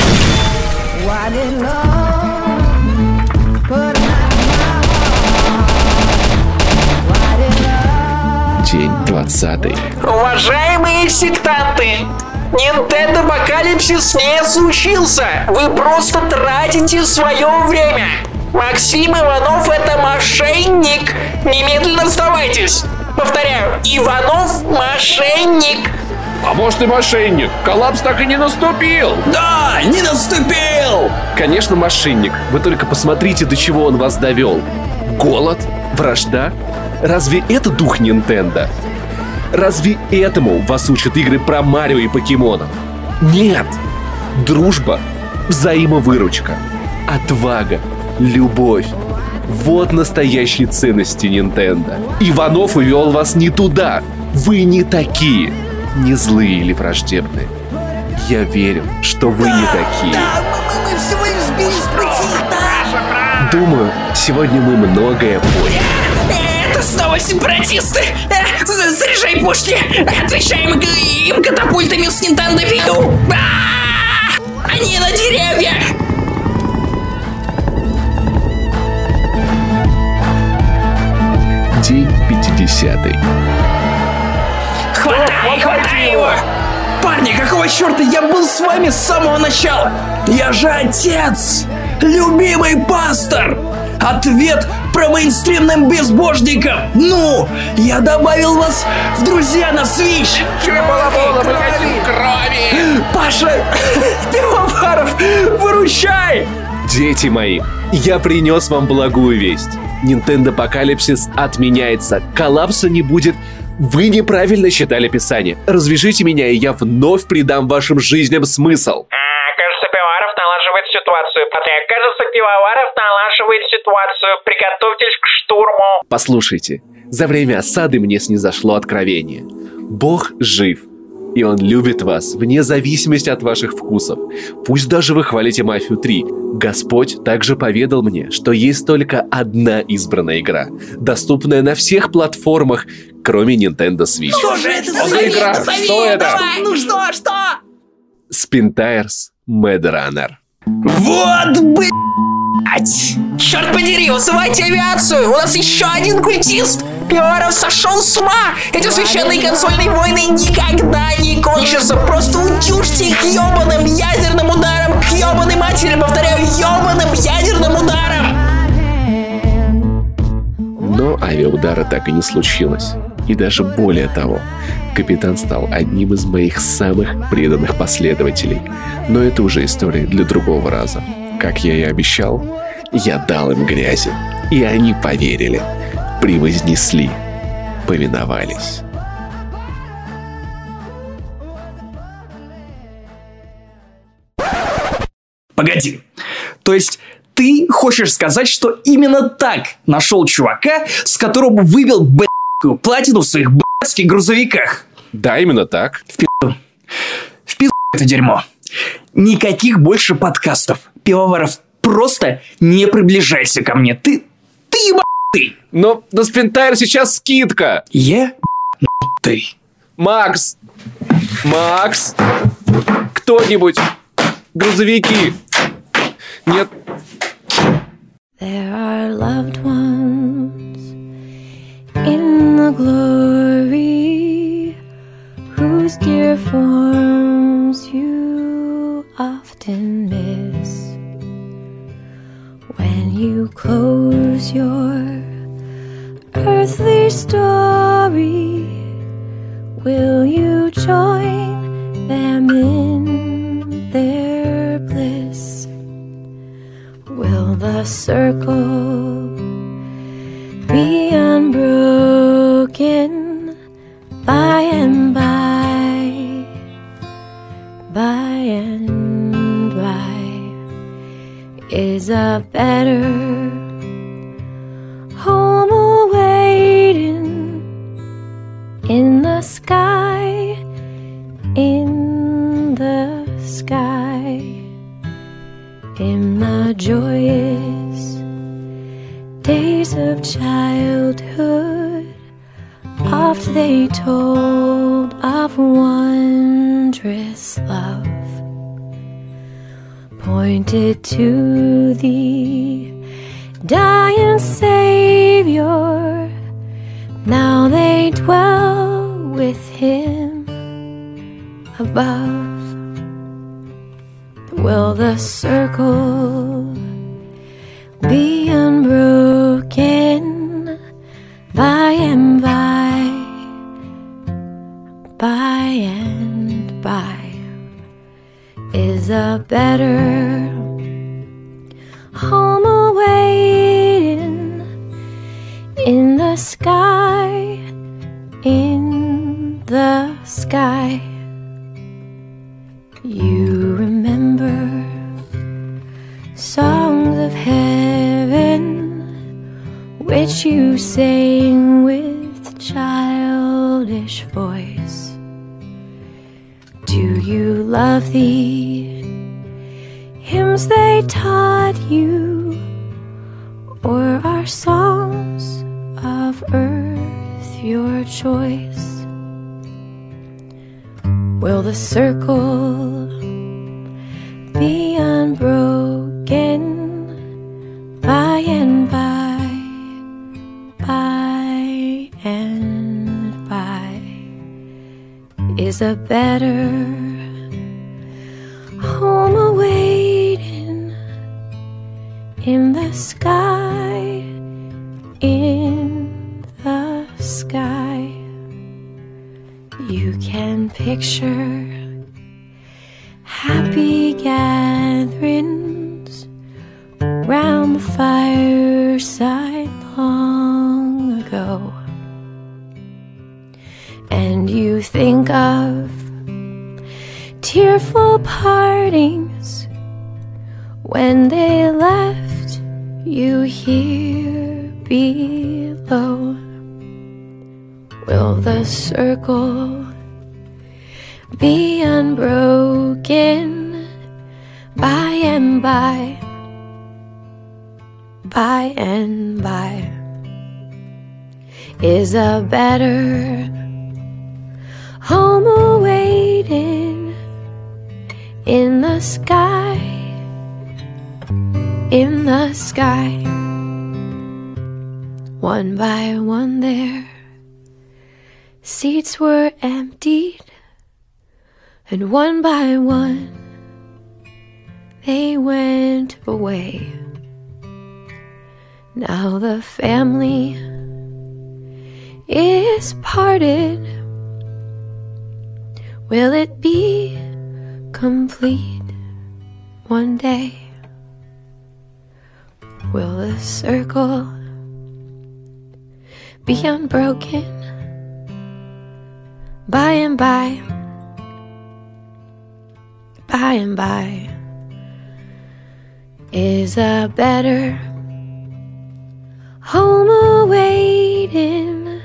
День 20. Уважаемые сектанты, Nintendo Апокалипсис не случился. Вы просто тратите свое время. Максим Иванов — это мошенник. Немедленно сдавайтесь. Повторяю, Иванов — мошенник. А может и мошенник? Коллапс так и не наступил. Да, не наступил. Конечно, мошенник. Вы только посмотрите, до чего он вас довел. Голод? Вражда? Разве это дух Nintendo? Разве этому вас учат игры про Марио и покемонов? Нет! Дружба, взаимовыручка, отвага, любовь. Вот настоящие ценности Nintendo. Иванов увел вас не туда. Вы не такие. Не злые или враждебные. Я верю, что вы не такие. Мы всего лишь сбились с пути, да. Думаю, сегодня мы многое поняли. Это снова сепаратисты. Заряжай пушки. Отвечаем им катапультами с Nintendo Wii U. Они на деревьях. День 50-й. Хватай его! Парни, какого черта? Я был с вами с самого начала! Я же отец! Любимый пастор! Ответ про мейнстримным безбожникам! Ну, я добавил вас в друзья на Switch! Паша, Пивоваров, выручай! Дети мои, я принес вам благую весть. Nintendo Apocalypse отменяется, коллапса не будет. Вы неправильно читали Писание. Развяжите меня, и я вновь придам вашим жизням смысл. Кажется, Пивоваров налаживает ситуацию. Приготовьтесь к штурму. Послушайте, за время осады мне снизошло откровение. Бог жив, и Он любит вас вне зависимости от ваших вкусов. Пусть даже вы хвалите Мафию 3. Господь также поведал мне, что есть только одна избранная игра, доступная на всех платформах, кроме Nintendo Switch. Что же это за игра? Что это? Давай, ну что? Spintires Mad Runner. Вот, блять! Черт подери, вызывайте авиацию! У нас еще один культист! Пивоваров сошел с ума! Эти священные консольные войны никогда не кончатся! Просто утюжьте их ебаным ядерным ударом к ебаной матери! Повторяю, ебаным ядерным ударом! Но авиаудара так и не случилось. И даже более того, капитан стал одним из моих самых преданных последователей. Но это уже история для другого раза. Как я и обещал, я дал им грязи. И они поверили, превознесли, повиновались. Погоди. То есть ты хочешь сказать, что именно так нашел чувака, с которого выбил блядскую платину в своих блядских грузовиках? Да, именно так. В пизду это дерьмо. Никаких больше подкастов. Пивоваров, просто не приближайся ко мне. Ты ебанутый. Но на Spintire сейчас скидка. Ебанутый. Макс! Кто-нибудь! Грузовики! Нет. There are loved ones in the glory whose dear forms you often miss when you close your earthly story. Will you join them in their bliss? Will the circle be unbroken by and by, by and by? Is a better home awaiting in the sky, in the sky, in the joyous days of childhood. Oft they told of wondrous love, pointed to the dying Savior. Now they dwell with Him above. Will the circle be unbroken by and by, by and by? Is a better home awaiting in the sky, in the sky? You remember songs of heaven which you sang with childish voice Do you love the hymns they taught you, or are songs of earth your choice? Will the circle be unbroken by and by, by and by? Is a better home awaiting in the sky, in the sky? You can picture happy gatherings round the fireside long ago, and you think of tearful partings when they left you here below. Will the circle be unbroken by and by, by and by? Is a better home awaiting in the sky, in the sky? One by one there, seats were emptied, and one by one they went away. Now the family is parted. Will it be complete one day? Will the circle be unbroken by and by, by and by? Is a better home awaiting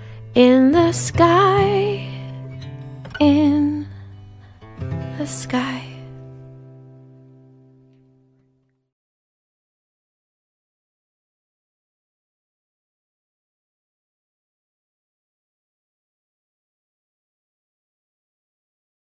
in the sky, in the sky?